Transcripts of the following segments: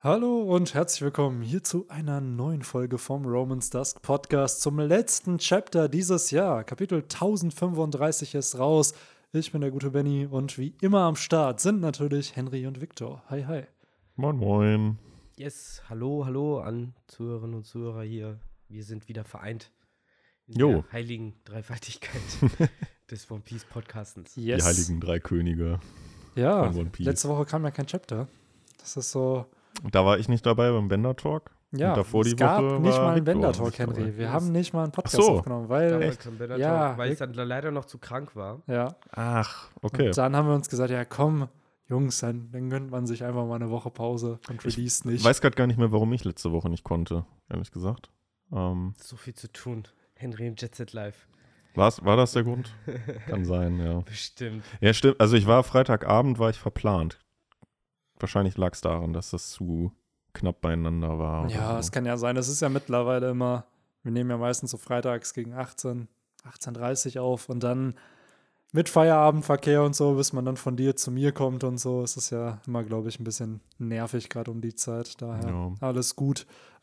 Hallo und herzlich willkommen hier zu einer neuen Folge vom Romans Dusk Podcast zum letzten Chapter dieses Jahr. Kapitel 1035 ist raus. Ich bin der gute Benny und wie immer am Start sind natürlich Henry und Victor. Hi, hi. Moin, moin. Yes, hallo an Zuhörerinnen und Zuhörer hier. Wir sind wieder vereint in Jo. der heiligen Dreifaltigkeit des One Piece Podcastens. Yes. Die heiligen drei Könige Ja, von One Piece. letzte Woche kam ja kein Chapter. Das ist so, Da war ich nicht dabei beim Bender Talk. ja, Und davor es die gab Woche nicht war mal einen Victor Bender-Talk, nicht dabei. Henry. Wir Yes. haben nicht mal einen Podcast Ach so. aufgenommen, weil, Damals am Banner ja, Talk, weil ich dann leider noch zu krank war. ja. Ach, okay. Und dann haben wir uns gesagt, ja komm, Jungs, dann gönnt man sich einfach mal eine Woche Pause und release Ich nicht. weiß gerade gar nicht mehr, warum ich letzte Woche nicht konnte, ehrlich gesagt. So viel zu tun. Henry im Jet Set Live. War das der Grund? Kann sein, ja. Bestimmt. Ja, stimmt. Also Freitagabend war ich verplant. Wahrscheinlich lag es daran, dass das zu knapp beieinander war. oder Ja, so. es kann ja sein. Es ist ja mittlerweile immer, wir nehmen ja meistens so freitags gegen 18:30 Uhr auf und dann mit Feierabendverkehr und so, bis man dann von dir zu mir kommt und so. Es ist ja immer, glaube ich, ein bisschen nervig gerade um die Zeit. Daher Ja. alles gut.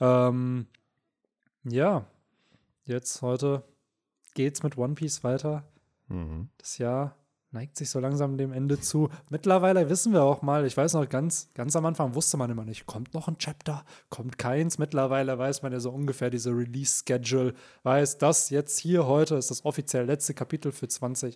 Ja, jetzt heute geht's mit One Piece weiter. Mhm. Das Jahr neigt sich so langsam dem Ende zu. Mittlerweile wissen wir auch mal, ich weiß noch, ganz am Anfang wusste man immer nicht, kommt noch ein Chapter, kommt keins. Mittlerweile weiß man ja so ungefähr diese Release-Schedule, weiß, das jetzt hier heute ist das offiziell letzte Kapitel für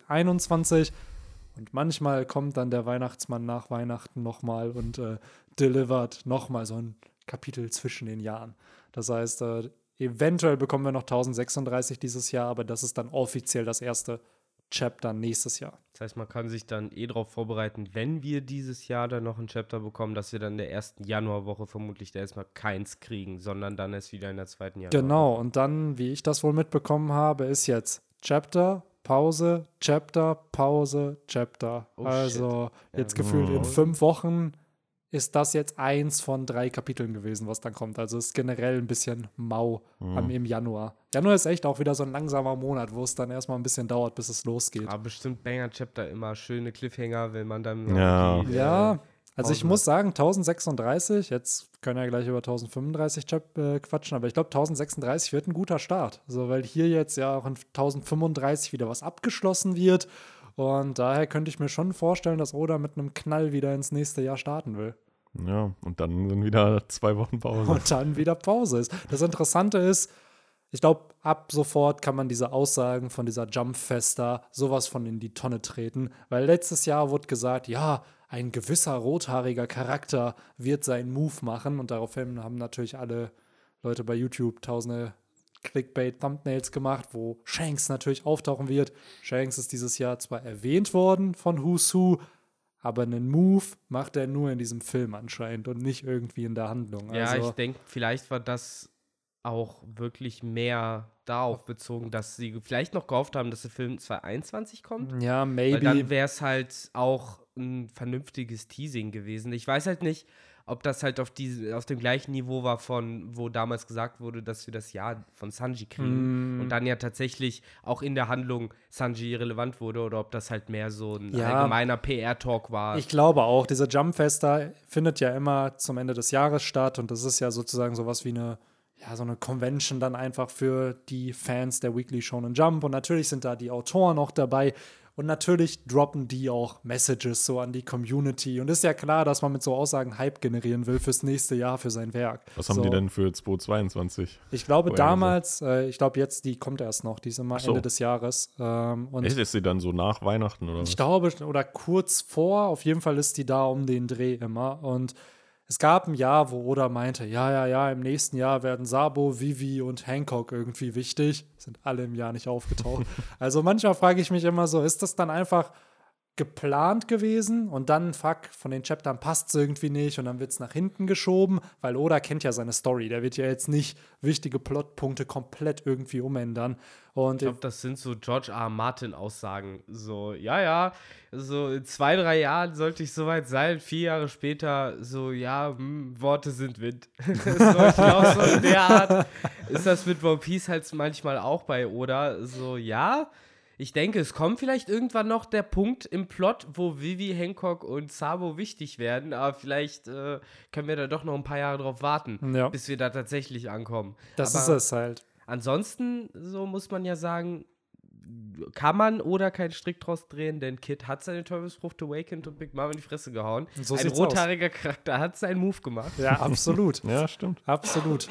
2021. Und manchmal kommt dann der Weihnachtsmann nach Weihnachten nochmal und delivert nochmal so ein Kapitel zwischen den Jahren. Das heißt, eventuell bekommen wir noch 1036 dieses Jahr, aber das ist dann offiziell das erste Chapter nächstes Jahr. Das heißt, man kann sich dann darauf vorbereiten, wenn wir dieses Jahr dann noch ein Chapter bekommen, dass wir dann in der ersten Januarwoche vermutlich da erstmal keins kriegen, sondern dann erst wieder in der zweiten Januarwoche. Genau, und dann, wie ich das wohl mitbekommen habe, ist jetzt Chapter, Pause, Chapter, Pause, Chapter. Oh, also shit. jetzt Ja, gefühlt in genau. 5 Wochen ist das jetzt 1 von 3 Kapiteln gewesen, was dann kommt. Also ist generell ein bisschen mau im Januar. Januar ist echt auch wieder so ein langsamer Monat, wo es dann erstmal ein bisschen dauert, bis es losgeht. Aber bestimmt Banger-Chapter immer schöne Cliffhanger, wenn man dann Ja. Ja, also ich Pause muss sagen, 1036, jetzt können wir ja gleich über 1035 quatschen, aber ich glaube, 1036 wird ein guter Start. Also, weil hier jetzt ja auch in 1035 wieder was abgeschlossen wird. Und daher könnte ich mir schon vorstellen, dass Oda mit einem Knall wieder ins nächste Jahr starten will. Ja, und dann sind wieder 2 Wochen Pause. Und dann wieder Pause ist. Das Interessante ist, ich glaube, ab sofort kann man diese Aussagen von dieser Jump-Festa sowas von in die Tonne treten, weil letztes Jahr wurde gesagt, ja, ein gewisser rothaariger Charakter wird seinen Move machen und daraufhin haben natürlich alle Leute bei YouTube tausende Clickbait-Thumbnails gemacht, wo Shanks natürlich auftauchen wird. Shanks ist dieses Jahr zwar erwähnt worden von Who's Who, aber einen Move macht er nur in diesem Film anscheinend und nicht irgendwie in der Handlung. Ja, Also, ich denke, vielleicht war das auch wirklich mehr darauf bezogen, dass sie vielleicht noch gehofft haben, dass der Film 2021 kommt. ja, Weil maybe. dann wäre es halt auch ein vernünftiges Teasing gewesen. Ich weiß halt nicht, ob das halt auf dem gleichen Niveau war, von wo damals gesagt wurde, dass wir das Jahr von Sanji kriegen und dann ja tatsächlich auch in der Handlung Sanji relevant wurde oder ob das halt mehr so ein Ja. allgemeiner PR-Talk war. Ich glaube auch, diese Jump-Festa findet ja immer zum Ende des Jahres statt und das ist ja sozusagen sowas wie so eine Convention dann einfach für die Fans der Weekly Shonen Jump und natürlich sind da die Autoren auch dabei und natürlich droppen die auch Messages so an die Community und ist ja klar, dass man mit so Aussagen Hype generieren will fürs nächste Jahr für sein Werk. Was haben die denn für 2022? Ich glaube vorher damals, ich glaube jetzt, die kommt erst noch, die ist immer Ach so. Ende des Jahres und Echt, ist sie dann so nach Weihnachten oder was? ich glaube, oder kurz vor, auf jeden Fall ist die da um den Dreh immer. Und es gab ein Jahr, wo Oda meinte, ja, im nächsten Jahr werden Sabo, Vivi und Hancock irgendwie wichtig. Sind alle im Jahr nicht aufgetaucht. Also manchmal frage ich mich immer so, ist das dann einfach geplant gewesen und dann, fuck, von den Chaptern passt es irgendwie nicht und dann wird es nach hinten geschoben, weil Oda kennt ja seine Story. Der wird ja jetzt nicht wichtige Plotpunkte komplett irgendwie umändern. Und Ich glaube, das sind so George R. R. Martin-Aussagen. So, ja, so in 2-3 Jahren sollte ich soweit sein. 4 Jahre später, so, ja, Worte sind Wind. So, ich glaube, so in der Art ist das mit One Piece halt manchmal auch bei Oda. So, ja, Ich denke, es kommt vielleicht irgendwann noch der Punkt im Plot, wo Vivi, Hancock und Sabo wichtig werden, aber vielleicht können wir da doch noch ein paar Jahre drauf warten, bis wir da tatsächlich ankommen. Das aber ist es halt. Ansonsten, so muss man ja sagen, kann man oder keinen Strick draus drehen, denn Kid hat seine Teufelsfrucht awakened und Big Mom in die Fresse gehauen. So ein rothaariger Charakter hat seinen Move gemacht. Ja, absolut. Ja, stimmt. Absolut.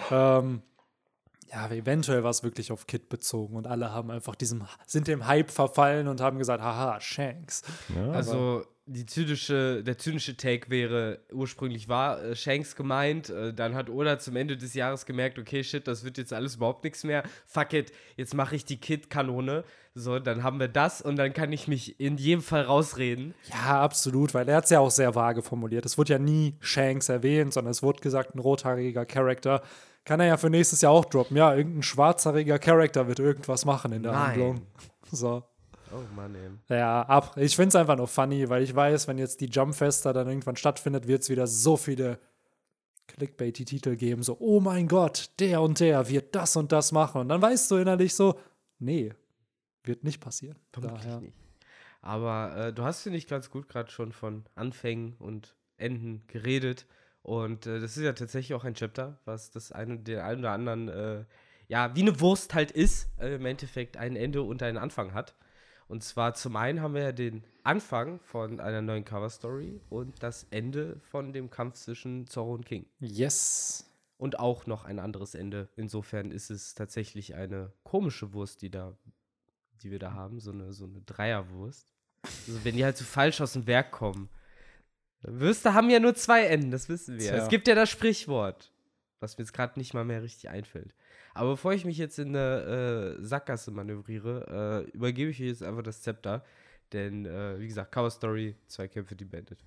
Ja, eventuell war es wirklich auf Kid bezogen und alle haben einfach sind dem Hype verfallen und haben gesagt, haha, Shanks. Ja, also der zynische Take wäre, ursprünglich war Shanks gemeint, dann hat Oda zum Ende des Jahres gemerkt, okay, shit, das wird jetzt alles überhaupt nichts mehr, fuck it, jetzt mache ich die Kid-Kanone, so, dann haben wir das und dann kann ich mich in jedem Fall rausreden. Ja, absolut, weil er hat es ja auch sehr vage formuliert. Es wurde ja nie Shanks erwähnt, sondern es wurde gesagt, ein rothaariger Charakter. Kann er ja für nächstes Jahr auch droppen. Ja, irgendein schwarzhaariger Charakter wird irgendwas machen in der Handlung. So. Oh Mann, ey. Ja, ich finde es einfach nur funny, weil ich weiß, wenn jetzt die Jumpfester dann irgendwann stattfindet, wird es wieder so viele Clickbaity-Titel geben. So, oh mein Gott, der und der wird das und das machen. Und dann weißt du innerlich so, nee, wird nicht passieren. Daher nicht. Aber du hast, finde ich, ganz gut gerade schon von Anfängen und Enden geredet. Und das ist ja tatsächlich auch ein Chapter, was den einen oder anderen, wie eine Wurst halt ist, im Endeffekt ein Ende und einen Anfang hat. Und zwar zum einen haben wir ja den Anfang von einer neuen Cover-Story und das Ende von dem Kampf zwischen Zorro und King. Yes. Und auch noch ein anderes Ende. Insofern ist es tatsächlich eine komische Wurst, die wir da haben, so eine Dreierwurst. Also wenn die halt so falsch aus dem Werk kommen. Würste haben ja nur 2 Enden, das wissen wir. Tja. Es gibt ja das Sprichwort, was mir jetzt gerade nicht mal mehr richtig einfällt. Aber bevor ich mich jetzt in eine Sackgasse manövriere, übergebe ich euch jetzt einfach das Zepter. Denn, wie gesagt, Cover Story, 2 Kämpfe, die beendet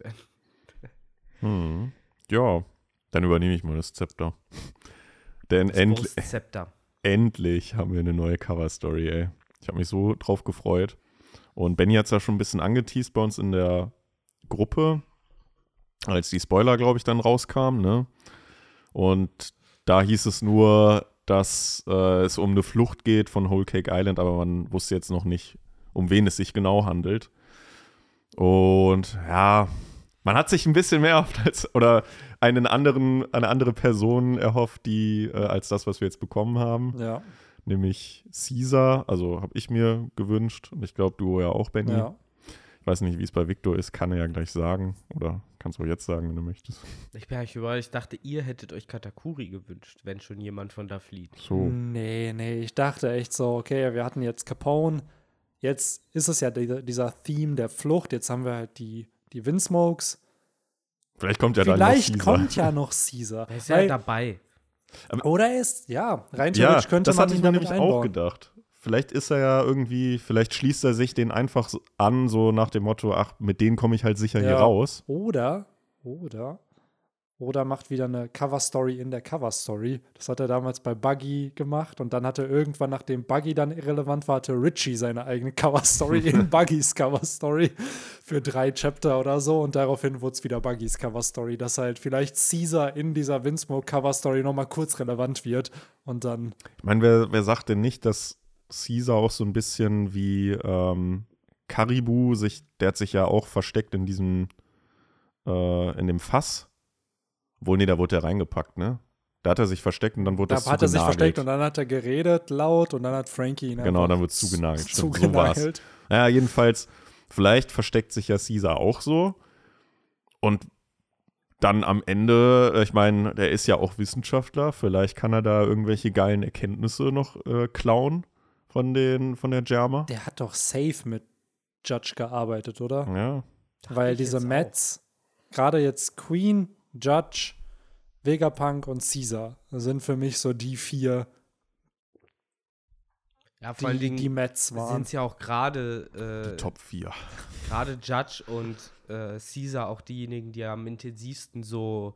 werden. Ja, dann übernehme ich mal das Zepter. Denn endlich haben wir eine neue Cover Story, ey. Ich habe mich so drauf gefreut. Und Benny hat es ja schon ein bisschen angeteased bei uns in der Gruppe, als die Spoiler, glaube ich, dann rauskamen, ne? Und da hieß es nur, dass es um eine Flucht geht von Whole Cake Island, aber man wusste jetzt noch nicht, um wen es sich genau handelt. Und ja, man hat sich ein bisschen mehr erhofft oder eine andere Person erhofft, als das, was wir jetzt bekommen haben. Ja. Nämlich Caesar, also habe ich mir gewünscht und ich glaube, du ja auch, Benny. Ja. Ich weiß nicht, wie es bei Victor ist, kann er ja gleich sagen. Oder kannst du auch jetzt sagen, wenn du möchtest. Ich bin eigentlich überrascht, ich dachte, ihr hättet euch Katakuri gewünscht, wenn schon jemand von da flieht. So. Nee, ich dachte echt so, okay, wir hatten jetzt Capone, jetzt ist es ja dieser Theme der Flucht, jetzt haben wir halt die Windsmokes. Vielleicht kommt ja dann noch Vielleicht Caesar. kommt ja noch Caesar. Er ist ja dabei. Oder er ist, rein theoretisch könnte man ihn damit nämlich einbauen. auch gedacht. Vielleicht ist er ja irgendwie, vielleicht schließt er sich den einfach so an, so nach dem Motto, ach, mit denen komme ich halt sicher hier raus. Oder macht wieder eine Cover-Story in der Cover-Story. Das hat er damals bei Buggy gemacht und dann hatte irgendwann, nachdem Buggy dann irrelevant war, hatte Richie seine eigene Cover-Story in Buggys Cover-Story für 3 Chapter oder so und daraufhin wurde es wieder Buggys Cover-Story, dass halt vielleicht Caesar in dieser Windsmoke Cover-Story nochmal kurz relevant wird und dann. Ich meine, wer sagt denn nicht, dass Caesar auch so ein bisschen wie Caribou der hat sich ja auch versteckt in diesem in dem Fass. Wohl, nee, da wurde er reingepackt, ne? Da hat er sich versteckt und dann wurde das zugenagelt. Da hat er sich versteckt und dann hat er geredet laut und dann hat Frankie ihn genau, dann wird es zugenagelt. Stimmt, so war's. Naja, jedenfalls, vielleicht versteckt sich ja Caesar auch so und dann am Ende, ich meine, der ist ja auch Wissenschaftler, vielleicht kann er da irgendwelche geilen Erkenntnisse noch klauen von der Germa. Der hat doch safe mit Judge gearbeitet, oder? Ja. Weil diese Mets, gerade jetzt Queen, Judge, Vegapunk und Caesar sind für mich so die 4, vor allen Dingen die Mets waren. Sind es ja auch gerade die Top 4. Gerade Judge und Caesar auch diejenigen, die am intensivsten so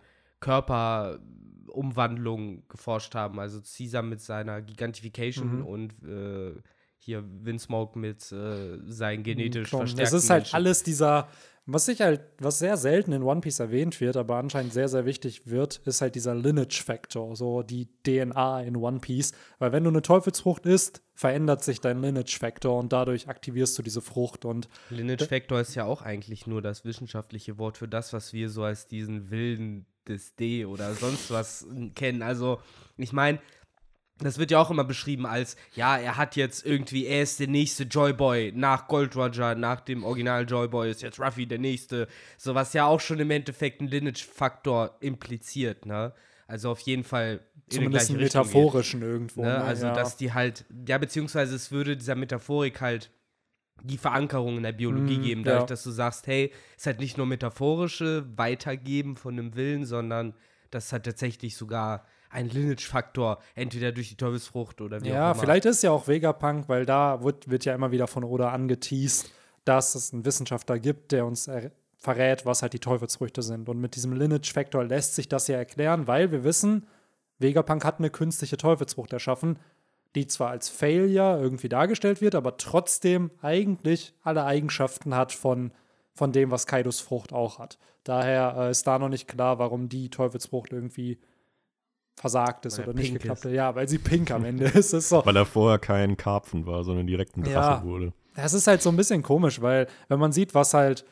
Körperumwandlung geforscht haben. Also Caesar mit seiner Gigantification und hier Windsmoke mit seinen genetisch Klon. verstärkten Es ist halt Menschen. alles dieser, was sehr selten in One Piece erwähnt wird, aber anscheinend sehr, sehr wichtig wird, ist halt dieser Lineage-Factor, so die DNA in One Piece. Weil wenn du eine Teufelsfrucht isst, verändert sich dein Lineage-Factor und dadurch aktivierst du diese Frucht. Und Lineage Factor ist ja auch eigentlich nur das wissenschaftliche Wort für das, was wir so als diesen Willen des D oder sonst was kennen. Also, ich meine, das wird ja auch immer beschrieben als, ja, er ist der nächste Joy-Boy nach Gold Roger, nach dem Original Joy-Boy ist jetzt Ruffy der nächste. So, was ja auch schon im Endeffekt einen Lineage-Faktor impliziert, ne? Also auf jeden Fall in zumindest die einen gleiche Richtung metaphorischen irgendwo. geht, ne? Ne? Also, Ja. dass die halt, ja, beziehungsweise es würde dieser Metaphorik halt die Verankerung in der Biologie geben, dadurch, ja. dass du sagst, hey, es ist halt nicht nur metaphorische Weitergeben von einem Willen, sondern das hat tatsächlich sogar einen Lineage-Faktor, entweder durch die Teufelsfrucht oder wie auch Ja, immer. vielleicht ist ja auch Vegapunk, weil da wird ja immer wieder von Oda angeteased, dass es einen Wissenschaftler gibt, der uns verrät, was halt die Teufelsfrüchte sind. Und mit diesem Lineage-Factor lässt sich das ja erklären, weil wir wissen, Vegapunk hat eine künstliche Teufelsfrucht erschaffen, die zwar als Failure irgendwie dargestellt wird, aber trotzdem eigentlich alle Eigenschaften hat von dem, was Kaidos Frucht auch hat. Daher ist da noch nicht klar, warum die Teufelsfrucht irgendwie versagt ist Weil er oder nicht pink geklappt ist. hat. Ja, weil sie pink am Ende ist. Es ist so, Weil er vorher kein Karpfen war, sondern direkt ein Drache Ja. wurde. das ist halt so ein bisschen komisch, weil wenn man sieht, was halt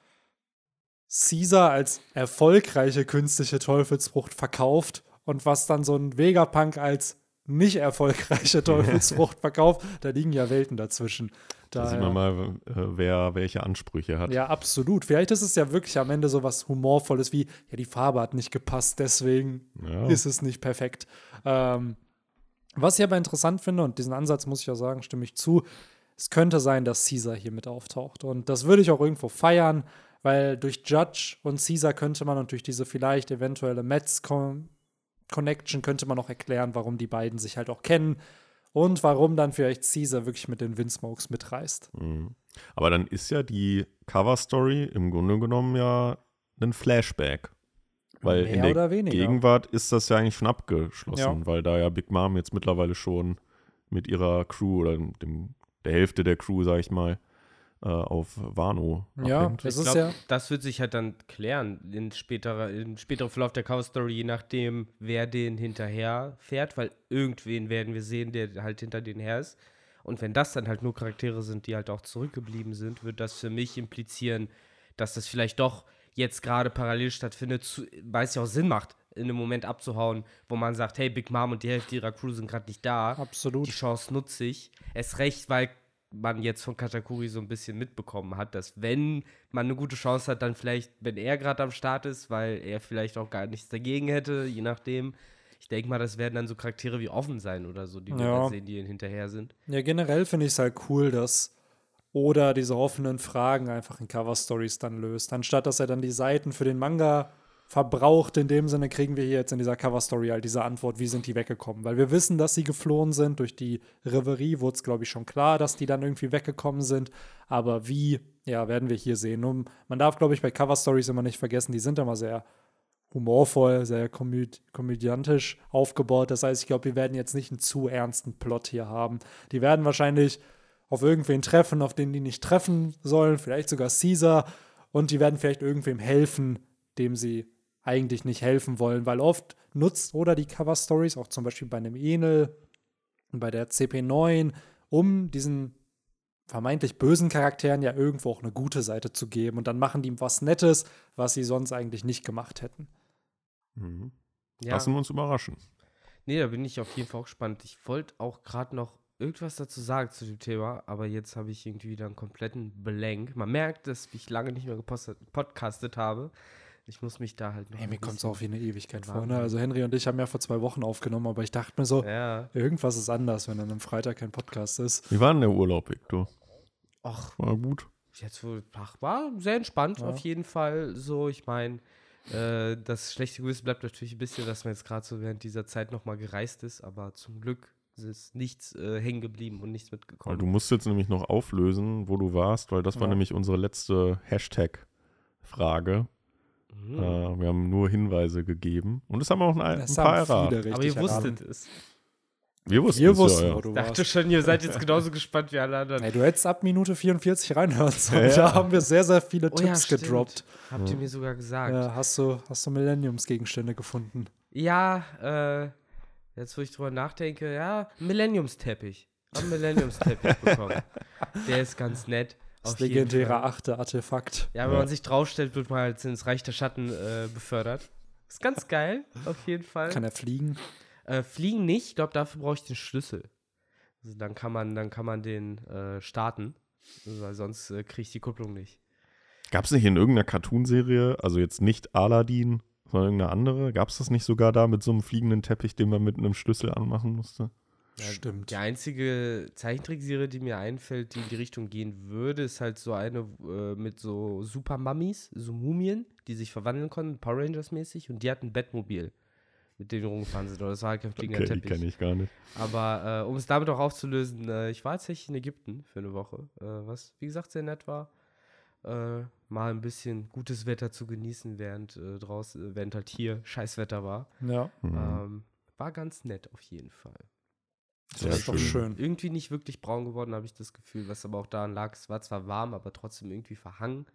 Caesar als erfolgreiche künstliche Teufelsfrucht verkauft und was dann so ein Vegapunk als nicht erfolgreiche Teufelsfrucht verkauft, da liegen ja Welten dazwischen. Da sieht man mal, wer welche Ansprüche hat. Ja, absolut. Vielleicht ist es ja wirklich am Ende so was Humorvolles wie, ja, die Farbe hat nicht gepasst, deswegen Ja. ist es nicht perfekt. Was ich aber interessant finde, und diesen Ansatz muss ich ja sagen, stimme ich zu, es könnte sein, dass Caesar hier mit auftaucht. Und das würde ich auch irgendwo feiern, weil durch Judge und Caesar könnte man und durch diese vielleicht eventuelle Connection könnte man auch erklären, warum die beiden sich halt auch kennen und warum dann vielleicht Caesar wirklich mit den Windsmokes mitreist. Mhm. Aber dann ist ja die Cover-Story im Grunde genommen ja ein Flashback. Weil Mehr in der oder weniger. Gegenwart ist das ja eigentlich schon abgeschlossen, Ja. weil da ja Big Mom jetzt mittlerweile schon mit ihrer Crew oder der Hälfte der Crew, sag ich mal, auf Wano Ja, abhängt. es Ich ist glaube, ja. das wird sich halt dann klären im späteren Verlauf der Cover-Story, je nachdem, wer den hinterher fährt, weil irgendwen werden wir sehen, der halt hinter denen her ist. Und wenn das dann halt nur Charaktere sind, die halt auch zurückgeblieben sind, wird das für mich implizieren, dass das vielleicht doch jetzt gerade parallel stattfindet, weil es ja auch Sinn macht, in einem Moment abzuhauen, wo man sagt, hey, Big Mom und die Hälfte ihrer Crew sind gerade nicht da. Absolut. Die Chance nutze ich. Erst recht, weil man jetzt von Katakuri so ein bisschen mitbekommen hat, dass wenn man eine gute Chance hat, dann vielleicht, wenn er gerade am Start ist, weil er vielleicht auch gar nichts dagegen hätte, je nachdem. Ich denke mal, das werden dann so Charaktere wie Offen sein oder so, die wir Ja. dann sehen, die ihnen hinterher sind. Ja, generell finde ich es halt cool, dass Oda diese offenen Fragen einfach in Cover-Stories dann löst. Anstatt dass er dann die Seiten für den Manga verbraucht, in dem Sinne kriegen wir hier jetzt in dieser Cover-Story halt diese Antwort, wie sind die weggekommen. Weil wir wissen, dass sie geflohen sind. Durch die Reverie wurde es, glaube ich, schon klar, dass die dann irgendwie weggekommen sind. Aber wie, ja, werden wir hier sehen. Und man darf, glaube ich, bei Cover-Stories immer nicht vergessen, die sind immer sehr humorvoll, sehr komödiantisch aufgebaut. Das heißt, ich glaube, wir werden jetzt nicht einen zu ernsten Plot hier haben. Die werden wahrscheinlich auf irgendwen treffen, auf den die nicht treffen sollen, vielleicht sogar Caesar, und die werden vielleicht irgendwem helfen, dem sie eigentlich nicht helfen wollen, weil oft nutzt oder die Cover-Stories, auch zum Beispiel bei einem Enel, bei der CP9, um diesen vermeintlich bösen Charakteren ja irgendwo auch eine gute Seite zu geben, und dann machen die was Nettes, was sie sonst eigentlich nicht gemacht hätten. Mhm. Ja. Lassen wir uns überraschen. Nee, da bin ich auf jeden Fall auch gespannt. Ich wollte auch gerade noch irgendwas dazu sagen zu dem Thema, aber jetzt habe ich irgendwie wieder einen kompletten Blank. Man merkt, dass ich lange nicht mehr podcastet habe. Ich muss mich da halt noch Hey, ein mir kommt es bisschen- auch wie eine Ewigkeit vor. warm Ne? Also Henry und ich haben ja vor 2 Wochen aufgenommen, aber ich dachte mir so, Ja. irgendwas ist anders, wenn dann am Freitag kein Podcast ist. Wie war denn der Urlaub, Victor? Ach, War gut. jetzt wohl, war sehr entspannt Ja. auf jeden Fall. So, ich meine, das schlechte Gewissen bleibt natürlich ein bisschen, dass man jetzt gerade so während dieser Zeit nochmal gereist ist, aber zum Glück ist nichts hängen geblieben und nichts Weil mitgekommen. du musst jetzt nämlich noch auflösen, wo du warst, weil das war Ja. nämlich unsere letzte Hashtag-Frage. Wir haben nur Hinweise gegeben und es haben auch ein Das paar haben viele erraten. richtig Aber ihr erraten. wusstet es. Wir wussten Wir es, wussten, ja. wo du Ich dachte warst. schon, ihr seid jetzt genauso gespannt wie alle anderen. Ey, du hättest ab Minute 44 reinhören sollen. Ja. Da haben wir sehr, sehr viele Oh ja, Tipps stimmt. gedroppt. Habt ihr mir sogar gesagt. Ja, hast du Millenniumsgegenstände gefunden? Ja, jetzt wo ich drüber nachdenke, ja, Millenniumsteppich. Haben Millenniumsteppich bekommen. Der ist ganz nett. Das auf jeden legendäre Fall. 8. Artefakt. Ja, wenn man sich draufstellt, wird man halt ins Reich der Schatten befördert. Ist ganz geil, auf jeden Fall. Kann er fliegen? Fliegen nicht, ich glaube, dafür brauche ich den Schlüssel. Also dann kann man den starten, weil sonst kriege ich die Kupplung nicht. Gab es nicht in irgendeiner Cartoonserie, also jetzt nicht Aladdin, sondern irgendeine andere, gab es das nicht sogar da mit so einem fliegenden Teppich, den man mit einem Schlüssel anmachen musste? Ja, Stimmt. Die einzige Zeichentrickserie, die mir einfällt, die in die Richtung gehen würde, ist halt so eine mit so Super Mummies, so Mumien, die sich verwandeln konnten, Power Rangers mäßig, und die hatten ein Bettmobil, mit dem die rumgefahren sind. Oder das war halt kein fliegender Okay, die Teppich. kenne ich gar nicht. Aber um es damit auch aufzulösen, ich war tatsächlich in Ägypten für eine Woche, was, wie gesagt, sehr nett war. Mal ein bisschen gutes Wetter zu genießen, während halt hier Scheißwetter war. Ja, War ganz nett auf jeden Fall. das ist doch schön. Irgendwie nicht wirklich braun geworden, habe ich das Gefühl, was aber auch daran lag, es war zwar warm, aber trotzdem irgendwie verhangen.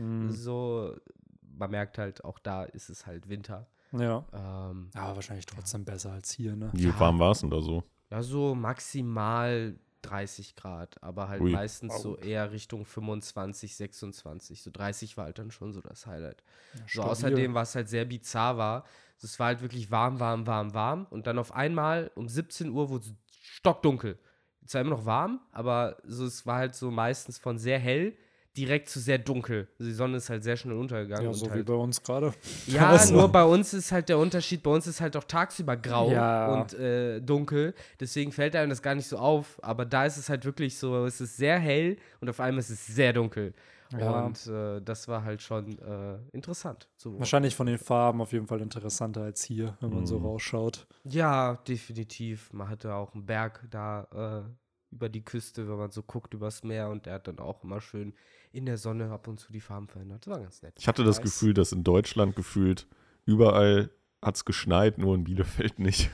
So, man merkt halt, auch da ist es halt Winter. Ja. Aber wahrscheinlich trotzdem besser als hier, ne? Wie warm war es denn da so? Ja, so maximal 30 Grad, aber halt Ui. meistens so eher Richtung 25, 26. So 30 war halt dann schon so das Highlight. So, außerdem, was halt sehr bizarr war, es war halt wirklich warm, warm, warm, warm, und dann auf einmal um 17 Uhr wurde es stockdunkel. Zwar immer noch warm, aber so, es war halt so meistens von sehr hell direkt zu sehr dunkel. Also die Sonne ist halt sehr schnell untergegangen. Ja, und so wie halt, bei uns gerade. ja, Also- nur bei uns ist halt der Unterschied, bei uns ist halt auch tagsüber grau Ja. und dunkel, deswegen fällt einem das gar nicht so auf, aber da ist es halt wirklich so, es ist sehr hell und auf einmal ist es sehr dunkel. Ja. Und das war halt schon interessant. So. Wahrscheinlich von den Farben auf jeden Fall interessanter als hier, wenn man so rausschaut. Ja, definitiv. Man hatte auch einen Berg da über die Küste, wenn man so guckt übers Meer, und der hat dann auch immer schön in der Sonne ab und zu die Farben verändert. Das war ganz nett. Ich hatte das Nice. Gefühl, dass in Deutschland gefühlt überall hat es geschneit, nur in Bielefeld nicht.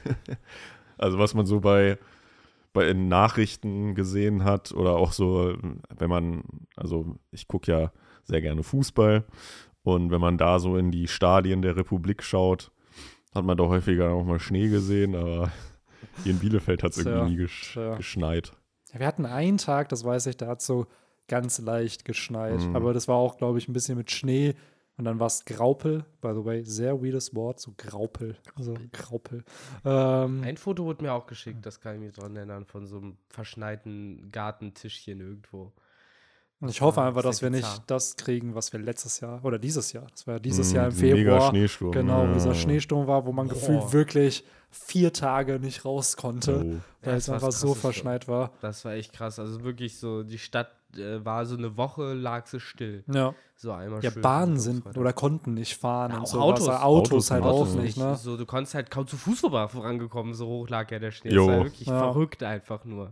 Also was man so bei in Nachrichten gesehen hat oder auch so, wenn man, also ich gucke ja sehr gerne Fußball, und wenn man da so in die Stadien der Republik schaut, hat man da häufiger auch mal Schnee gesehen, aber hier in Bielefeld hat es Tja, irgendwie nie tja. geschneit. Ja, wir hatten einen Tag, das weiß ich, da hat so ganz leicht geschneit. Aber das war auch, glaube ich, ein bisschen mit Schnee. Und dann war es Graupel, by the way, sehr weirdes Wort, so Graupel. Also Graupel. Ein Foto wurde mir auch geschickt, das kann ich mich dran erinnern, von so einem verschneiten Gartentischchen irgendwo. Und ich hoffe einfach, sehr dass wir nicht bizarr. das kriegen, was wir letztes Jahr oder dieses Jahr, das war ja dieses Mhm, Jahr im diesen mega Februar. Schneesturm, Genau, ja. dieser Schneesturm war, wo man Boah. gefühlt wirklich 4 Tage nicht raus konnte, Oh. weil Ja, es das war einfach das so Krasseste. verschneit war. Das war echt krass. Also wirklich so, die Stadt war so eine Woche, lag sie still. Ja, So einmal ja schön Bahnen von sind Freitag. oder konnten nicht fahren Ja, und auch so. Autos. Autos halt Autos auch nicht, ne? So, du konntest halt kaum zu Fuß vorangekommen, so hoch lag ja der Schnee. Jo. Das war wirklich Ja. verrückt einfach nur.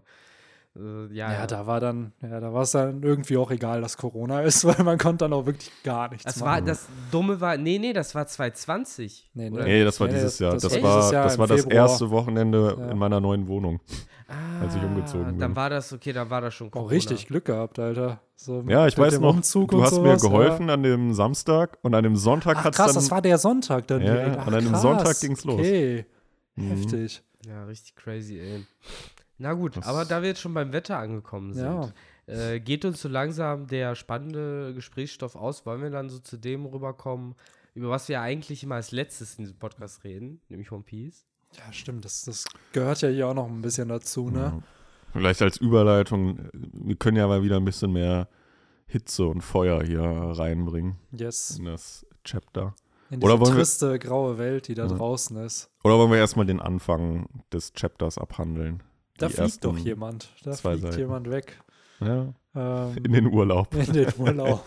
Ja, da war es dann irgendwie auch egal, dass Corona ist, weil man konnte dann auch wirklich gar nichts Das machen. das Dumme war, nee, das war 2020. Nee, oder? Nee, das war Nee, dieses Jahr. das Das, war war, dieses Jahr das im war das Februar. erste Wochenende Ja. in meiner neuen Wohnung, als ich Ah, umgezogen bin. Dann war das, okay, dann war das schon Auch Corona. richtig Glück gehabt, Alter. So Ja, ich mit weiß dem noch, Umzug du und hast mir sowas, geholfen an dem Samstag, und an dem Sonntag Ach hat es krass, dann... das war der Sonntag dann Ja, direkt. Ach, und an dem krass. Sonntag ging's los. Okay, Mhm. heftig. Ja, richtig crazy, ey. Na gut, Das- aber da wir jetzt schon beim Wetter angekommen sind, geht uns so langsam der spannende Gesprächsstoff aus. Wollen wir dann so zu dem rüberkommen, über was wir eigentlich immer als letztes in diesem Podcast reden, nämlich One Piece? Ja, stimmt, das gehört ja hier auch noch ein bisschen dazu, ne? Ja. Vielleicht als Überleitung, wir können ja mal wieder ein bisschen mehr Hitze und Feuer hier reinbringen Yes. in das Chapter. In Oder diese wollen wir- triste, graue Welt, die da Ja. draußen ist. Oder wollen wir erstmal den Anfang des Chapters abhandeln? Da Die fliegt doch ersten jemand. Da 2 fliegt Seiten. jemand weg. Ja, Ähm, in den Urlaub. in den Urlaub.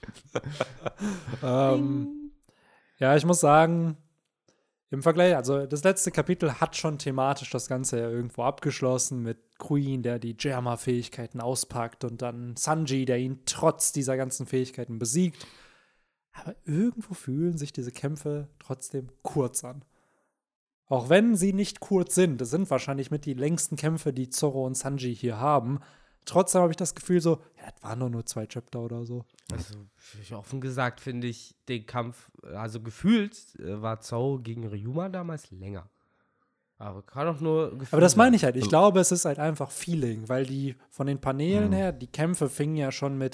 Ja, ich muss sagen, im Vergleich, also das letzte Kapitel hat schon thematisch das Ganze ja irgendwo abgeschlossen mit Queen, der die Germa-Fähigkeiten auspackt, und dann Sanji, der ihn trotz dieser ganzen Fähigkeiten besiegt. Aber irgendwo fühlen sich diese Kämpfe trotzdem kurz an. Auch wenn sie nicht kurz sind, das sind wahrscheinlich mit die längsten Kämpfe, die Zorro und Sanji hier haben. Trotzdem habe ich das Gefühl so, ja, das waren doch nur 2 Chapter oder so. Also, offen gesagt finde ich den Kampf, also gefühlt war Zorro gegen Ryuma damals länger. Aber kann auch nur gefühlt Aber das meine ich sein. halt. Ich glaube, es ist halt einfach Feeling, weil die von den Paneelen her, die Kämpfe fingen ja schon mit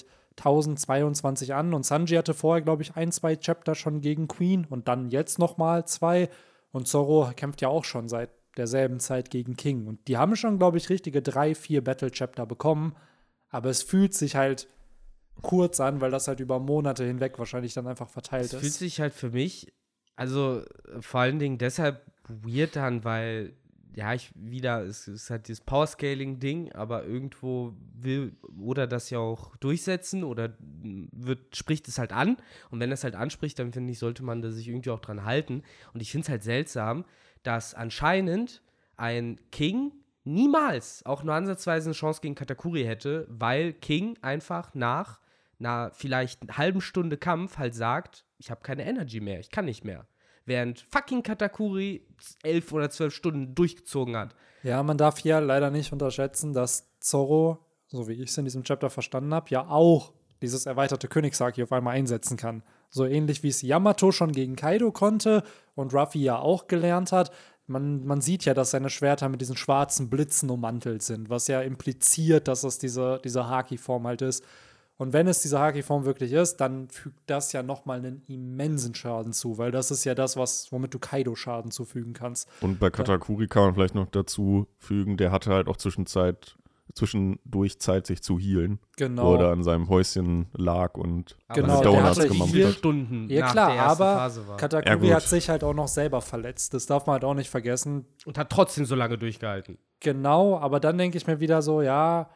1022 an und Sanji hatte vorher, glaube ich, 1, 2 Chapter schon gegen Queen und dann jetzt nochmal 2 und Zorro kämpft ja auch schon seit derselben Zeit gegen King und die haben schon, glaube ich, richtige 3, 4 Battle-Chapter bekommen, aber es fühlt sich halt kurz an, weil das halt über Monate hinweg wahrscheinlich dann einfach verteilt Es fühlt ist. sich halt für mich, also vor allen Dingen deshalb weird an, weil, ja, es ist halt dieses Power-Scaling-Ding, aber irgendwo will oder das ja auch durchsetzen oder spricht es halt an. Und wenn es halt anspricht, dann finde ich, sollte man da sich irgendwie auch dran halten. Und ich finde es halt seltsam, dass anscheinend ein King niemals auch nur ansatzweise eine Chance gegen Katakuri hätte, weil King einfach nach einer vielleicht eine halben Stunde Kampf halt sagt, ich habe keine Energy mehr, ich kann nicht mehr. Während fucking Katakuri 11 oder 12 Stunden durchgezogen hat. Ja, man darf hier leider nicht unterschätzen, dass Zorro, so wie ich es in diesem Chapter verstanden habe, ja auch dieses erweiterte Königshaki auf einmal einsetzen kann. So ähnlich wie es Yamato schon gegen Kaido konnte und Ruffy ja auch gelernt hat. Man sieht ja, dass seine Schwerter mit diesen schwarzen Blitzen ummantelt sind, was ja impliziert, dass es diese Haki-Form halt ist. Und wenn es diese Haki-Form wirklich ist, dann fügt das ja nochmal einen immensen Schaden zu, weil das ist ja das, womit du Kaido Schaden zufügen kannst. Und bei Katakuri kann man vielleicht noch dazu fügen, der hatte halt auch zwischendurch Zeit, sich zu healen. Genau. Wo er da an seinem Häuschen lag und Genau, seine der Donuts hatte gemampft 4 hat. Stunden Ja nach klar, der ersten aber Phase war. Katakuri Ja, hat gut. sich halt auch noch selber verletzt. Das darf man halt auch nicht vergessen. Und hat trotzdem so lange durchgehalten. Genau, aber dann denke ich mir wieder so, ja,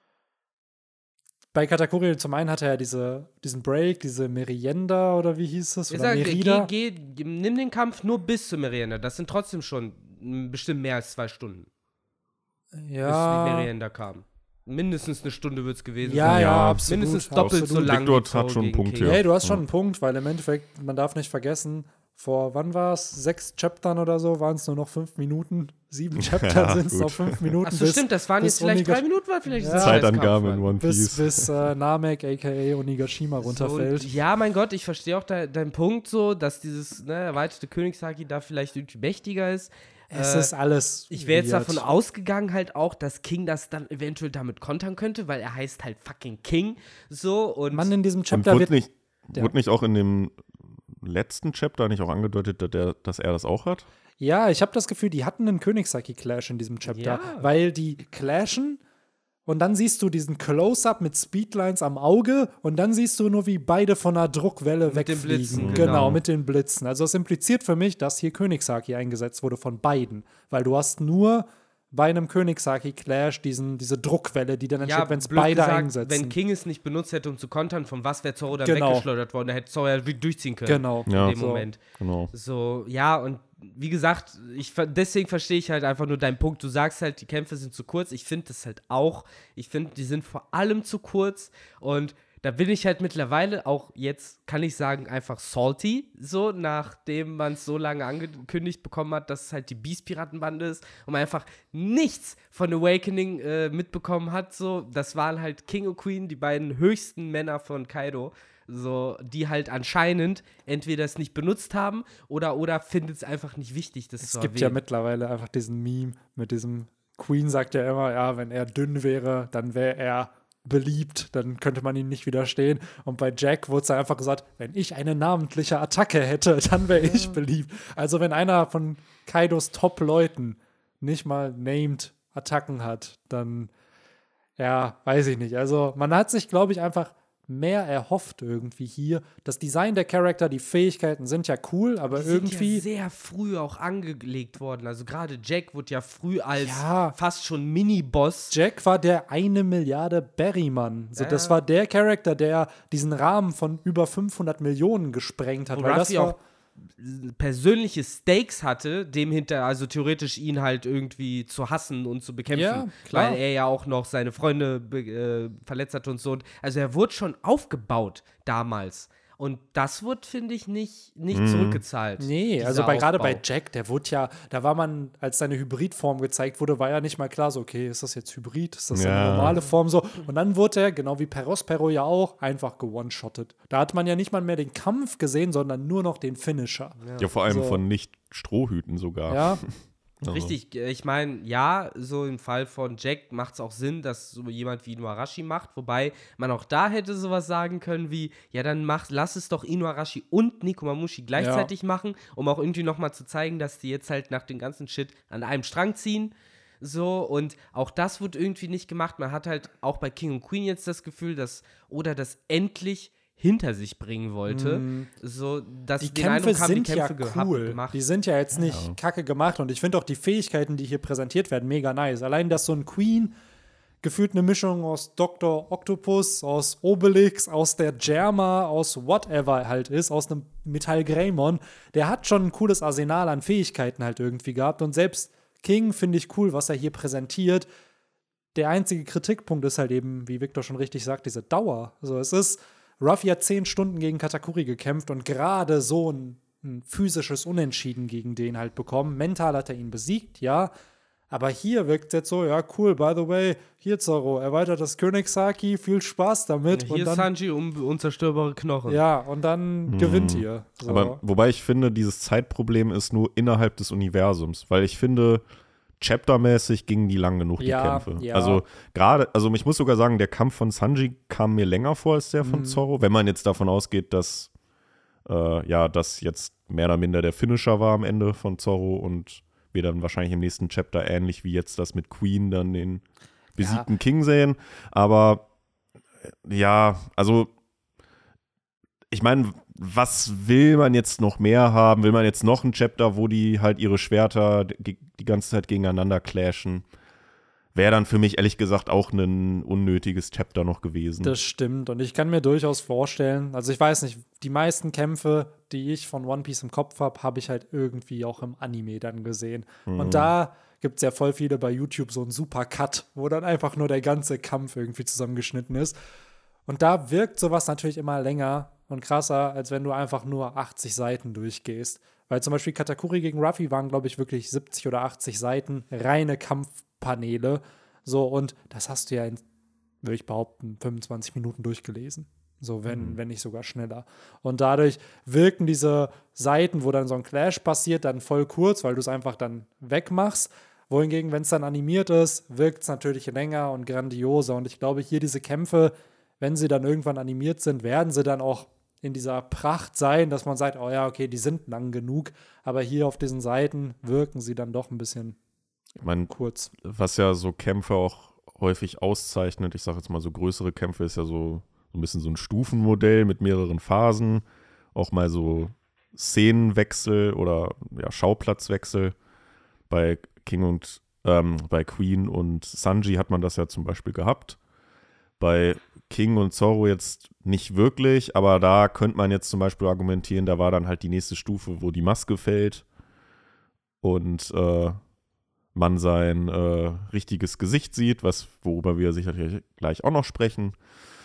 bei Katakuri zum einen hat er ja diesen Break, diese Merienda oder wie hieß es? Ich Oder sag, Merida. nimm den Kampf nur bis zur Merienda. Das sind trotzdem schon bestimmt mehr als 2 Stunden, bis die Ja, Merienda kam. Mindestens eine Stunde wird es gewesen ja, sein. ja, Ja, absolut. Mindestens doppelt so absolut. lang. Victor wie Zorro hat schon einen gegen Punkt King. hier. Hey, du hast schon Ja. einen Punkt, weil im Endeffekt, man darf nicht vergessen, vor, wann war es, 6 Chaptern oder so, waren es nur noch 5 Minuten. 7 Chapter Ja, sind es gut. noch 5 Minuten. Achso, stimmt, das waren bis jetzt vielleicht Oniga- 3 Minuten, war vielleicht Ja. ein Zeitangabe Scheißkampf, in Mann. One Piece. bis Namek, a.k.a. Onigashima, runterfällt. So, und ja, mein Gott, ich verstehe auch deinen Punkt so, dass dieses erweiterte Königshaki da vielleicht irgendwie mächtiger ist. Es ist alles Ich wäre jetzt weird. davon ausgegangen halt auch, dass King das dann eventuell damit kontern könnte, weil er heißt halt fucking King. So und Mann, in diesem Und Chapter wurde wird nicht auch in dem letzten Chapter nicht auch angedeutet, dass er das auch hat? Ja, ich habe das Gefühl, die hatten einen Königshaki-Clash in diesem Chapter, Ja. weil die clashen und dann siehst du diesen Close-Up mit Speedlines am Auge und dann siehst du nur, wie beide von einer Druckwelle Mit den wegfliegen. Blitzen, Genau, genau. mit den Blitzen. Also das impliziert für mich, dass hier Königshaki eingesetzt wurde von beiden, weil du hast nur bei einem Königshaki-Clash diese Druckwelle, die dann entsteht, wenn es blöd beide gesagt, einsetzen. wenn King es nicht benutzt hätte, um zu kontern, von was wäre Zorro dann Genau. weggeschleudert worden? Da hätte Zorro ja durchziehen können. Genau. Ja. In dem So. Moment. Genau. So, ja, und wie gesagt, deswegen verstehe ich halt einfach nur deinen Punkt. Du sagst halt, die Kämpfe sind zu kurz. Ich finde das halt auch. Ich finde, die sind vor allem zu kurz. Und da bin ich halt mittlerweile auch jetzt, kann ich sagen, einfach salty. So, nachdem man es so lange angekündigt bekommen hat, dass es halt die Beast-Piratenbande ist und man einfach nichts von Awakening mitbekommen hat. So, das waren halt King und Queen, die beiden höchsten Männer von Kaido. So, die halt anscheinend entweder es nicht benutzt haben oder findet es einfach nicht wichtig, das Es zu gibt ja erwähnen. mittlerweile einfach diesen Meme mit diesem Queen sagt ja immer, ja, wenn er dünn wäre, dann wäre er beliebt, dann könnte man ihm nicht widerstehen. Und bei Jack wurde es dann einfach gesagt, wenn ich eine namentliche Attacke hätte, dann wäre ich beliebt. Also wenn einer von Kaidos Top-Leuten nicht mal named Attacken hat, dann, ja, weiß ich nicht. Also man hat sich, glaube ich, einfach mehr erhofft irgendwie hier. Das Design der Charakter, die Fähigkeiten sind ja cool, aber Die sind irgendwie ja sehr früh auch angelegt worden. Also gerade Jack wurde ja früh als Ja. fast schon Mini-Boss. Jack war der 1 Milliarde Berryman. So, Ja. das war der Charakter, der diesen Rahmen von über 500 Millionen gesprengt hat. Wo Weil das Ruffy war, auch persönliche Stakes hatte, also theoretisch ihn halt irgendwie zu hassen und zu bekämpfen. Ja, klar. Weil er ja auch noch seine Freunde verletzt hat und so. Also er wurde schon aufgebaut damals. Und das wird, finde ich, nicht zurückgezahlt. Nee, dieser also gerade Aufbau. bei Jack, der wurde ja, da war man, als seine Hybridform gezeigt wurde, war ja nicht mal klar so, okay, ist das jetzt Hybrid, ist das eine normale Form so? Und dann wurde er, genau wie Perospero ja auch, einfach gewone-shottet. Da hat man ja nicht mal mehr den Kampf gesehen, sondern nur noch den Finisher. Ja, vor allem So. von Nicht-Strohhüten sogar. Ja, Also. Richtig, ich meine, ja, so im Fall von Jack macht es auch Sinn, dass so jemand wie Inuarashi macht, wobei man auch da hätte sowas sagen können wie, ja, dann lass es doch Inuarashi und Nekomamushi gleichzeitig machen, um auch irgendwie nochmal zu zeigen, dass die jetzt halt nach dem ganzen Shit an einem Strang ziehen. So, und auch das wird irgendwie nicht gemacht. Man hat halt auch bei King und Queen jetzt das Gefühl, dass Oda das endlich hinter sich bringen wollte. So, dass die den Kämpfe Eindruck haben, sind die Kämpfe ja cool. gemacht. Die sind ja jetzt nicht kacke gemacht und ich finde auch die Fähigkeiten, die hier präsentiert werden, mega nice. Allein, dass so ein Queen gefühlt eine Mischung aus Dr. Octopus, aus Obelix, aus der Germa, aus whatever halt ist, aus einem Metall Greymon, der hat schon ein cooles Arsenal an Fähigkeiten halt irgendwie gehabt und selbst King finde ich cool, was er hier präsentiert. Der einzige Kritikpunkt ist halt eben, wie Victor schon richtig sagt, diese Dauer. Also es ist, Ruffy hat 10 Stunden gegen Katakuri gekämpft und gerade so ein physisches Unentschieden gegen den halt bekommen. Mental hat er ihn besiegt, ja. Aber hier wirkt es jetzt so, ja, cool, by the way, hier Zoro, erweitert das Königshaki, viel Spaß damit. Hier und ist dann, Sanji unzerstörbare Knochen. ja, und dann gewinnt ihr. So. Aber wobei ich finde, dieses Zeitproblem ist nur innerhalb des Universums, weil ich finde, chaptermäßig gingen die lang genug, die Ja, Kämpfe. ja. Also ich muss sogar sagen, der Kampf von Sanji kam mir länger vor als der von Zorro, wenn man jetzt davon ausgeht, dass das jetzt mehr oder minder der Finisher war am Ende von Zorro und wir dann wahrscheinlich im nächsten Chapter ähnlich wie jetzt das mit Queen dann den besiegten King sehen. Aber ja, also ich meine, was will man jetzt noch mehr haben? Will man jetzt noch ein Chapter, wo die halt ihre Schwerter die ganze Zeit gegeneinander clashen? Wäre dann für mich ehrlich gesagt auch ein unnötiges Chapter noch gewesen. Das stimmt. Und ich kann mir durchaus vorstellen, also ich weiß nicht, die meisten Kämpfe, die ich von One Piece im Kopf habe ich halt irgendwie auch im Anime dann gesehen. Und da gibt es ja voll viele bei YouTube so einen super Cut, wo dann einfach nur der ganze Kampf irgendwie zusammengeschnitten ist. Und da wirkt sowas natürlich immer länger und krasser, als wenn du einfach nur 80 Seiten durchgehst. Weil zum Beispiel Katakuri gegen Ruffy waren, glaube ich, wirklich 70 oder 80 Seiten reine Kampfpaneele. So, und das hast du ja in, würde ich behaupten, 25 Minuten durchgelesen. So, wenn nicht sogar schneller. Und dadurch wirken diese Seiten, wo dann so ein Clash passiert, dann voll kurz, weil du es einfach dann wegmachst. Wohingegen, wenn es dann animiert ist, wirkt es natürlich länger und grandioser. Und ich glaube, hier diese Kämpfe, wenn sie dann irgendwann animiert sind, werden sie dann auch in dieser Pracht sein, dass man sagt, oh ja, okay, die sind lang genug. Aber hier auf diesen Seiten wirken sie dann doch ein bisschen kurz. Was ja so Kämpfe auch häufig auszeichnet, ich sage jetzt mal so größere Kämpfe, ist ja so ein bisschen so ein Stufenmodell mit mehreren Phasen. Auch mal so Szenenwechsel oder Schauplatzwechsel. Bei bei Queen und Sanji hat man das ja zum Beispiel gehabt. Bei King und Zorro jetzt nicht wirklich, aber da könnte man jetzt zum Beispiel argumentieren, da war dann halt die nächste Stufe, wo die Maske fällt und man sein richtiges Gesicht sieht, worüber wir sicherlich gleich auch noch sprechen.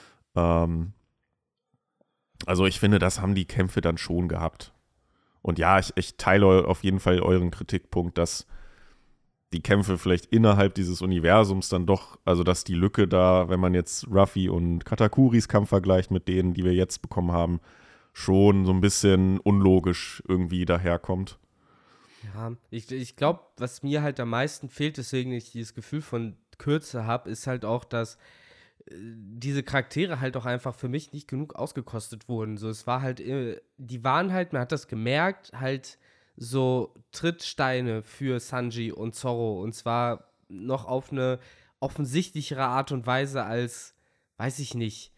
Also ich finde, das haben die Kämpfe dann schon gehabt. Und ja, ich teile auf jeden Fall euren Kritikpunkt, dass die Kämpfe vielleicht innerhalb dieses Universums dann doch, also dass die Lücke da, wenn man jetzt Ruffy und Katakuris Kampf vergleicht mit denen, die wir jetzt bekommen haben, schon so ein bisschen unlogisch irgendwie daherkommt. Ja, ich glaube, was mir halt am meisten fehlt, weswegen ich dieses Gefühl von Kürze habe, ist halt auch, dass diese Charaktere halt auch einfach für mich nicht genug ausgekostet wurden. So, es war halt, die waren halt, man hat das gemerkt, halt so Trittsteine für Sanji und Zorro. Und zwar noch auf eine offensichtlichere Art und Weise als, weiß ich nicht,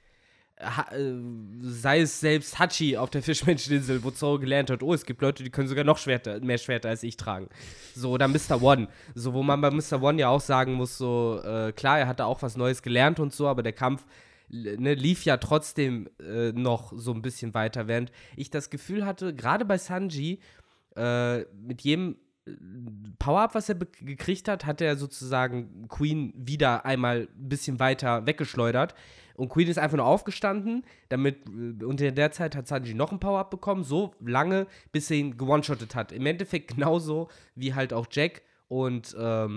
sei es selbst Hachi auf der Fischmenscheninsel, wo Zorro gelernt hat, oh, es gibt Leute, die können sogar noch mehr Schwerter als ich tragen. So, oder Mr. One. So, wo man bei Mr. One ja auch sagen muss, so, klar, er hatte auch was Neues gelernt und so, aber der Kampf lief ja trotzdem noch so ein bisschen weiter, während ich das Gefühl hatte, gerade bei Sanji, mit jedem Power-Up, was er gekriegt hat, hat er sozusagen Queen wieder einmal ein bisschen weiter weggeschleudert. Und Queen ist einfach nur aufgestanden, und in der Zeit hat Sanji noch ein Power-Up bekommen, so lange, bis er ihn gewone-shottet hat. Im Endeffekt genauso, wie halt auch Jack und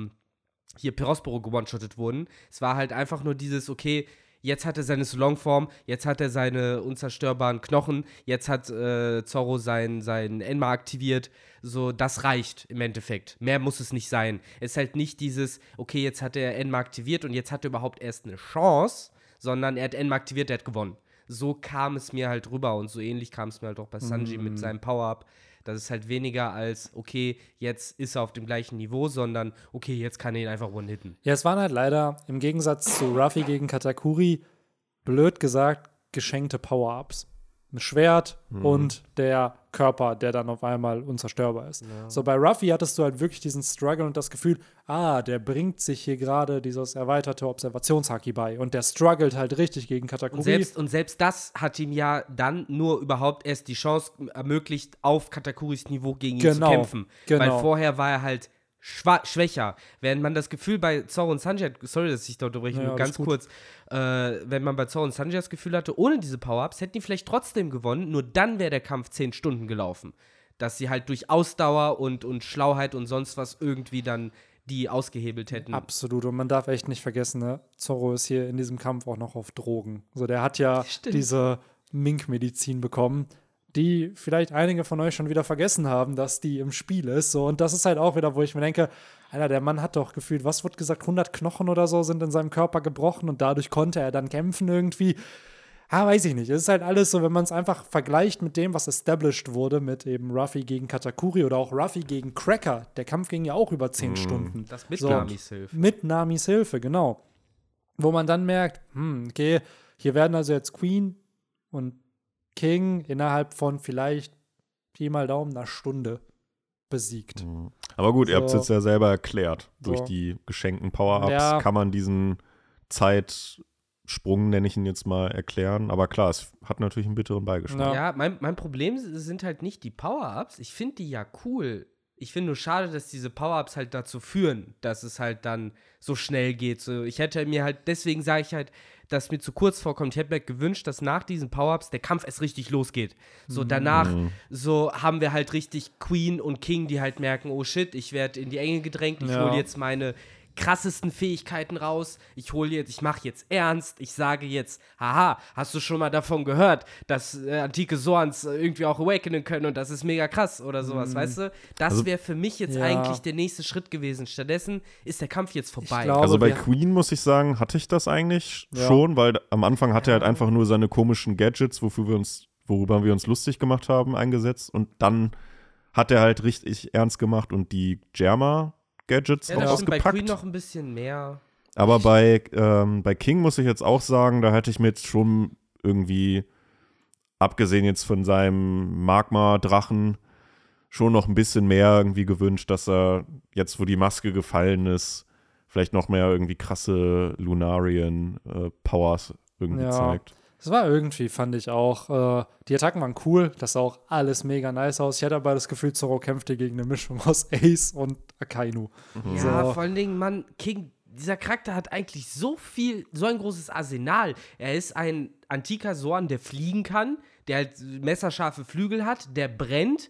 hier Perospero gewone-shottet wurden. Es war halt einfach nur dieses, okay, jetzt hat er seine Longform, jetzt hat er seine unzerstörbaren Knochen, jetzt hat Zorro sein Enma aktiviert. So, das reicht im Endeffekt. Mehr muss es nicht sein. Es ist halt nicht dieses, okay, jetzt hat er Enma aktiviert und jetzt hat er überhaupt erst eine Chance, sondern er hat Enma aktiviert, er hat gewonnen. So kam es mir halt rüber und so ähnlich kam es mir halt auch bei Sanji mit seinem Power-Up. Das ist halt weniger als, okay, jetzt ist er auf dem gleichen Niveau, sondern, okay, jetzt kann er ihn einfach one-hitten. Ja, es waren halt leider im Gegensatz zu Ruffy gegen Katakuri, blöd gesagt, geschenkte Power-Ups. Ein Schwert und der Körper, der dann auf einmal unzerstörbar ist. Ja. So bei Ruffy hattest du halt wirklich diesen Struggle und das Gefühl, der bringt sich hier gerade dieses erweiterte Observationshaki bei und der struggelt halt richtig gegen Katakuri. Und selbst das hat ihm ja dann nur überhaupt erst die Chance ermöglicht, auf Katakuris Niveau gegen ihn zu kämpfen. Weil vorher war er halt schwächer. Während man das Gefühl bei Zorro und Sanji hat, sorry, dass ich da unterbreche, nur ganz kurz, wenn man bei Zorro und Sanji das Gefühl hatte, ohne diese Power-Ups hätten die vielleicht trotzdem gewonnen, nur dann wäre der Kampf 10 Stunden gelaufen. Dass sie halt durch Ausdauer und Schlauheit und sonst was irgendwie dann die ausgehebelt hätten. Absolut, und man darf echt nicht vergessen, ne? Zorro ist hier in diesem Kampf auch noch auf Drogen. So, der hat ja diese Mink-Medizin bekommen, die vielleicht einige von euch schon wieder vergessen haben, dass die im Spiel ist. So, und das ist halt auch wieder, wo ich mir denke, Alter, der Mann hat doch gefühlt, was wird gesagt, 100 Knochen oder so sind in seinem Körper gebrochen und dadurch konnte er dann kämpfen irgendwie. Weiß ich nicht. Es ist halt alles so, wenn man es einfach vergleicht mit dem, was established wurde, mit eben Ruffy gegen Katakuri oder auch Ruffy gegen Cracker. Der Kampf ging ja auch über 10 Stunden. Das mit Namis Hilfe. Mit Namis Hilfe, genau. Wo man dann merkt, okay, hier werden also jetzt Queen und King innerhalb von vielleicht Pi mal Daumen einer Stunde besiegt. Aber gut, ihr habt es jetzt ja selber erklärt. Durch die geschenkten Power-Ups kann man diesen Zeitsprung, nenne ich ihn jetzt mal, erklären. Aber klar, es hat natürlich einen bitteren Beigeschmack. Ja, mein Problem sind halt nicht die Power-Ups. Ich finde die ja cool. Ich finde nur schade, dass diese Power-Ups halt dazu führen, dass es halt dann so schnell geht. So, ich hätte mir halt, deswegen sage ich halt, dass mir zu kurz vorkommt. Ich hätte mir gewünscht, dass nach diesen Power-Ups der Kampf erst richtig losgeht. So danach, so haben wir halt richtig Queen und King, die halt merken, oh shit, ich werde in die Enge gedrängt, ich hole jetzt meine krassesten Fähigkeiten raus, ich mache jetzt ernst, ich sage jetzt, haha, hast du schon mal davon gehört, dass antike Zorns irgendwie auch awakenen können und das ist mega krass oder sowas, weißt du? Das wäre für mich jetzt eigentlich der nächste Schritt gewesen. Stattdessen ist der Kampf jetzt vorbei. Glaube, also bei Queen, muss ich sagen, hatte ich das eigentlich schon, weil am Anfang hat er halt einfach nur seine komischen Gadgets, worüber wir uns lustig gemacht haben, eingesetzt und dann hat er halt richtig ernst gemacht und die Gadgets noch ausgepackt. Bei Queen noch ein bisschen mehr. Aber bei King muss ich jetzt auch sagen, da hätte ich mir jetzt schon irgendwie, abgesehen jetzt von seinem Magma-Drachen, schon noch ein bisschen mehr irgendwie gewünscht, dass er jetzt, wo die Maske gefallen ist, vielleicht noch mehr irgendwie krasse Lunarien-Powers irgendwie zeigt. Das war irgendwie, fand ich auch, die Attacken waren cool, das sah auch alles mega nice aus. Ich hatte aber das Gefühl, Zorro kämpfte gegen eine Mischung aus Ace und Akainu. Ja, vor allen Dingen, Mann, King, dieser Charakter hat eigentlich so ein großes Arsenal. Er ist ein antiker Zorn, der fliegen kann, der halt messerscharfe Flügel hat, der brennt,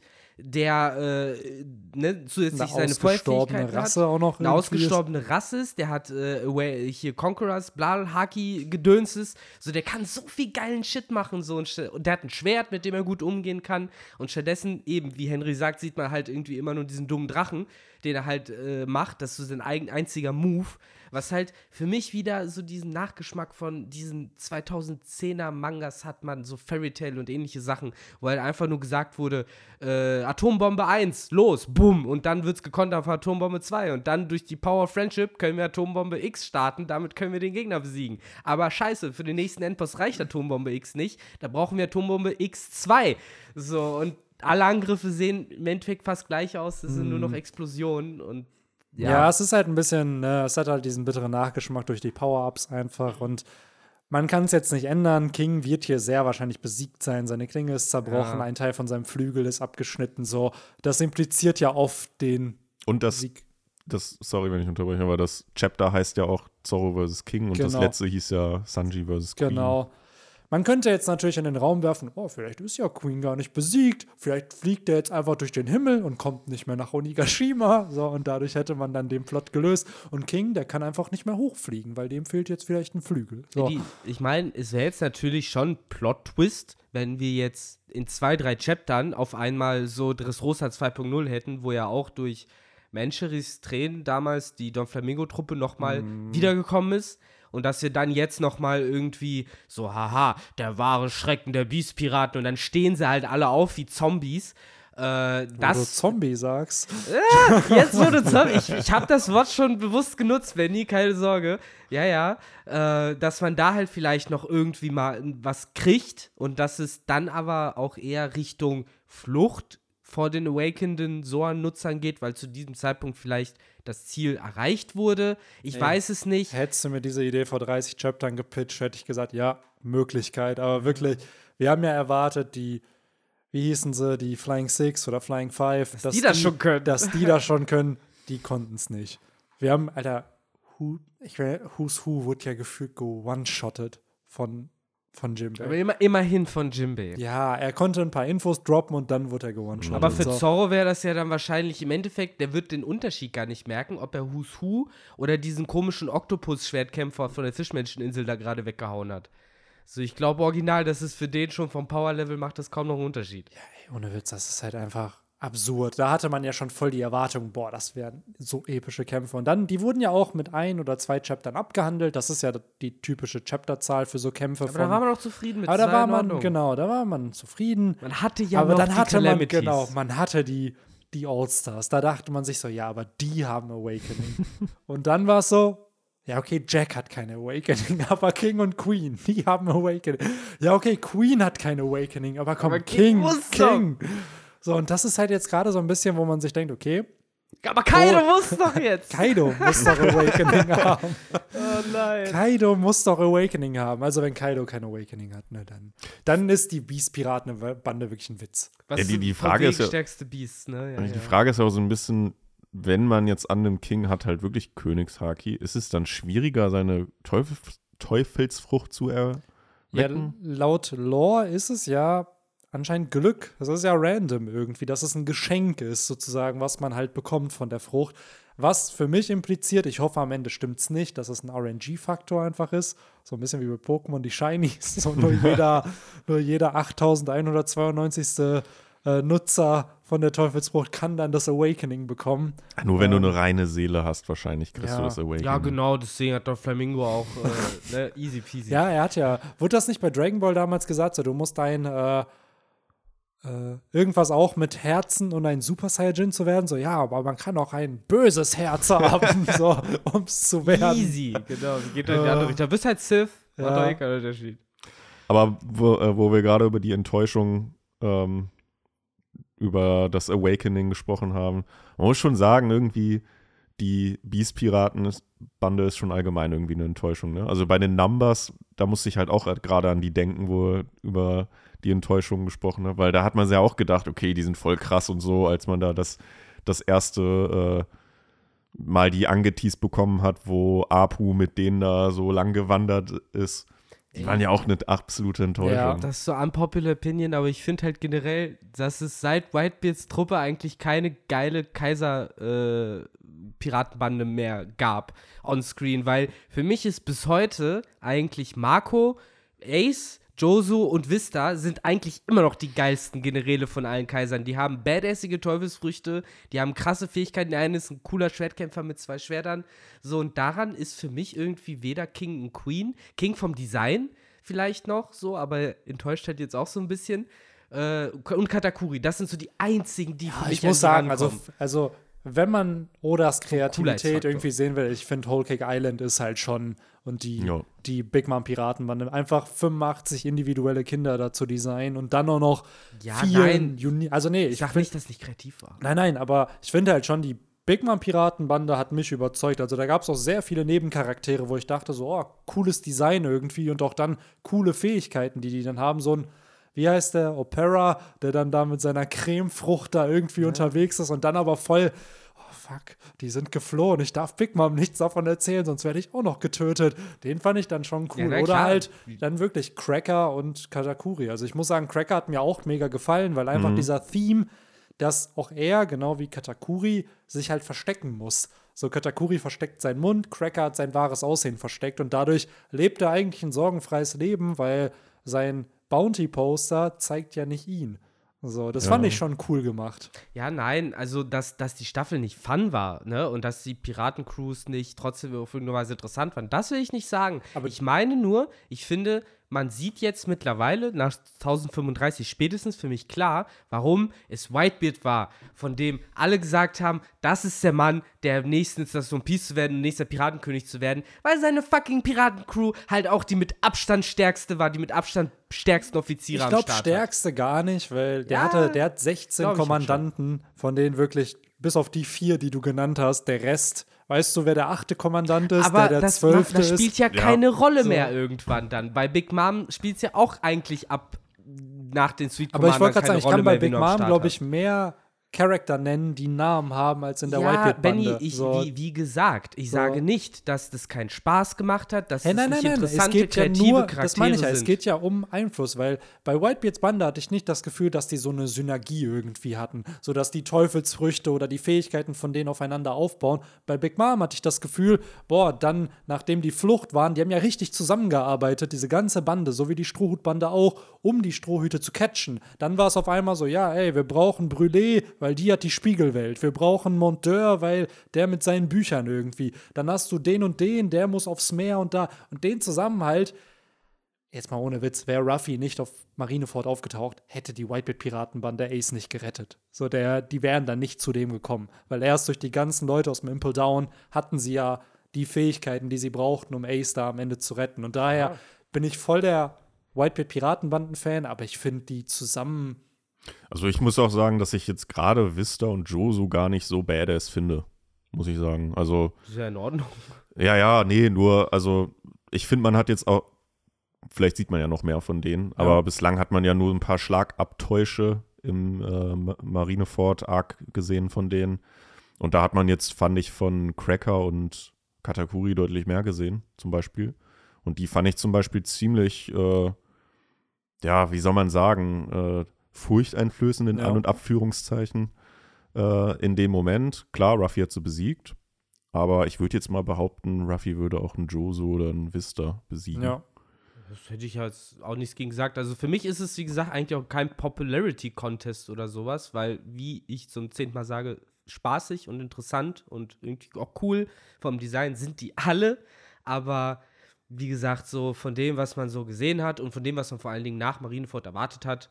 der zusätzlich seine Feuerfähigkeit hat. Auch noch eine ausgestorbene Rasse ist, der hat hier Conquerors, Haki, Gedönses, so der kann so viel geilen Shit machen, so und der hat ein Schwert, mit dem er gut umgehen kann und stattdessen eben, wie Henry sagt, sieht man halt irgendwie immer nur diesen dummen Drachen, den er halt macht, das ist so sein einziger Move, was halt für mich wieder so diesen Nachgeschmack von diesen 2010er Mangas hat, man so Fairy Tail und ähnliche Sachen, wo halt einfach nur gesagt wurde, Atombombe 1, los, bumm, und dann wird's gekontert auf Atombombe 2 und dann durch die Power of Friendship können wir Atombombe X starten, damit können wir den Gegner besiegen. Aber scheiße, für den nächsten Endboss reicht Atombombe X nicht, da brauchen wir Atombombe X2. So, und alle Angriffe sehen im Endeffekt fast gleich aus, es sind nur noch Explosionen und ja, es ist halt ein bisschen, es hat halt diesen bitteren Nachgeschmack durch die Power-Ups einfach und man kann es jetzt nicht ändern. King wird hier sehr wahrscheinlich besiegt sein. Seine Klinge ist zerbrochen, ein Teil von seinem Flügel ist abgeschnitten. So, das impliziert ja oft den und das Sieg. sorry, wenn ich unterbreche, aber das Chapter heißt ja auch Zorro vs. King und das Genau. letzte hieß ja Sanji vs. Queen. Genau. Man könnte jetzt natürlich in den Raum werfen, vielleicht ist ja Queen gar nicht besiegt, vielleicht fliegt er jetzt einfach durch den Himmel und kommt nicht mehr nach Onigashima, so, und dadurch hätte man dann den Plot gelöst. Und King, der kann einfach nicht mehr hochfliegen, weil dem fehlt jetzt vielleicht ein Flügel. So. Ich meine, es wäre jetzt natürlich schon Plot-Twist, wenn wir jetzt in 2, 3 Chaptern auf einmal so Dressrosa 2.0 hätten, wo ja auch durch Mancheris Tränen damals die Don Flamingo-Truppe nochmal wiedergekommen ist. Und dass wir dann jetzt nochmal irgendwie so, haha, der wahre Schrecken der Beast-Piraten. Und dann stehen sie halt alle auf wie Zombies. Wo du Zombie sagst. Jetzt wurde Zombie. Ich habe das Wort schon bewusst genutzt, Benny, keine Sorge. Ja. Dass man da halt vielleicht noch irgendwie mal was kriegt. Und dass es dann aber auch eher Richtung Flucht vor den awakeneden Zoan-Nutzern geht, weil zu diesem Zeitpunkt vielleicht das Ziel erreicht wurde. Ich weiß es nicht. Hättest du mir diese Idee vor 30 Chaptern gepitcht, hätte ich gesagt, ja, Möglichkeit. Aber wirklich, wir haben ja erwartet, wie hießen sie, die Flying Six oder Flying Five, dass die das schon können. Dass die das schon können, die konnten es nicht. Wir haben, Alter, Who's Who wurde ja gefühlt one-shotted von Jinbei. Aber immerhin von Jinbei. Ja, er konnte ein paar Infos droppen und dann wurde er one-shotted. Aber für Zorro wäre das ja dann wahrscheinlich im Endeffekt, der wird den Unterschied gar nicht merken, ob er Who's Who oder diesen komischen Oktopus-Schwertkämpfer von der Fischmenscheninsel da gerade weggehauen hat. So, ich glaube original, das ist für den schon vom Power-Level macht das kaum noch einen Unterschied. Ja, ey, ohne Witz, das ist halt einfach absurd. Da hatte man ja schon voll die Erwartung, das wären so epische Kämpfe. Und dann, die wurden ja auch mit 1 oder 2 Chaptern abgehandelt. Das ist ja die typische Chapterzahl für so Kämpfe. Aber da war man auch zufrieden mit. Aber da war man zufrieden. Man hatte ja aber noch dann die hatte Calamities. man hatte die All-Stars. Da dachte man sich so, ja, aber die haben Awakening. Und dann war es so, ja, okay, Jack hat keine Awakening, aber King und Queen, die haben Awakening. Ja, okay, Queen hat keine Awakening, aber komm, aber King. So, und das ist halt jetzt gerade so ein bisschen, wo man sich denkt, okay. Aber Kaido muss doch jetzt. Kaido muss doch Awakening haben. Oh nein. Kaido muss doch Awakening haben. Also wenn Kaido kein Awakening hat, ne, dann ist die Beast-Piraten-Bande wirklich ein Witz. Was ja, die Frage ist ja, stärkste Beast, ne? Ja, die Frage ist ja auch so ein bisschen, wenn man jetzt an dem King hat halt wirklich Königshaki, ist es dann schwieriger, seine Teufelsfrucht zu erwecken? Ja, laut Lore ist es ja anscheinend Glück. Das ist ja random irgendwie, dass es ein Geschenk ist, sozusagen, was man halt bekommt von der Frucht. Was für mich impliziert, ich hoffe, am Ende stimmt es nicht, dass es ein RNG-Faktor einfach ist. So ein bisschen wie bei Pokémon, die Shinies. So nur jeder 8192. Nutzer von der Teufelsfrucht kann dann das Awakening bekommen. Nur wenn du eine reine Seele hast, wahrscheinlich kriegst du das Awakening. Ja, genau, deswegen hat doch Flamingo auch easy peasy. Ja, er hat ja, wurde das nicht bei Dragon Ball damals gesagt, so, du musst irgendwas auch mit Herzen und ein Super Saiyajin zu werden? So, ja, aber man kann auch ein böses Herz haben, so, um es zu werden. Easy, genau. Geht in die andere Richtung. Du bist halt Sith, macht doch keinen Unterschied. Aber wo wir gerade über die Enttäuschung über das Awakening gesprochen haben, man muss schon sagen, irgendwie die Beast-Piraten-Bande ist schon allgemein irgendwie eine Enttäuschung. Ne? Also bei den Numbers, da musste ich halt auch gerade an die denken, wo über die Enttäuschung gesprochen hat, weil da hat man ja auch gedacht, okay, die sind voll krass und so, als man da das erste Mal die angeteased bekommen hat, wo Apu mit denen da so lang gewandert ist. Die waren ja auch eine absolute Enttäuschung. Ja, das ist so unpopular opinion, aber ich finde halt generell, dass es seit Whitebeards Truppe eigentlich keine geile Kaiser-Piratenbande mehr gab on-screen, weil für mich ist bis heute eigentlich Marco, Ace, Josu und Vista sind eigentlich immer noch die geilsten Generäle von allen Kaisern. Die haben badassige Teufelsfrüchte, die haben krasse Fähigkeiten. Der eine ist ein cooler Schwertkämpfer mit 2 Schwertern. So, und daran ist für mich irgendwie weder King und Queen, King vom Design vielleicht noch so, aber enttäuscht halt jetzt auch so ein bisschen. Und Katakuri, das sind so die einzigen, die für mich ich muss sagen, also wenn man Odas Kreativität irgendwie sehen will, ich finde Whole Cake Island ist halt schon und die Big Mom Piratenbande einfach 85 individuelle Kinder dazu designen und dann auch noch ich sag nicht, dass nicht kreativ war. Nein, aber ich finde halt schon, die Big Mom Piratenbande hat mich überzeugt. Also da gab es auch sehr viele Nebencharaktere, wo ich dachte so, cooles Design irgendwie und auch dann coole Fähigkeiten, die dann haben. So ein, wie heißt der, Opera, der dann da mit seiner Cremefrucht da irgendwie unterwegs ist und dann aber voll fuck, die sind geflohen, ich darf Big Mom nichts davon erzählen, sonst werde ich auch noch getötet. Den fand ich dann schon cool. Ja, Oder klar. halt dann wirklich Cracker und Katakuri. Also ich muss sagen, Cracker hat mir auch mega gefallen, weil einfach dieser Theme, dass auch er, genau wie Katakuri, sich halt verstecken muss. So, Katakuri versteckt seinen Mund, Cracker hat sein wahres Aussehen versteckt und dadurch lebt er eigentlich ein sorgenfreies Leben, weil sein Bounty-Poster zeigt ja nicht ihn. So, das fand ich schon cool gemacht. Ja, nein, also dass die Staffel nicht fun war, ne, und dass die Piratencrews nicht trotzdem auf irgendeine Weise interessant waren, das will ich nicht sagen. Aber ich meine nur, ich finde, man sieht jetzt mittlerweile, nach 1035 spätestens für mich klar, warum es Whitebeard war, von dem alle gesagt haben, das ist der Mann, der nächstens das One Piece zu werden, nächster Piratenkönig zu werden, weil seine fucking Piratencrew halt auch die mit Abstand stärkste war, die mit Abstand stärksten Offiziere Ich am glaube, Start hat. stärkste gar nicht, weil der hat 16 glaub ich Kommandanten, von denen wirklich, bis auf die 4, die du genannt hast, der Rest, weißt du, wer der 8. Kommandant ist, Aber der das 12. das spielt ist? ja keine Rolle So. mehr irgendwann dann. Bei Big Mom spielt es ja auch eigentlich ab nach den Sweet Aber ich wollte Commandern gerade sagen, keine ich Rolle kann bei mehr, Big wen du am Mom, Start glaube hast. ich, mehr Charakter nennen, die Namen haben, als in der Ja, Whitebeard-Bande. Benny, So. wie gesagt, ich So. sage nicht, dass das keinen Spaß gemacht hat, dass Hey, es nein, nicht nein, es interessante, geht ja kreative nur, Charaktere das meine ich ja, es sind. geht ja um Einfluss, weil bei Whitebeards Bande hatte ich nicht das Gefühl, dass die so eine Synergie irgendwie hatten, sodass die Teufelsfrüchte oder die Fähigkeiten von denen aufeinander aufbauen. Bei Big Mom hatte ich das Gefühl, boah, dann, nachdem die Flucht waren, die haben ja richtig zusammengearbeitet, diese ganze Bande, so wie die Strohhutbande auch, um die Strohhüte zu catchen. Dann war es auf einmal so, ja, ey, wir brauchen Brûlé, weil die hat die Spiegelwelt. Wir brauchen Monteur, weil der mit seinen Büchern irgendwie. Dann hast du den und den, der muss aufs Meer und da. Und den Zusammenhalt, jetzt mal ohne Witz, wäre Ruffy nicht auf Marineford aufgetaucht, hätte die Whitebeard-Piratenbande Ace nicht gerettet. So, die wären dann nicht zu dem gekommen. Weil erst durch die ganzen Leute aus dem Impel Down hatten sie ja die Fähigkeiten, die sie brauchten, um Ace da am Ende zu retten. Und daher bin ich voll der Whitebeard-Piratenbanden-Fan, aber ich finde die zusammen. Also ich muss auch sagen, dass ich jetzt gerade Vista und Josu gar nicht so badass finde, muss ich sagen. Also Das ist ja in Ordnung. ja, nee, nur, also ich finde, man hat jetzt auch, vielleicht sieht man ja noch mehr von denen, aber bislang hat man ja nur ein paar Schlagabtäusche im Marineford-Arc gesehen von denen. Und da hat man jetzt, fand ich, von Cracker und Katakuri deutlich mehr gesehen, zum Beispiel. Und die fand ich zum Beispiel ziemlich, wie soll man sagen, furchteinflößend in An- und Abführungszeichen in dem Moment. Klar, Ruffy hat sie besiegt, aber ich würde jetzt mal behaupten, Ruffy würde auch einen Josu oder einen Vista besiegen. Ja. Das hätte ich jetzt auch nichts gegen gesagt. Also für mich ist es, wie gesagt, eigentlich auch kein Popularity-Contest oder sowas, weil, wie ich zum 10. Mal sage, spaßig und interessant und irgendwie auch cool vom Design sind die alle, aber wie gesagt, so von dem, was man so gesehen hat und von dem, was man vor allen Dingen nach Marineford erwartet hat,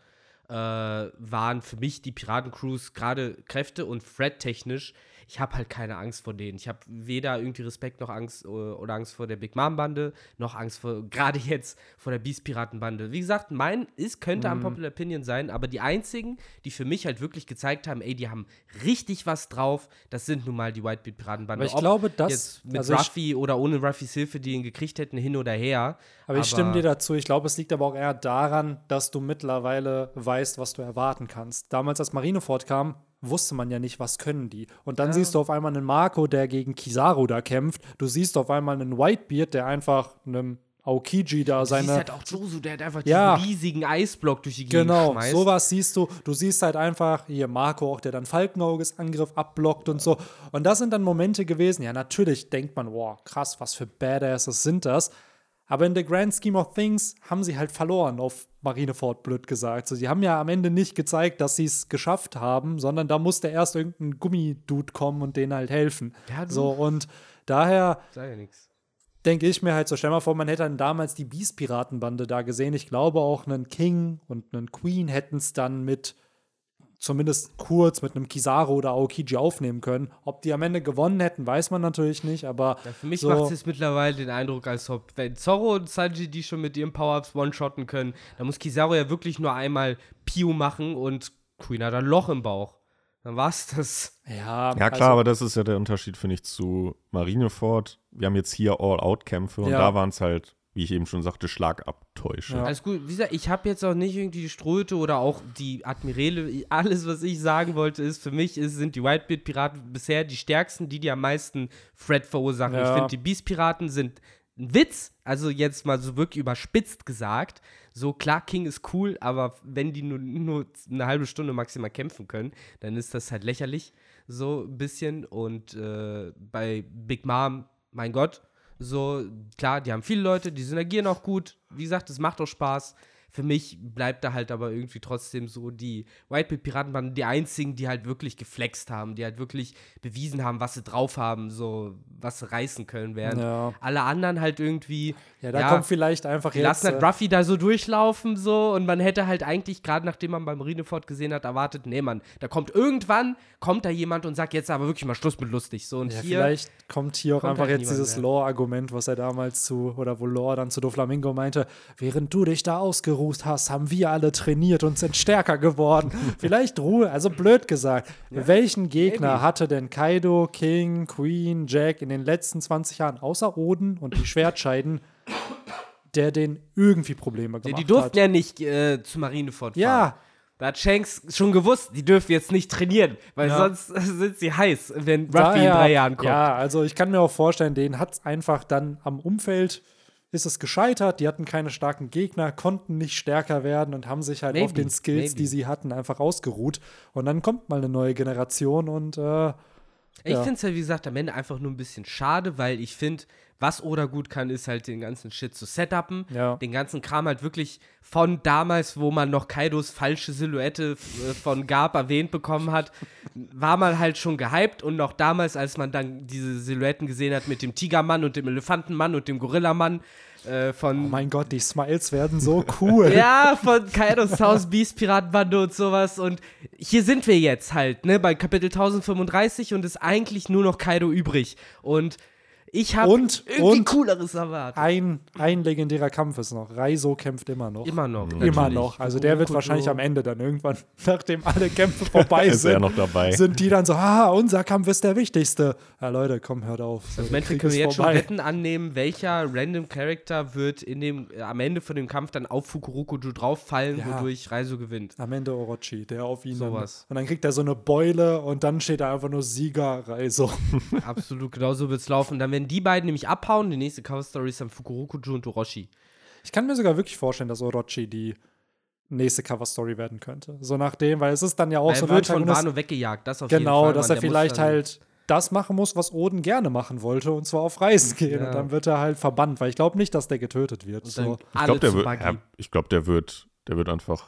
waren für mich die Piratencrews gerade Kräfte und Thread-technisch. Ich habe halt keine Angst vor denen. Ich habe weder irgendwie Respekt noch Angst oder Angst vor der Big Mom-Bande, noch Angst vor, gerade jetzt, vor der Beast-Piraten-Bande. Wie gesagt, könnte Unpopular Opinion sein, aber die einzigen, die für mich halt wirklich gezeigt haben, ey, die haben richtig was drauf, das sind nun mal die Whitebeard-Piraten-Bande. Aber ich glaube, das jetzt mit also Ruffy oder ohne Ruffys Hilfe, die ihn gekriegt hätten, hin oder her. Aber ich stimme dir dazu. Ich glaube, es liegt aber auch eher daran, dass du mittlerweile weißt, was du erwarten kannst. Damals, als Marineford kam, wusste man ja nicht, was können die. Und dann siehst du auf einmal einen Marco, der gegen Kizaru da kämpft. Du siehst auf einmal einen Whitebeard, der einfach einem Aokiji da Du seine. siehst halt auch Josu, der hat einfach Ja. diesen riesigen Eisblock durch die Gegend Genau, schmeißt. sowas siehst du. Du siehst halt einfach hier Marco auch, der dann Falkenauges Angriff abblockt und so. Und das sind dann Momente gewesen. Ja, natürlich denkt man, wow, krass, was für Badasses sind das. Aber in the grand scheme of things haben sie halt verloren, auf Marineford blöd gesagt. So, sie haben ja am Ende nicht gezeigt, dass sie es geschafft haben, sondern da musste erst irgendein Gummidude kommen und denen halt helfen. Ja, du. So, und daher Sag ja nichts. denke ich mir halt so, stell mal vor, man hätte dann damals die Beast-Piratenbande da gesehen. Ich glaube auch einen King und einen Queen hätten es dann mit zumindest kurz mit einem Kizaru oder Aokiji aufnehmen können. Ob die am Ende gewonnen hätten, weiß man natürlich nicht, aber Ja, für mich so, macht es jetzt mittlerweile den Eindruck, als ob, wenn Zorro und Sanji die schon mit ihren Power-Ups one-shotten können, dann muss Kizaru ja wirklich nur einmal Piu machen und Queen hat ein Loch im Bauch. Dann war's das. ja, Ja, klar, aber das ist ja der Unterschied, finde ich, zu Marineford. Wir haben jetzt hier All-Out-Kämpfe und Ja. da waren es halt wie ich eben schon sagte, Schlagabtäusche. Ja. Alles gut. Wie gesagt, ich habe jetzt auch nicht irgendwie die Ströte oder auch die Admirale. Alles, was ich sagen wollte, ist, für mich sind die Whitebeard-Piraten bisher die stärksten, die am meisten Threat verursachen. Ja. Ich finde, die Beast-Piraten sind ein Witz, also jetzt mal so wirklich überspitzt gesagt. So, klar, King ist cool, aber wenn die nur eine halbe Stunde maximal kämpfen können, dann ist das halt lächerlich, so ein bisschen. Und bei Big Mom, mein Gott, so, klar, die haben viele Leute, die synergieren auch gut. Wie gesagt, es macht auch Spaß. Für mich bleibt da halt aber irgendwie trotzdem so die Whitebeard-Piraten waren die einzigen, die halt wirklich geflext haben, die halt wirklich bewiesen haben, was sie drauf haben, so, was sie reißen können, während Ja. alle anderen halt irgendwie Ja, da kommt vielleicht einfach die jetzt. lassen halt Ruffy da so durchlaufen, so, und man hätte halt eigentlich, gerade nachdem man beim Marineford gesehen hat, erwartet, nee, Mann, da kommt da jemand und sagt jetzt aber wirklich mal Schluss mit lustig, so, und Ja, hier, vielleicht kommt hier auch kommt einfach halt jetzt niemand dieses mehr. Lore-Argument, was er damals wo Lore dann zu Doflamingo meinte, während du dich da ausgeruht hast, haben wir alle trainiert und sind stärker geworden. Vielleicht Ruhe, also blöd gesagt. Welchen Gegner maybe. hatte denn Kaido, King, Queen, Jack in den letzten 20 Jahren, außer Oden und die Schwertscheiden, der den irgendwie Probleme gemacht die durften hat? ja nicht zu Marineford fahren. Ja, Da hat Shanks schon gewusst, die dürfen jetzt nicht trainieren, weil Ja. sonst sind sie heiß, wenn Ruffy daher, in 3 Jahren kommt. Ja, also ich kann mir auch vorstellen, denen hat es einfach dann am Umfeld ist es gescheitert, die hatten keine starken Gegner, konnten nicht stärker werden und haben sich halt auf den Skills, die sie hatten, einfach ausgeruht. Und dann kommt mal eine neue Generation und Ich ja. finde es halt, wie gesagt, am Ende einfach nur ein bisschen schade, weil ich finde, was Oda gut kann, ist halt den ganzen Shit zu setupen. Ja. Den ganzen Kram halt wirklich von damals, wo man noch Kaidos falsche Silhouette von Garp erwähnt bekommen hat, war man halt schon gehypt. Und noch damals, als man dann diese Silhouetten gesehen hat mit dem Tigermann und dem Elefantenmann und dem Gorillamann von Oh mein Gott, die Smiles werden so cool. ja, von Kaidos Haus, Beast, Piratenbande und sowas. Und hier sind wir jetzt halt, ne, bei Kapitel 1035 und ist eigentlich nur noch Kaido übrig. Und ich habe irgendwie Cooleres erwartet. Ein legendärer Kampf ist noch. Raizo kämpft immer noch. Immer noch. Immer natürlich. noch. Also der wird Fukurokudo. wahrscheinlich am Ende dann irgendwann, nachdem alle Kämpfe vorbei Ist er sind, noch dabei? sind die dann so, unser Kampf ist der wichtigste. Ja, Leute, komm, hört auf. So, Also der Menschen Krieg können ist wir jetzt schon vorbei. Wetten annehmen, welcher random Character wird am Ende von dem Kampf dann auf Fukurokudo drauffallen, Ja. wodurch Raizo gewinnt. Am Ende Orochi, der auf ihn Sowas. Und dann kriegt er so eine Beule und dann steht da einfach nur Sieger Raizo. Absolut, genau so wird's laufen. Dann werden die beiden nämlich abhauen. Die nächste Cover-Story ist dann Fukurokudo und Orochi. Ich kann mir sogar wirklich vorstellen, dass Orochi die nächste Cover-Story werden könnte. So nachdem, weil es ist dann ja auch Weil so er ein wird von Antagonist. Wano weggejagt, das auf jeden Genau, Fall. dass Mann. er Der muss vielleicht dann- halt das machen muss, was Oden gerne machen wollte, und zwar auf Reisen gehen. Ja. Und dann wird er halt verbannt, weil ich glaube nicht, dass der getötet wird. Und dann So. Ich alle glaube, der zu wird, Buggy. ja, der wird einfach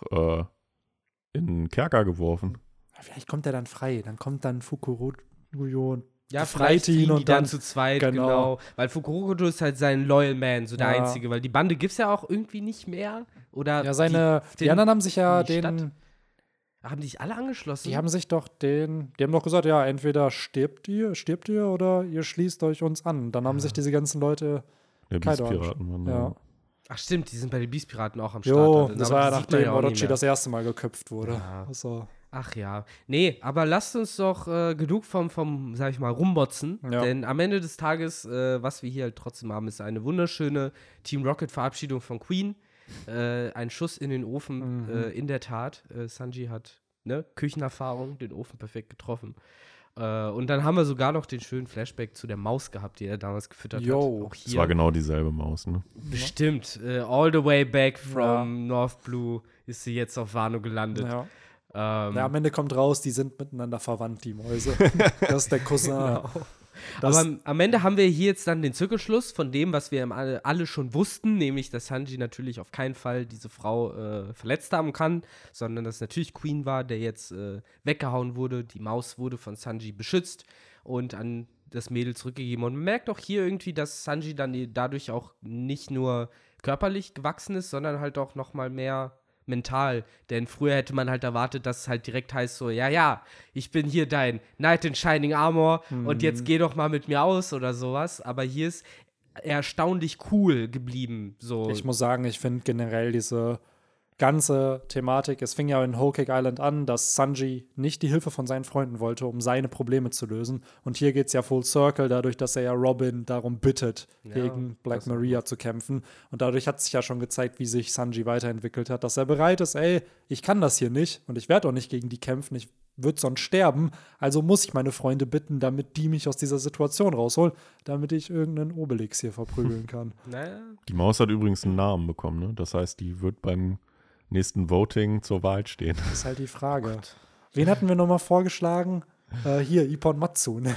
in den Kerker geworfen. Vielleicht kommt er dann frei. Dann kommt dann Fukurokudo und Ja, befreit vielleicht ihn fliegen die und dann zu zweit, genau. genau. Weil Fukurokudo ist halt sein Loyal Man, so der Ja. Einzige. Weil die Bande gibt's ja auch irgendwie nicht mehr. Oder Ja, die den- anderen haben sich ja die Stadt. den, haben die sich alle angeschlossen? die haben doch gesagt, ja, entweder stirbt ihr oder ihr schließt euch uns an. Dann haben sich diese ganzen Leute Der Kaido Beast-Piraten waren ja. da. Ach stimmt, die sind bei den Beast-Piraten auch am Start. Jo, dann, das aber war ja die sieht man nachdem auch nie Orochi mehr. das erste Mal geköpft wurde. Ja. Also, Ach ja. Nee, aber lasst uns doch genug vom, sag ich mal, rumbotzen. Ja. Denn am Ende des Tages, was wir hier halt trotzdem haben, ist eine wunderschöne Team Rocket-Verabschiedung von Queen. Ein Schuss in den Ofen, in der Tat. Sanji hat Küchenerfahrung, den Ofen perfekt getroffen. Und dann haben wir sogar noch den schönen Flashback zu der Maus gehabt, die er damals gefüttert Jo. hat. Auch Es hier. war genau dieselbe Maus, ne? Bestimmt. All the way back from North Blue ist sie jetzt auf Wano gelandet. ja. Ja. Ja, am Ende kommt raus, die sind miteinander verwandt, die Mäuse. Das ist der Cousin. Genau. Das- Aber am Ende haben wir hier jetzt dann den Zirkelschluss von dem, was wir alle schon wussten, nämlich, dass Sanji natürlich auf keinen Fall diese Frau verletzt haben kann, sondern dass natürlich Queen war, der jetzt weggehauen wurde. Die Maus wurde von Sanji beschützt und an das Mädel zurückgegeben. Und man merkt auch hier irgendwie, dass Sanji dann dadurch auch nicht nur körperlich gewachsen ist, sondern halt auch noch mal mehr mental, denn früher hätte man halt erwartet, dass es halt direkt heißt so, ja, ich bin hier dein Knight in Shining Armor und jetzt geh doch mal mit mir aus oder sowas, aber hier ist er erstaunlich cool geblieben, so. Ich muss sagen, ich finde generell diese ganze Thematik, es fing ja in Whole Cake Island an, dass Sanji nicht die Hilfe von seinen Freunden wollte, um seine Probleme zu lösen. Und hier geht es ja full circle, dadurch, dass er ja Robin darum bittet, gegen Black Maria zu kämpfen. Und dadurch hat sich ja schon gezeigt, wie sich Sanji weiterentwickelt hat, dass er bereit ist, ich kann das hier nicht und ich werde auch nicht gegen die kämpfen, ich würde sonst sterben, also muss ich meine Freunde bitten, damit die mich aus dieser Situation rausholen, damit ich irgendeinen Obelix hier verprügeln kann. Naja. Die Maus hat übrigens einen Namen bekommen, ne? Das heißt, die wird beim nächsten Voting zur Wahl stehen. Das ist halt die Frage. Wen hatten wir nochmal vorgeschlagen? Hier, Ippon Matsu. Ne?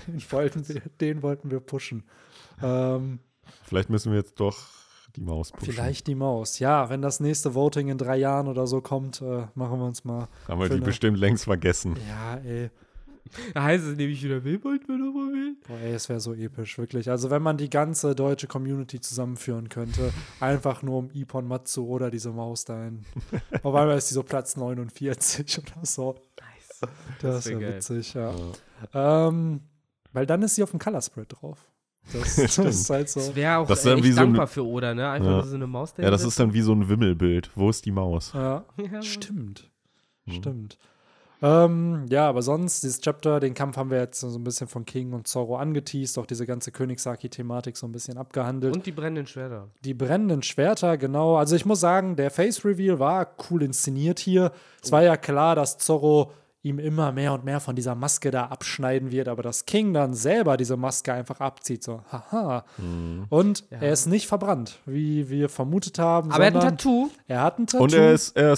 Den wollten wir pushen. Vielleicht müssen wir jetzt doch die Maus pushen. Vielleicht die Maus. Ja, wenn das nächste Voting in 3 Jahren oder so kommt, machen wir uns mal. Haben wir die bestimmt längst vergessen. Ja, ey. Da heißt es nämlich wieder, wen wollten wir nochmal wählen? Boah, ey, es wäre so episch, wirklich. Also, wenn man die ganze deutsche Community zusammenführen könnte, einfach nur um Ippon Matsu oder diese Maus dahin. Auf einmal ist die so Platz 49 oder so. Nice. Das wär ist ja geil. witzig, ja. Weil dann ist sie auf dem Color Spread drauf. Das ist halt so. Das wäre auch Das ist dann wie echt so ein- dankbar für Oda, ne? Einfach Ja. nur so eine Maus Ja, das ist dann wie so ein Wimmelbild. Wo ist die Maus? Ja, Ja. stimmt. Mhm. Stimmt. Ja, aber sonst, dieses Chapter, den Kampf haben wir jetzt so ein bisschen von King und Zorro angeteased, auch diese ganze Königssaki-Thematik so ein bisschen abgehandelt. Und die brennenden Schwerter. Die brennenden Schwerter, genau. Also ich muss sagen, der Face-Reveal war cool inszeniert hier. Es war ja klar, dass Zorro ihm immer mehr und mehr von dieser Maske da abschneiden wird, aber dass King dann selber diese Maske einfach abzieht, so, haha. Und er ist nicht verbrannt, wie wir vermutet haben. Aber er hat ein sondern Tattoo. Er hat ein Tattoo. Und er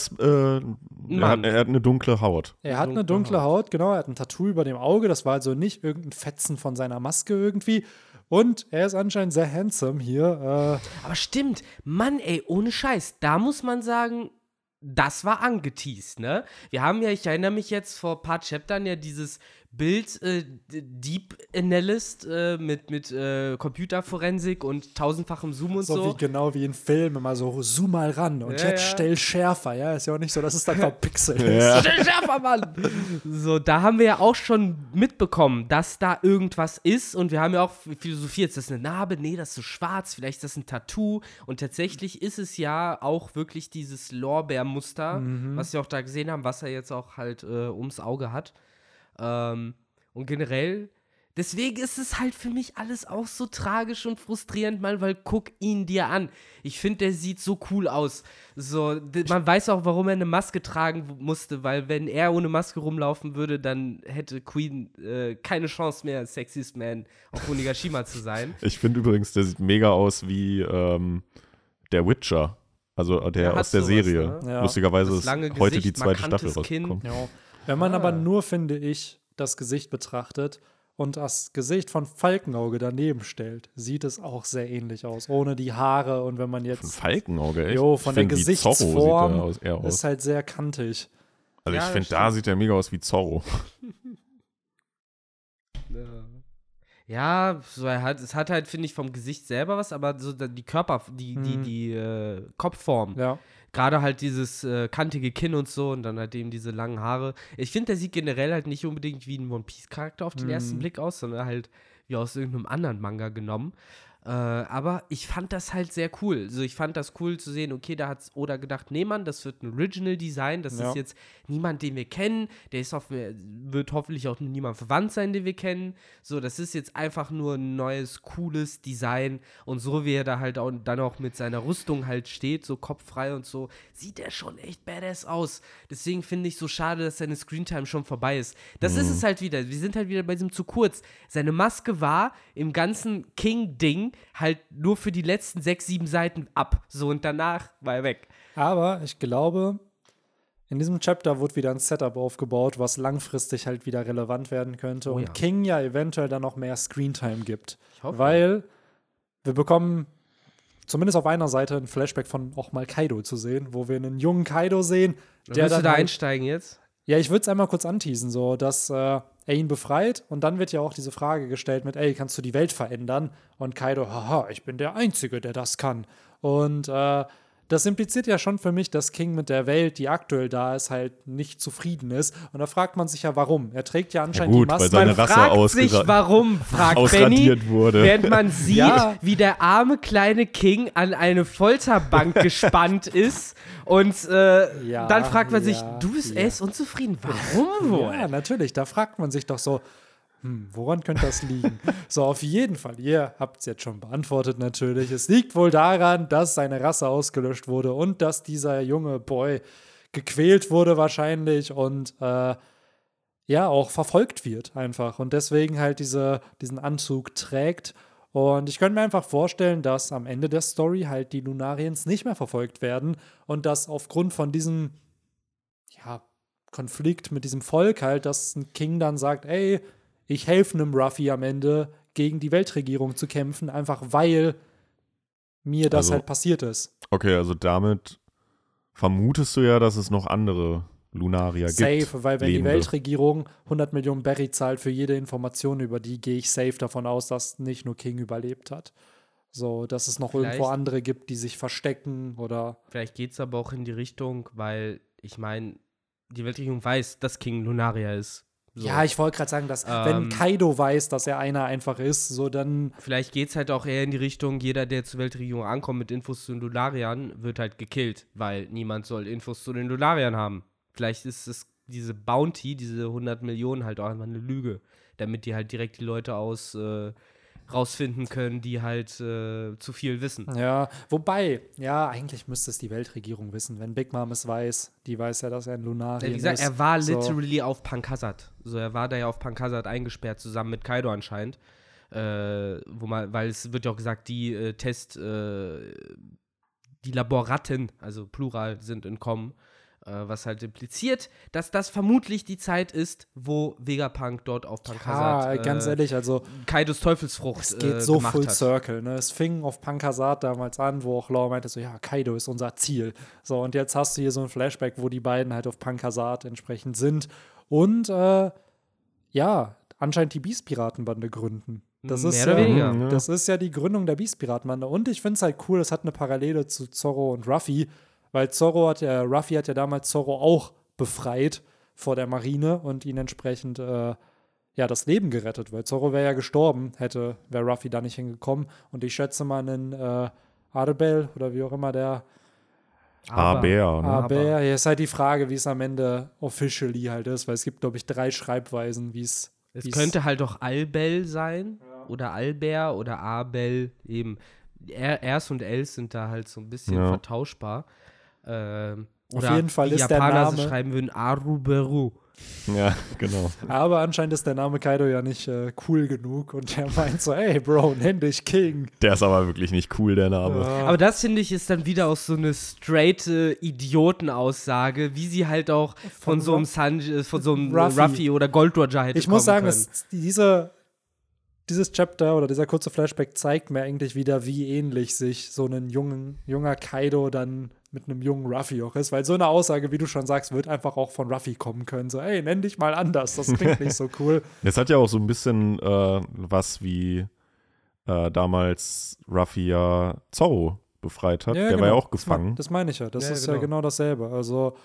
hat eine dunkle Haut. Er hat eine dunkle Haut, genau. Er hat ein Tattoo über dem Auge. Das war also nicht irgendein Fetzen von seiner Maske irgendwie. Und er ist anscheinend sehr handsome hier. Aber stimmt, Mann, ey, ohne Scheiß, da muss man sagen, das war angeteased, ne? Wir haben ja, ich erinnere mich jetzt vor ein paar Chaptern ja dieses Bild Deep Analyst mit Computerforensik und tausendfachem Zoom und So so. wie genau wie in Filmen, immer so zoom mal ran und Ja, jetzt ja. stell schärfer, ja, ist ja auch nicht so, dass es dann verpixelt Ja. ist. Stell schärfer, Mann! So, da haben wir ja auch schon mitbekommen, dass da irgendwas ist und wir haben ja auch philosophiert, ist das eine Narbe? Nee, das ist so schwarz, vielleicht ist das ein Tattoo und tatsächlich ist es ja auch wirklich dieses Lorbeermuster, was wir auch da gesehen haben, was er jetzt auch halt ums Auge hat. Und generell, deswegen ist es halt für mich alles auch so tragisch und frustrierend, weil guck ihn dir an. Ich finde, der sieht so cool aus. So, man weiß auch, warum er eine Maske tragen musste, weil wenn er ohne Maske rumlaufen würde, dann hätte Queen keine Chance mehr, Sexiest Man auf Onigashima zu sein. Ich finde übrigens, der sieht mega aus wie der Witcher. Also der Der hat aus der sowas, Serie. ne? Ja. Lustigerweise Das ist lange heute Gesicht, die zweite markantes Staffel Kinn. rausgekommen. Ja. Wenn man aber nur, finde ich, das Gesicht betrachtet und das Gesicht von Falkenauge daneben stellt, sieht es auch sehr ähnlich aus, ohne die Haare und wenn man Ein jetzt Falkenauge, echt? Jo, von Ich der find, wie Zorro Gesichtsform sieht er aus. ist halt sehr kantig. Also Ja, ich das finde, da stimmt. sieht er mega aus wie Zorro. Ja, so es hat halt, finde ich, vom Gesicht selber was, aber so die die Kopfform. Ja. Gerade halt dieses kantige Kinn und so und dann halt eben diese langen Haare. Ich finde, der sieht generell halt nicht unbedingt wie ein One-Piece-Charakter auf den ersten Blick aus, sondern halt wie aus irgendeinem anderen Manga genommen. Aber ich fand das halt sehr cool. Also ich fand das cool zu sehen, okay, da hat Oda gedacht, nee, Mann, das wird ein Original Design, das Ja. ist jetzt niemand, den wir kennen, wird hoffentlich auch mit niemand verwandt sein, den wir kennen. So, das ist jetzt einfach nur ein neues, cooles Design und so wie er da halt auch, dann auch mit seiner Rüstung halt steht, so kopffrei und so, sieht er schon echt badass aus. Deswegen finde ich so schade, dass seine Screentime schon vorbei ist. Das ist es halt wieder. Wir sind halt wieder bei diesem zu kurz. Seine Maske war im ganzen King-Ding halt nur für die letzten 6, 7 Seiten ab. So, und danach war er weg. Aber ich glaube, in diesem Chapter wurde wieder ein Setup aufgebaut, was langfristig halt wieder relevant werden könnte und ja. King ja eventuell dann noch mehr Screentime gibt. Ich hoffe. Weil wir bekommen zumindest auf einer Seite ein Flashback von auch mal Kaido zu sehen, wo wir einen jungen Kaido sehen, der Willst du dann da halt, einsteigen jetzt? ja, ich würde es einmal kurz anteasen, so, dass er ihn befreit und dann wird ja auch diese Frage gestellt mit, ey, kannst du die Welt verändern? Und Kaido, haha, ich bin der Einzige, der das kann. Und das impliziert ja schon für mich, dass King mit der Welt, die aktuell da ist, halt nicht zufrieden ist. Und da fragt man sich ja, warum. Er trägt ja anscheinend gut, die Maske. weil seine Rasse fragt sich, warum, fragt Benny, ausradiert wurde. während man sieht, Ja. wie der arme kleine King an eine Folterbank gespannt ist. Und dann fragt man sich, du bist echt unzufrieden. Warum wohl? Ja, natürlich. Da fragt man sich doch so, woran könnte das liegen? So, auf jeden Fall. Ihr habt es jetzt schon beantwortet natürlich. Es liegt wohl daran, dass seine Rasse ausgelöscht wurde und dass dieser junge Boy gequält wurde wahrscheinlich und auch verfolgt wird einfach. Und deswegen halt diesen Anzug trägt. Und ich könnte mir einfach vorstellen, dass am Ende der Story halt die Lunarians nicht mehr verfolgt werden und dass aufgrund von diesem Konflikt mit diesem Volk halt, dass ein King dann sagt, ey, ich helfe einem Ruffy am Ende, gegen die Weltregierung zu kämpfen, einfach weil mir das halt passiert ist. Okay, also damit vermutest du ja, dass es noch andere Lunarier gibt. Safe, weil wenn Lebende. die Weltregierung 100 Millionen Berry zahlt für jede Information über die, gehe ich safe davon aus, dass nicht nur King überlebt hat. So, dass es noch irgendwo andere gibt, die sich verstecken oder. Vielleicht geht es aber auch in die Richtung, weil ich meine, die Weltregierung weiß, dass King Lunaria ist. So. Ja, ich wollte gerade sagen, dass wenn Kaido weiß, dass er einer einfach ist, so dann. Vielleicht geht es halt auch eher in die Richtung, jeder, der zur Weltregierung ankommt mit Infos zu den Lunariern, wird halt gekillt, weil niemand soll Infos zu den Lunariern haben. Vielleicht ist es diese Bounty, diese 100 Millionen halt auch einfach eine Lüge, damit die halt direkt die Leute rausfinden können, die halt zu viel wissen. Ja, wobei, eigentlich müsste es die Weltregierung wissen. Wenn Big Mom es weiß, die weiß ja, dass er ein Lunarien Wie gesagt, ist. er war literally auf Pankasat. So, er war da ja auf Pankasat eingesperrt, zusammen mit Kaido anscheinend. Weil es wird ja auch gesagt, die die Laborratten, also Plural, sind entkommen. Was halt impliziert, dass das vermutlich die Zeit ist, wo Vegapunk dort auf Pankasat ganz ehrlich, also Kaidos Teufelsfrucht es geht so gemacht full hat. circle, ne? Es fing auf Pankasat damals an, wo auch Law meinte so, ja, Kaido ist unser Ziel. So, und jetzt hast du hier so ein Flashback, wo die beiden halt auf Pankasat entsprechend sind und anscheinend die Beast-Piratenbande gründen. Das Mehr ist oder weniger. Das ist ja die Gründung der Beast-Piratenbande. Und ich finde es halt cool, es hat eine Parallele zu Zorro und Ruffy, weil Ruffy hat ja damals Zorro auch befreit vor der Marine und ihn entsprechend das Leben gerettet, weil Zorro wäre ja gestorben, wäre Ruffy da nicht hingekommen. Und ich schätze mal einen Adebel oder wie auch immer der Aber, ne? Aber ja, ist halt die Frage, wie es am Ende officially halt ist, weil es gibt, glaube ich, 3 Schreibweisen, wie es. Es könnte halt auch Albel sein oder Albert oder Abel eben. Rs und Ls sind da halt so ein bisschen vertauschbar. Oder jeden Fall die ist der Japaner Name schreiben würden Aruberu. Ja, genau. Aber anscheinend ist der Name Kaido ja nicht cool genug und er meint so, ey Bro, nenn dich King. Der ist aber wirklich nicht cool, der Name. Aber das, finde ich, ist dann wieder auch so eine straight Idiotenaussage, wie sie halt auch von so einem Sanji, von so einem Ruffy oder Gold Roger hätte Ich muss sagen, können. dieses Chapter oder dieser kurze Flashback zeigt mir eigentlich wieder, wie ähnlich sich so ein junger Kaido dann mit einem jungen Ruffy auch ist, weil so eine Aussage, wie du schon sagst, wird einfach auch von Ruffy kommen können. So, ey, nenn dich mal anders, das klingt nicht so cool. Das hat ja auch so ein bisschen was wie damals Ruffy ja Zorro befreit hat. Ja, der war ja auch gefangen. Das meine ich ja. Das ist genau. ja genau dasselbe. Also,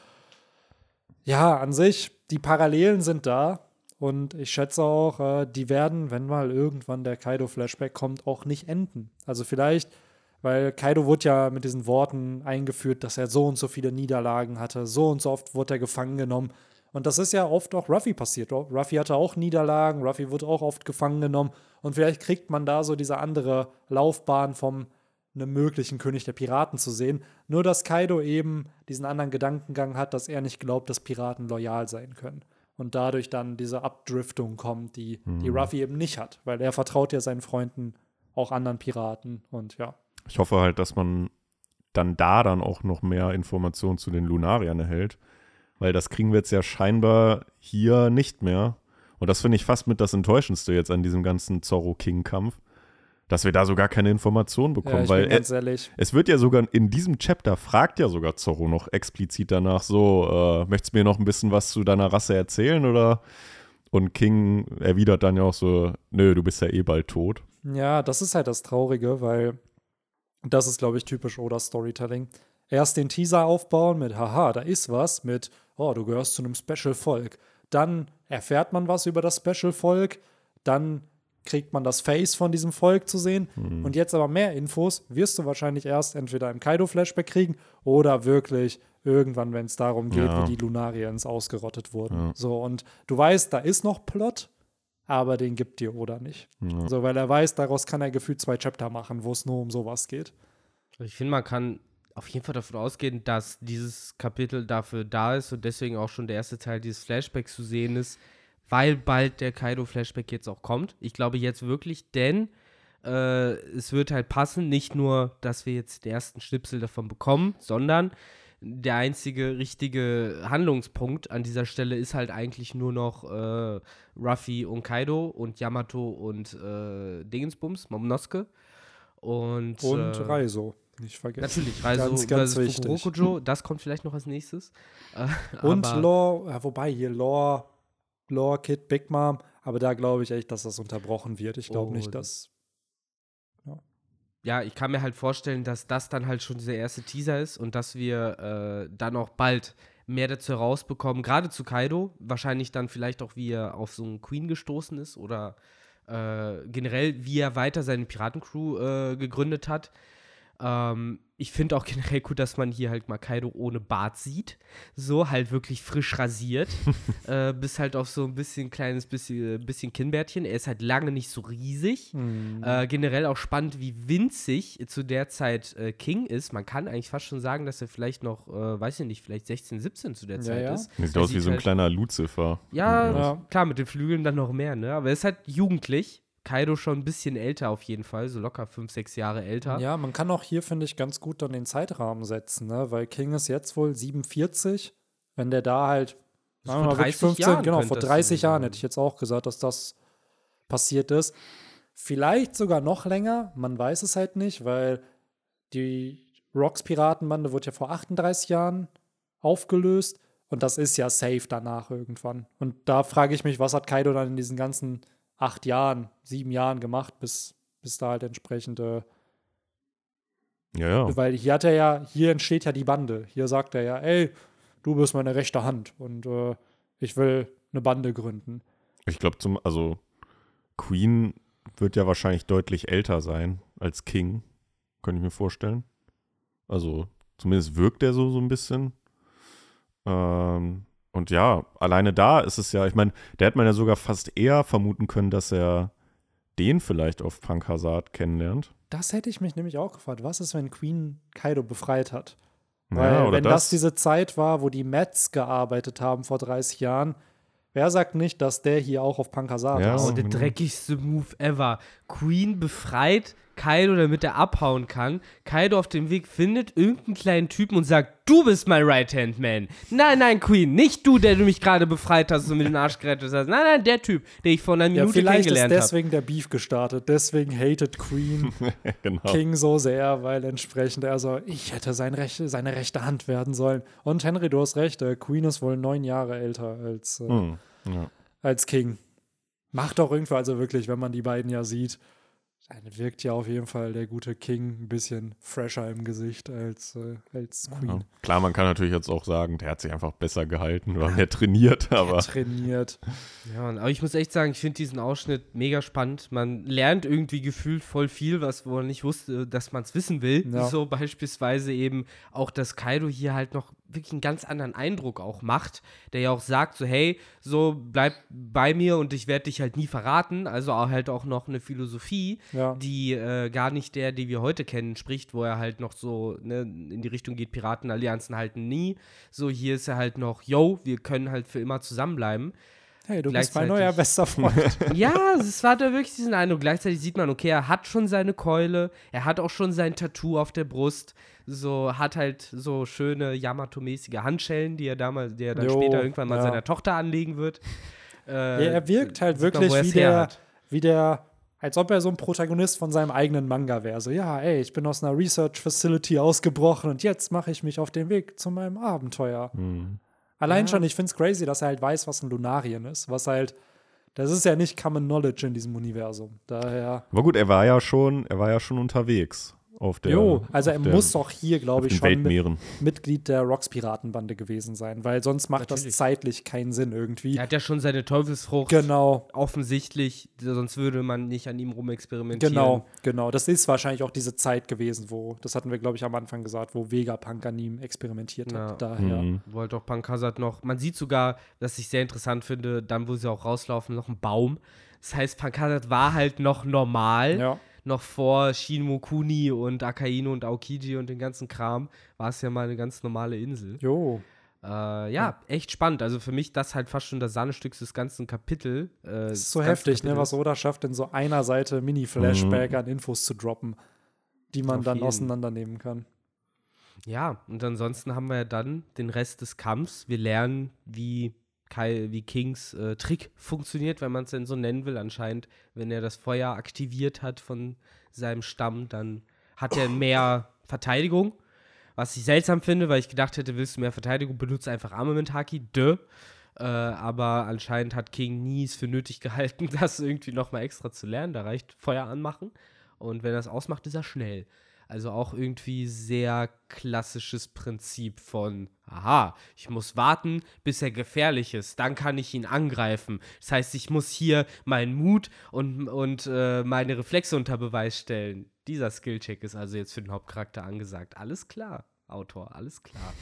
ja, an sich, die Parallelen sind da. Und ich schätze auch, die werden, wenn mal irgendwann der Kaido-Flashback kommt, auch nicht enden. Also vielleicht, weil Kaido wurde ja mit diesen Worten eingeführt, dass er so und so viele Niederlagen hatte, so und so oft wurde er gefangen genommen. Und das ist ja oft auch Ruffy passiert. Ruffy hatte auch Niederlagen, Ruffy wurde auch oft gefangen genommen. Und vielleicht kriegt man da so diese andere Laufbahn vom einem möglichen König der Piraten zu sehen. Nur, dass Kaido eben diesen anderen Gedankengang hat, dass er nicht glaubt, dass Piraten loyal sein können. Und dadurch dann diese Abdriftung kommt, die Ruffy eben nicht hat. Weil er vertraut ja seinen Freunden, auch anderen Piraten. Und ja. Ich hoffe halt, dass man dann auch noch mehr Informationen zu den Lunariern erhält. Weil das kriegen wir jetzt ja scheinbar hier nicht mehr. Und das finde ich fast mit das Enttäuschendste jetzt an diesem ganzen Zorro-King-Kampf, dass wir da sogar keine Informationen bekommen. Ja, weil ganz ehrlich. Es wird ja sogar in diesem Chapter, fragt ja sogar Zorro noch explizit danach so, möchtest du mir noch ein bisschen was zu deiner Rasse erzählen, oder? Und King erwidert dann ja auch so, nö, du bist ja eh bald tot. Ja, das ist halt das Traurige, weil das ist, glaube ich, typisch Oda Storytelling. erst den Teaser aufbauen mit, haha, da ist was, mit, oh, du gehörst zu einem Special-Volk. Dann erfährt man was über das Special-Volk, dann kriegt man das Face von diesem Volk zu sehen. Und jetzt aber mehr Infos wirst du wahrscheinlich erst entweder im Kaido-Flashback kriegen oder wirklich irgendwann, wenn es darum geht, wie die Lunarians ausgerottet wurden. Ja. So, und du weißt, da ist noch Plot, aber den gibt dir Oda nicht. Ja. So, weil er weiß, daraus kann er gefühlt 2 Chapter machen, wo es nur um sowas geht. Ich finde, man kann auf jeden Fall davon ausgehen, dass dieses Kapitel dafür da ist und deswegen auch schon der erste Teil dieses Flashbacks zu sehen ist, weil bald der Kaido-Flashback jetzt auch kommt. Ich glaube jetzt wirklich, denn es wird halt passen, nicht nur, dass wir jetzt den ersten Schnipsel davon bekommen, sondern der einzige richtige Handlungspunkt an dieser Stelle ist halt eigentlich nur noch Ruffy und Kaido und Yamato und Dingensbums, Momonosuke. Und Raizo, nicht vergessen. Natürlich, Raizo ganz versus Fukurokujo, das kommt vielleicht noch als nächstes. Und Law, wobei hier Law, Kid, Big Mom, aber da glaube ich echt, dass das unterbrochen wird. Ich glaube nicht, dass ja, ich kann mir halt vorstellen, dass das dann halt schon dieser erste Teaser ist und dass wir dann auch bald mehr dazu herausbekommen, gerade zu Kaido, wahrscheinlich dann vielleicht auch, wie er auf so einen Queen gestoßen ist oder generell, wie er weiter seine Piratencrew gegründet hat. Ich finde auch generell gut, dass man hier halt mal Kaido ohne Bart sieht. So, halt wirklich frisch rasiert. Bis halt auf so ein bisschen bisschen Kinnbärtchen. Er ist halt lange nicht so riesig. Generell auch spannend, wie winzig zu der Zeit King ist. Man kann eigentlich fast schon sagen, dass er vielleicht noch, weiß ich nicht, vielleicht 16, 17 zu der Zeit ist. Sieht aus wie so ein kleiner Lucifer. Ja, klar, mit den Flügeln dann noch mehr, ne? Aber er ist halt jugendlich. Kaido schon ein bisschen älter auf jeden Fall, so locker 5, 6 Jahre älter. Ja, man kann auch hier, finde ich, ganz gut dann den Zeitrahmen setzen, ne? Weil King ist jetzt wohl 47, wenn der da halt vor 30 Jahren genau, vor 30 Jahren hätte ich jetzt auch gesagt, dass das passiert ist. Vielleicht sogar noch länger, man weiß es halt nicht, weil die Rocks-Piratenbande wurde ja vor 38 Jahren aufgelöst und das ist ja safe danach irgendwann. Und da frage ich mich, was hat Kaido dann in diesen ganzen 8 Jahren, 7 Jahren gemacht, bis da halt entsprechende. Ja. Weil hier entsteht ja die Bande. Hier sagt er ja, ey, du bist meine rechte Hand und ich will eine Bande gründen. Ich glaube, also Queen wird ja wahrscheinlich deutlich älter sein als King, könnte ich mir vorstellen. Also zumindest wirkt er so ein bisschen. Und ja, alleine da ist es ja, ich meine, da hätte man ja sogar fast eher vermuten können, dass er den vielleicht auf Punk Hazard kennenlernt. Das hätte ich mich nämlich auch gefragt. Was ist, wenn Queen Kaido befreit hat? Ja, Weil wenn das diese Zeit war, wo die Mets gearbeitet haben vor 30 Jahren, wer sagt nicht, dass der hier auch auf Punk Hazard ist? Oh, der dreckigste Move ever. Queen befreit Kaido, damit er abhauen kann. Kaido auf dem Weg findet irgendeinen kleinen Typen und sagt, du bist mein Right-Hand-Man. Nein, Queen, nicht du, der du mich gerade befreit hast und mit den Arsch gerettet hast. Nein, der Typ, den ich vor einer Minute kennengelernt habe. Vielleicht ist deswegen der Beef gestartet. Deswegen hatet Queen genau. King so sehr, weil entsprechend er so, ich hätte seine rechte Hand werden sollen. Und Henry, du hast recht, Queen ist wohl 9 Jahre älter als King. Macht doch irgendwo, also wirklich, wenn man die beiden ja sieht, dann wirkt ja auf jeden Fall der gute King ein bisschen fresher im Gesicht als Queen. Ja. Klar, man kann natürlich jetzt auch sagen, der hat sich einfach besser gehalten oder mehr trainiert. Aber Ja, aber ich muss echt sagen, ich finde diesen Ausschnitt mega spannend. Man lernt irgendwie gefühlt voll viel, wo man nicht wusste, dass man es wissen will. Ja. So beispielsweise eben auch, dass Kaido hier halt noch wirklich einen ganz anderen Eindruck auch macht, der ja auch sagt so, hey, so bleib bei mir und ich werde dich halt nie verraten, also halt auch noch eine Philosophie, die gar nicht der, die wir heute kennen, spricht, wo er halt noch so in die Richtung geht, Piratenallianzen halten nie, so hier ist er halt noch, wir können halt für immer zusammenbleiben. Hey, du bist mein neuer bester Freund. Ja, es war da wirklich diesen Eindruck. Gleichzeitig sieht man, okay, er hat schon seine Keule, er hat auch schon sein Tattoo auf der Brust, so hat halt so schöne Yamato-mäßige Handschellen, die er dann später irgendwann mal seiner Tochter anlegen wird. Er wirkt halt wirklich wie der, als ob er so ein Protagonist von seinem eigenen Manga wäre. So, ich bin aus einer Research Facility ausgebrochen und jetzt mache ich mich auf den Weg zu meinem Abenteuer. Allein schon, ich finde es crazy, dass er halt weiß, was ein Lunarien ist. Das ist ja nicht Common Knowledge in diesem Universum. Daher. Aber gut, er war ja schon unterwegs. auf der Jo, also auf er der, muss doch hier, glaube ich, den schon Weltmeeren. Mitglied der Rocks-Piratenbande gewesen sein, weil sonst macht Natürlich. das zeitlich keinen Sinn irgendwie. Er hat ja schon seine Teufelsfrucht. Genau, Offensichtlich, sonst würde man nicht an ihm rumexperimentieren. genau. Das ist wahrscheinlich auch diese Zeit gewesen, das hatten wir, glaube ich, am Anfang gesagt, wo Vegapunk an ihm experimentiert Ja. hat. Daher. Wollte auch Punk Hazard noch. Man sieht sogar, was ich sehr interessant finde, dann, wo sie auch rauslaufen, noch ein Baum. Das heißt, Punk Hazard war halt noch normal. Ja. Noch vor Shinmokuni und Akainu und Aokiji und den ganzen Kram war es ja mal eine ganz normale Insel. Jo. Ja, echt spannend. Also für mich das halt fast schon das Sahnestück des ganzen Kapitels. Das ist so heftig, ne, was Oda schafft, in so einer Seite Mini-Flashback an Infos zu droppen, die man Auf dann jeden. auseinandernehmen kann. Ja, und ansonsten haben wir ja dann den Rest des Kampfs. Wir lernen, wie Kings Trick funktioniert, wenn man es denn so nennen will. Anscheinend, wenn er das Feuer aktiviert hat von seinem Stamm, dann hat er mehr Verteidigung. Was ich seltsam finde, weil ich gedacht hätte, willst du mehr Verteidigung, benutze einfach Armament-Haki. Aber anscheinend hat King nie es für nötig gehalten, das irgendwie nochmal extra zu lernen. Da reicht Feuer anmachen. Und wenn er es ausmacht, ist er schnell. Also auch irgendwie sehr klassisches Prinzip von, aha, ich muss warten, bis er gefährlich ist, dann kann ich ihn angreifen. Das heißt, ich muss hier meinen Mut und meine Reflexe unter Beweis stellen. Dieser Skillcheck ist also jetzt für den Hauptcharakter angesagt. Alles klar, Autor, alles klar.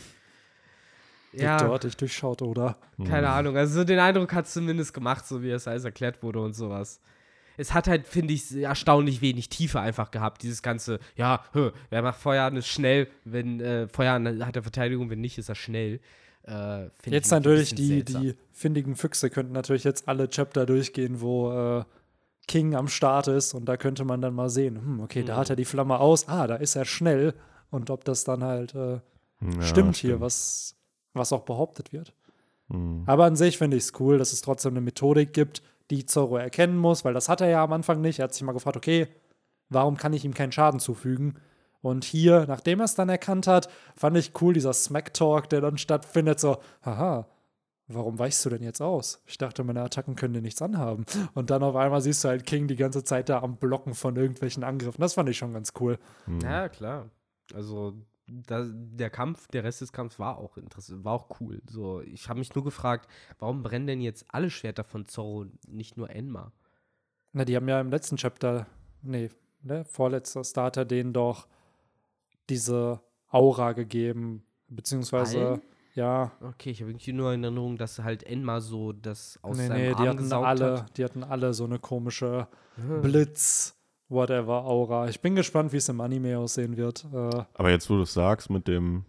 Eindeutig durchschaut, oder? Keine Ahnung, also so den Eindruck hat es zumindest gemacht, so wie es alles erklärt wurde und sowas. Es hat halt, finde ich, erstaunlich wenig Tiefe einfach gehabt, dieses ganze, wer macht Feuer an, ist schnell, wenn Feuer an hat er Verteidigung, wenn nicht, ist er schnell. Jetzt natürlich die findigen Füchse könnten natürlich jetzt alle Chapter durchgehen, wo King am Start ist und da könnte man dann mal sehen, okay, da hat er die Flamme aus, da ist er schnell und ob das dann halt stimmt hier, was auch behauptet wird. Aber an sich finde ich es cool, dass es trotzdem eine Methodik gibt, die Zoro erkennen muss, weil das hat er ja am Anfang nicht. Er hat sich mal gefragt, okay, warum kann ich ihm keinen Schaden zufügen? Und hier, nachdem er es dann erkannt hat, fand ich cool, dieser Smack-Talk, der dann stattfindet, so, haha, warum weichst du denn jetzt aus? Ich dachte, meine Attacken können dir nichts anhaben. Und dann auf einmal siehst du halt King die ganze Zeit da am Blocken von irgendwelchen Angriffen. Das fand ich schon ganz cool. Ja, klar. Also der Rest des Kampfs war auch interessant, war auch cool. So, ich habe mich nur gefragt, warum brennen denn jetzt alle Schwerter von Zorro, nicht nur Enma? Na, die haben ja im letzten Chapter, vorletzter Starter, denen doch diese Aura gegeben, beziehungsweise, Allen? ja. Okay, ich habe irgendwie nur in Erinnerung, dass halt Enma so das aus Nee, seinem Arm gesaugt hat. Die hatten alle so eine komische Blitz, whatever, Aura. Ich bin gespannt, wie es im Anime aussehen wird. Aber jetzt, wo du es sagst, mit dem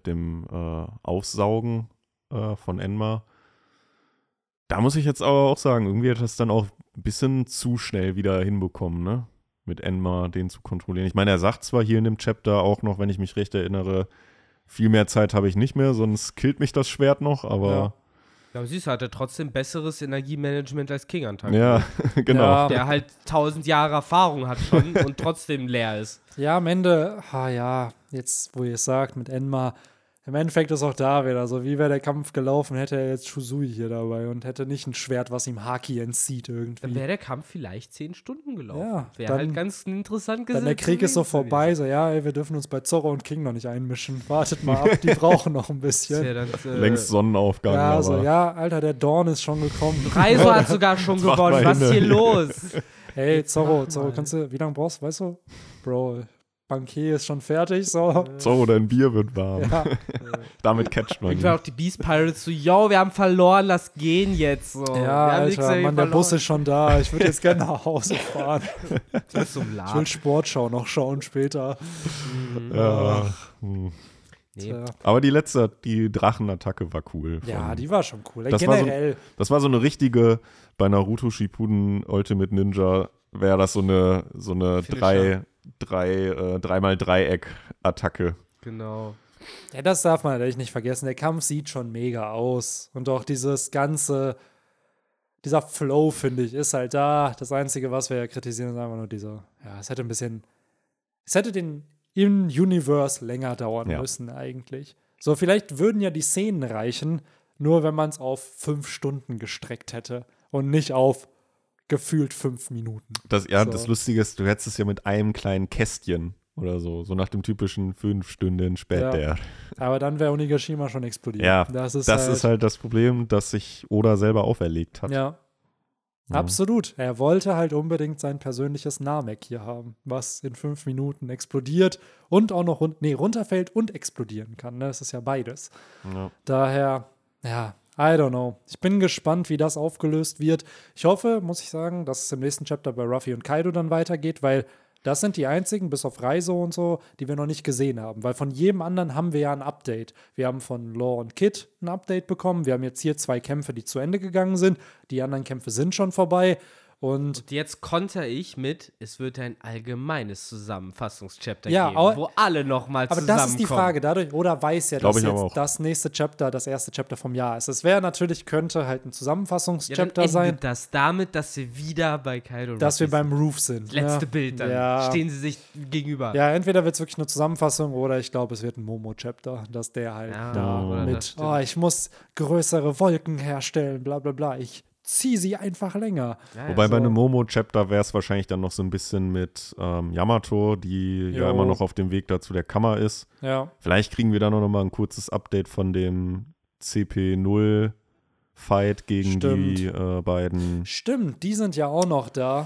Aufsaugen von Enma, da muss ich jetzt aber auch sagen, irgendwie hat das dann auch ein bisschen zu schnell wieder hinbekommen, ne? Mit Enma den zu kontrollieren. Ich meine, er sagt zwar hier in dem Chapter auch noch, wenn ich mich recht erinnere, viel mehr Zeit habe ich nicht mehr, sonst killt mich das Schwert noch, aber Ja, aber siehst du, hat er trotzdem besseres Energiemanagement als King anscheinend. ja, genau. Ja. Der halt 1000 Jahre Erfahrung hat schon und trotzdem leer ist. Ja, am Ende, jetzt, wo ihr es sagt, mit Enma, im Endeffekt ist auch da wieder so, wie wäre der Kampf gelaufen, hätte er jetzt Shusui hier dabei und hätte nicht ein Schwert, was ihm Haki entzieht Dann irgendwie. wäre der Kampf vielleicht 10 Stunden gelaufen. Ja, Wäre dann- halt ganz interessant gewesen. Dann der Krieg ist so vorbei, so, wir dürfen uns bei Zorro und King noch nicht einmischen. Wartet mal ab, die brauchen noch ein bisschen. Längst Sonnenaufgang. Ja, aber so, Alter, der Dawn ist schon gekommen. Reiso hat sogar schon Jetzt macht gewonnen. mal Was ist hin. hier los? Hey, Zorro, mach mal. kannst du, wie lange brauchst du, weißt du? Bro, Bankier ist schon fertig, so. Zorro, dein Bier wird warm. Ja, Damit catcht man Irgendwann ihn. auch die Beast Pirates so, wir haben verloren, lass gehen jetzt. So. Wir haben nichts Alter, mehr Mann, der verloren. Bus ist schon da. Ich würde jetzt gerne nach Hause fahren. Das ist so ein Ich Laden. will Sportschau noch schauen später. Ja. Nee. Tja. Aber die Drachenattacke war cool. Ja, die war schon cool. Das war so- Generell. Das war so eine richtige, bei Naruto Shippuden Ultimate Ninja wäre das so eine Finisher. 3x-Dreieck-Attacke. Genau. Ja, das darf man natürlich nicht vergessen. Der Kampf sieht schon mega aus. Und auch dieser Flow, finde ich, ist halt da. Das Einzige, was wir ja kritisieren, ist einfach nur es hätte den In-Universe länger dauern müssen eigentlich. So, vielleicht würden ja die Szenen reichen, nur wenn man es auf 5 Stunden gestreckt hätte und nicht auf gefühlt 5 Minuten. Das Lustige ist, du hättest es ja mit einem kleinen Kästchen oder so. So nach dem typischen 5 Stunden später. Ja. Aber dann wäre Onigashima schon explodiert. Ja, das ist halt das Problem, das sich Oda selber auferlegt hat. Ja. Absolut. Er wollte halt unbedingt sein persönliches Namek hier haben, was in 5 Minuten explodiert und auch noch runterfällt und explodieren kann. Ne? Das ist ja beides. Ja. Daher, ja, I don't know. Ich bin gespannt, wie das aufgelöst wird. Ich hoffe, muss ich sagen, dass es im nächsten Chapter bei Ruffy und Kaido dann weitergeht, weil das sind die einzigen, bis auf Reiso und so, die wir noch nicht gesehen haben. Weil von jedem anderen haben wir ja ein Update. Wir haben von Law und Kid ein Update bekommen. Wir haben jetzt hier 2 Kämpfe, die zu Ende gegangen sind. Die anderen Kämpfe sind schon vorbei. Und jetzt konter ich mit, es wird ein allgemeines Zusammenfassungschapter Ja, geben, wo alle nochmal aber zusammenkommen. das ist die Frage. Dadurch, oder weiß ja, Glaub dass ich aber jetzt auch. das nächste Chapter das erste Chapter vom Jahr ist. Es wäre natürlich, könnte halt ein Ja, dann Zusammenfassungschapter endet sein, das damit, dass wir wieder bei Kaido und dass wir Ruffy beim Roof sind. sind. Letzte ja. Bild dann. Ja. Stehen sie sich gegenüber. Ja, entweder wird es wirklich eine Zusammenfassung oder ich glaube, es wird ein Momo-Chapter, dass der halt Ja, da oder das mit, stimmt. ich muss größere Wolken herstellen, bla bla bla. Ich ziehe sie einfach länger. Ja, Wobei so. bei einem Momo-Chapter wäre es wahrscheinlich dann noch so ein bisschen mit Yamato, die ja Jo. immer noch auf dem Weg da zu der Kammer ist. Ja, Vielleicht kriegen wir dann noch mal ein kurzes Update von dem CP0-Fight gegen Stimmt. die beiden stimmt, die sind ja auch noch da.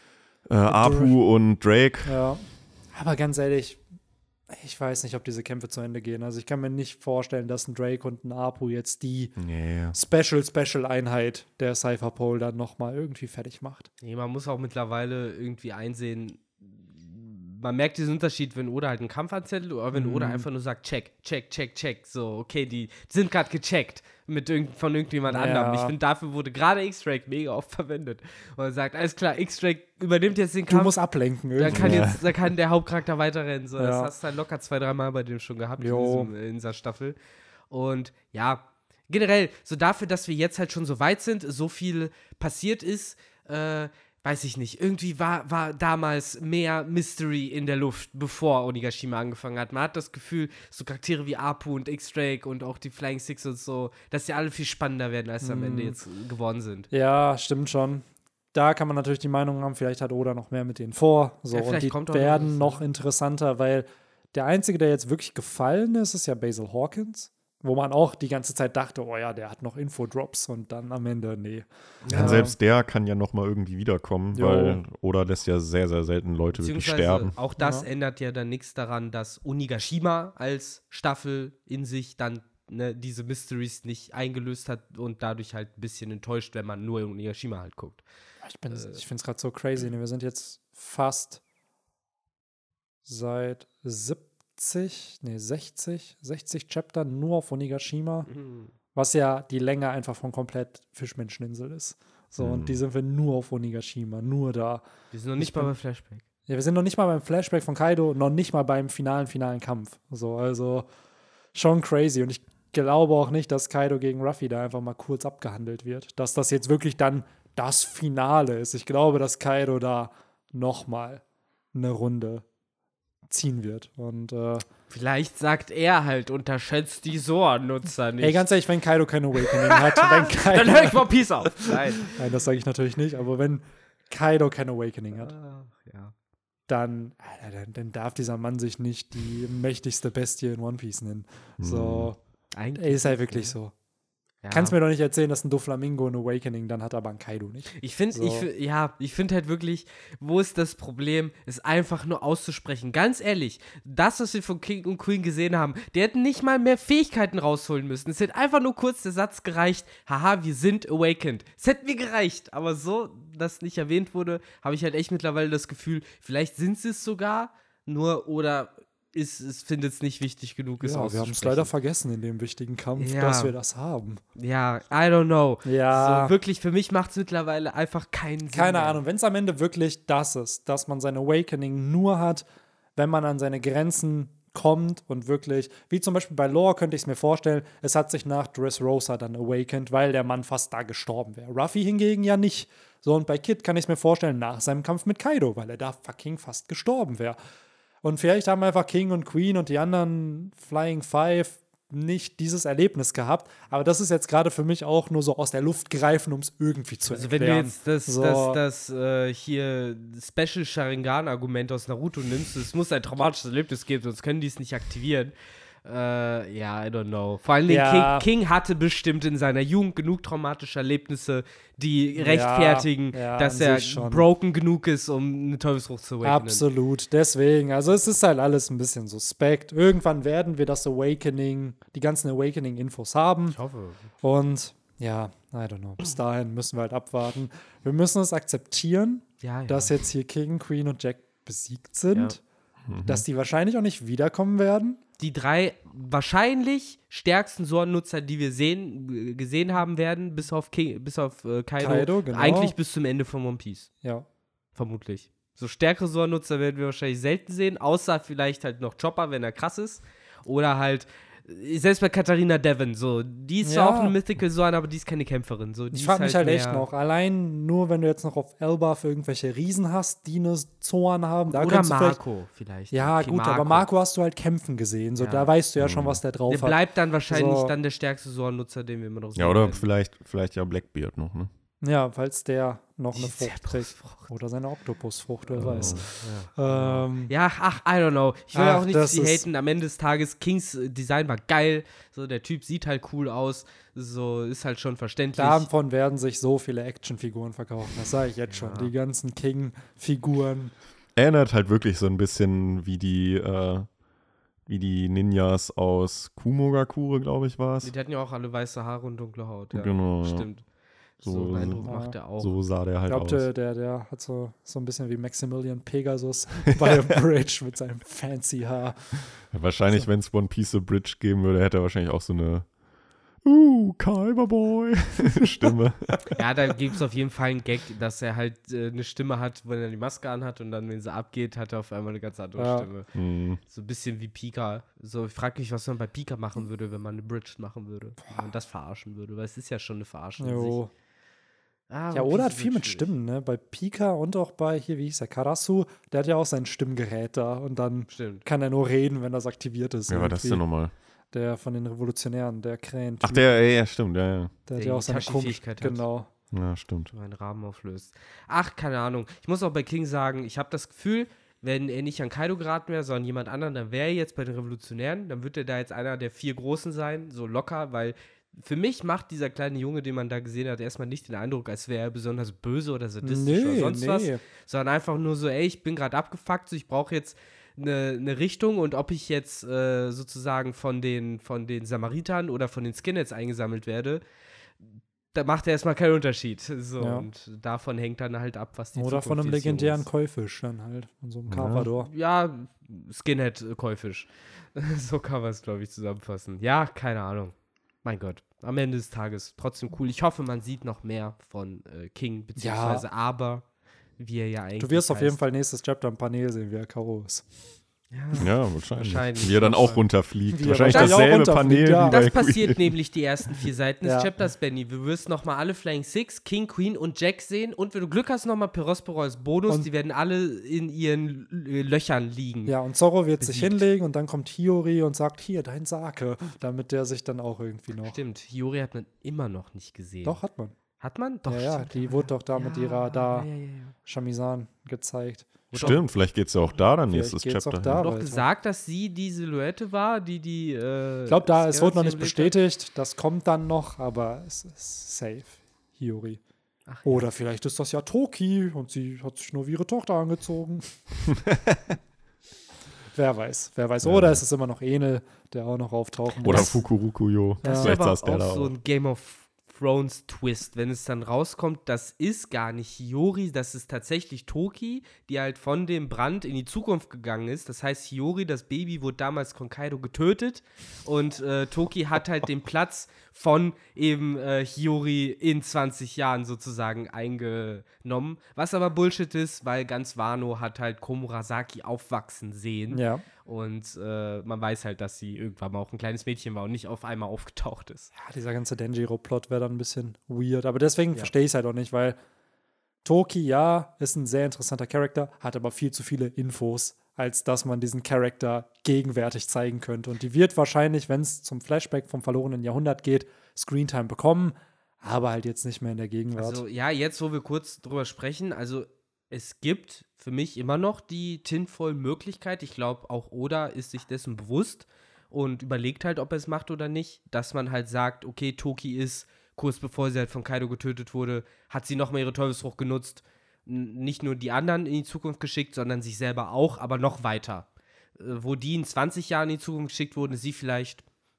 Apu und Drake. Ja, aber ganz ehrlich, ich weiß nicht, ob diese Kämpfe zu Ende gehen. Also ich kann mir nicht vorstellen, dass ein Drake und ein Apu jetzt die Nee. Special-Einheit der Cypher Pole dann nochmal irgendwie fertig macht. Nee, man muss auch mittlerweile irgendwie einsehen, man merkt diesen Unterschied, wenn Oda halt einen Kampf anzettelt oder wenn Oda einfach nur sagt, check. So, okay, die sind gerade gecheckt von irgendjemand Ja. anderem. Ich finde, dafür wurde gerade X-Drake mega oft verwendet. Und er sagt, alles klar, X-Drake übernimmt jetzt den Du Kampf. musst ablenken Dann irgendwie. kann der Hauptcharakter weiterrennen. So. Ja. Das hast du halt locker 2-3 Mal bei dem schon gehabt Jo. in dieser Staffel. Und ja, generell, so dafür, dass wir jetzt halt schon so weit sind, so viel passiert ist, weiß ich nicht. Irgendwie war damals mehr Mystery in der Luft, bevor Onigashima angefangen hat. Man hat das Gefühl, so Charaktere wie Apu und X-Drake und auch die Flying Six und so, dass die alle viel spannender werden, als sie am Ende jetzt geworden sind. Ja, stimmt schon. Da kann man natürlich die Meinung haben, vielleicht hat Oda noch mehr mit denen vor. So, Ja, und vielleicht die kommt auch noch werden was, noch interessanter, weil der Einzige, der jetzt wirklich gefallen ist, ist ja Basil Hawkins. Wo man auch die ganze Zeit dachte, oh ja, der hat noch Infodrops und dann am Ende, nee. Ja, und selbst der kann ja noch mal irgendwie wiederkommen, Jo. weil Oda lässt ja sehr, sehr selten Leute wirklich sterben. Auch das Ja. ändert ja dann nichts daran, dass Onigashima als Staffel in sich dann diese Mysteries nicht eingelöst hat und dadurch halt ein bisschen enttäuscht, wenn man nur Onigashima halt guckt. Ich finde es gerade so crazy. Ne? Wir sind jetzt fast seit 60 Chapter nur auf Onigashima, was ja die Länge einfach von komplett Fischmenscheninsel ist. So, und die sind wir nur auf Onigashima, nur da. Wir sind noch nicht mal bei Flashback. Ja, wir sind noch nicht mal beim Flashback von Kaido, noch nicht mal beim finalen Kampf. So, also schon crazy. Und ich glaube auch nicht, dass Kaido gegen Ruffy da einfach mal kurz abgehandelt wird. Dass das jetzt wirklich dann das Finale ist. Ich glaube, dass Kaido da noch mal eine Runde ziehen wird. Und Vielleicht sagt er halt, unterschätzt die Soa-Nutzer nicht. ey, ganz ehrlich, wenn Kaido kein Awakening hat, wenn Kaido, dann höre ich mal Peace auf. Nein. nein, das sage ich natürlich nicht, aber wenn Kaido kein Awakening hat, Ja. dann darf dieser Mann sich nicht die mächtigste Bestie in One Piece nennen. So, Eigentlich ey, ist halt wirklich so. ja. Kannst mir doch nicht erzählen, dass ein Doflamingo ein Awakening dann hat, aber ein Kaido nicht. Ich finde, So. ich finde halt wirklich, wo ist das Problem, es einfach nur auszusprechen. Ganz ehrlich, das, was wir von King und Queen gesehen haben, die hätten nicht mal mehr Fähigkeiten rausholen müssen. Es hätte einfach nur kurz der Satz gereicht, haha, wir sind awakened. Es hätte mir gereicht, aber so, dass nicht erwähnt wurde, habe ich halt echt mittlerweile das Gefühl, vielleicht sind sie es sogar, nur oder es findet es nicht wichtig genug, es Ja, wir auszusprechen. haben es leider vergessen in dem wichtigen Kampf, Ja. dass wir das haben. Ja, I don't know. Ja. So, wirklich, für mich macht es mittlerweile einfach keinen Sinn Keine mehr. Ahnung, wenn es am Ende wirklich das ist, dass man sein Awakening nur hat, wenn man an seine Grenzen kommt und wirklich, wie zum Beispiel bei Lore könnte ich es mir vorstellen, es hat sich nach Dressrosa dann awakened, weil der Mann fast da gestorben wäre. Ruffy hingegen ja nicht. So, und bei Kid kann ich es mir vorstellen, nach seinem Kampf mit Kaido, weil er da fucking fast gestorben wäre. Und vielleicht haben einfach King und Queen und die anderen Flying Five nicht dieses Erlebnis gehabt, aber das ist jetzt gerade für mich auch nur so aus der Luft greifen, um es irgendwie zu Also erklären. wenn du jetzt das hier Special Sharingan-Argument aus Naruto nimmst, es muss ein traumatisches Erlebnis geben, sonst können die es nicht aktivieren. Ja, I don't know. Vor allen Dingen, Ja. King hatte bestimmt in seiner Jugend genug traumatische Erlebnisse, die rechtfertigen, ja, dass an er sich schon. broken genug ist, um eine Teufelsfrucht zu awakenen. Absolut, deswegen, also es ist halt alles ein bisschen suspekt. Irgendwann werden wir das Awakening, die ganzen Awakening-Infos haben. Ich hoffe. Und ja, I don't know, bis dahin müssen wir halt abwarten. Wir müssen es akzeptieren, Ja. dass jetzt hier King, Queen und Jack besiegt sind, dass die wahrscheinlich auch nicht wiederkommen werden. Die 3 wahrscheinlich stärksten Sorennutzer, die wir gesehen haben werden, bis auf Kaido, genau. eigentlich bis zum Ende von One Piece. Ja. Vermutlich. So stärkere Sorennutzer werden wir wahrscheinlich selten sehen, außer vielleicht halt noch Chopper, wenn er krass ist. Oder halt, selbst bei Katharina Devon, so, die ist zwar Ja. auch eine Mythical Sorn, aber die ist keine Kämpferin. So, die Ich ist frage mich halt echt mehr- noch, allein nur, wenn du jetzt noch auf Elbaf irgendwelche Riesen hast, die eine Zorn haben, da Oder kannst du vielleicht. Marco vielleicht. Ja, Okay, gut, aber Marco hast du halt kämpfen gesehen. So, Ja. da weißt du ja schon, was der drauf Der hat. bleibt dann wahrscheinlich So. dann der stärkste Sorennutzer, den wir immer noch sehen Ja, oder werden. vielleicht ja Blackbeard noch, ne? Ja, falls der noch eine Die Frucht trägt. Zerbrusfrucht. Oder seine Oktopusfrucht, wer Oh. weiß. Ja. Ähm, Ja, I don't know. Ich will Ach, auch nicht das sie ist- haten. Am Ende des Tages, Kings Design war geil. So, der Typ sieht halt cool aus. So, ist halt schon verständlich. Davon werden sich so viele Actionfiguren verkaufen. Das sage ich jetzt schon. Die ganzen King-Figuren. Erinnert halt wirklich so ein bisschen wie die Ninjas aus Kumogakure, glaube ich, war es. Die hatten ja auch alle weiße Haare und dunkle Haut. Ja. Genau, ja. Stimmt. So So- einen Eindruck Ja. macht er auch. So sah der Ich halt aus. glaube, der hat so ein bisschen wie Maximilian Pegasus bei der Bridge mit seinem fancy Haar. Ja, wahrscheinlich, wenn es One Piece a Bridge geben würde, hätte er wahrscheinlich auch so eine Kaiberboy Stimme. Ja, da gibt es auf jeden Fall einen Gag, dass er halt eine Stimme hat, wenn er die Maske anhat und dann, wenn sie abgeht, hat er auf einmal eine ganz andere Ja. Stimme. Hm. So ein bisschen wie Pika. So, ich frage mich, was man bei Pika machen würde, wenn man eine Bridge machen würde. Wenn man das verarschen würde, weil es ist ja schon eine Verarschung. an Jo. sich. Ah, Ja, One Oda Piece hat ist viel mit schwierig. Stimmen, ne? Bei Pika und auch bei, hier, wie hieß der, Karasu, der hat ja auch sein Stimmgerät da und dann Stimmt. kann er nur reden, wenn das aktiviert ist. Wer war das denn irgendwie. nochmal? Der von den Revolutionären, der Krähen. Ach, ja, stimmt, ja. Der hat Der ja auch seine Itachi-Fähigkeit hat. Genau. Ja, stimmt. Einen Rahmen auflöst. Ach, keine Ahnung. Ich muss auch bei King sagen, ich habe das Gefühl, wenn er nicht an Kaido geraten wäre, sondern jemand anderen, dann wäre er jetzt bei den Revolutionären, dann würde er da jetzt einer der 4 Großen sein, so locker, weil für mich macht dieser kleine Junge, den man da gesehen hat, erstmal nicht den Eindruck, als wäre er besonders böse oder sadistisch oder sonst was, sondern einfach nur so, ey, ich bin gerade abgefuckt, so, ich brauche jetzt eine Richtung und ob ich jetzt sozusagen von den Samaritern oder von den Skinheads eingesammelt werde, da macht er erstmal keinen Unterschied. So, Ja. und davon hängt dann halt ab, was die Oder von einem Zukunft dieses legendären Junges- Keufisch dann halt, von so einem Ja. Carvador. Ja, Skinhead-Käufisch. So kann man es, glaube ich, zusammenfassen. Ja, keine Ahnung. Mein Gott. Am Ende des Tages trotzdem cool. Ich hoffe, man sieht noch mehr von King, beziehungsweise aber, wie er ja eigentlich Du wirst auf jeden heißt. Fall nächstes Chapter im Panel sehen, wie er K.O. ist. Ja, wahrscheinlich. Wahrscheinlich. Wie er dann auch runterfliegt. Wie er Wahrscheinlich wahrscheinlich auch dasselbe runterfliegt, Panel ja. wie bei Das passiert Queen. nämlich die ersten 4 Seiten des Ja. Chapters, Benny. Du wirst nochmal alle Flying Six, King, Queen und Jack sehen. Und wenn du Glück hast, nochmal Perospero als Bonus. Und- Die werden alle in ihren Löchern liegen. Ja, und Zorro wird sich Besiegt. hinlegen und dann kommt Hiyori und sagt, hier, dein Sake, damit der sich dann auch irgendwie noch... Stimmt, Hiyori hat man immer noch nicht gesehen. Doch, hat man. Hat man? Doch, Ja, ja, stimmt, die wurde doch da mit ihrer ja. Shamisan gezeigt. Stimmt, vielleicht geht es ja auch da dann Vielleicht nächstes geht's auch Chapter. da. hin. Doch weiter. gesagt, dass sie die Silhouette war, die Ich glaube, es wurde noch nicht Skeleton bestätigt, das kommt dann noch, aber es ist safe. Hiyori. Ach, Oder vielleicht ist das ja Toki und sie hat sich nur wie ihre Tochter angezogen. Wer weiß. Oder es ist immer noch Enel, der auch noch auftauchen muss. Oder Fukurukuyo. Das ist Vielleicht aber saß der da auch so auch. ein Game of Thrones Twist, wenn es dann rauskommt, das ist gar nicht Hiyori, das ist tatsächlich Toki, die halt von dem Brand in die Zukunft gegangen ist. Das heißt, Hiyori, das Baby, wurde damals von Kaido getötet und Toki hat halt den Platz von eben Hiyori in 20 Jahren sozusagen eingenommen. Was aber Bullshit ist, weil ganz Wano hat halt Komurasaki aufwachsen sehen. Ja. Und man weiß halt, dass sie irgendwann mal auch ein kleines Mädchen war und nicht auf einmal aufgetaucht ist. Ja, dieser ganze Denjiro-Plot wäre dann ein bisschen weird. Aber deswegen verstehe ich es halt auch nicht, weil Toki, ja, ist ein sehr interessanter Charakter, hat aber viel zu viele Infos als dass man diesen Charakter gegenwärtig zeigen könnte. Und die wird wahrscheinlich, wenn es zum Flashback vom verlorenen Jahrhundert geht, Screentime bekommen, aber halt jetzt nicht mehr in der Gegenwart. Also ja, jetzt, wo wir kurz drüber sprechen, also es gibt für mich immer noch die Tinfoil-Möglichkeit. Ich glaube, auch Oda ist sich dessen bewusst und überlegt halt, ob er es macht oder nicht, dass man halt sagt, okay, Toki ist, kurz bevor sie halt von Kaido getötet wurde, hat sie nochmal ihre Teufelsfrucht genutzt, nicht nur die anderen in die Zukunft geschickt, sondern sich selber auch, aber noch weiter. Wo die in 20 Jahren in die Zukunft geschickt wurden, ist sie vielleicht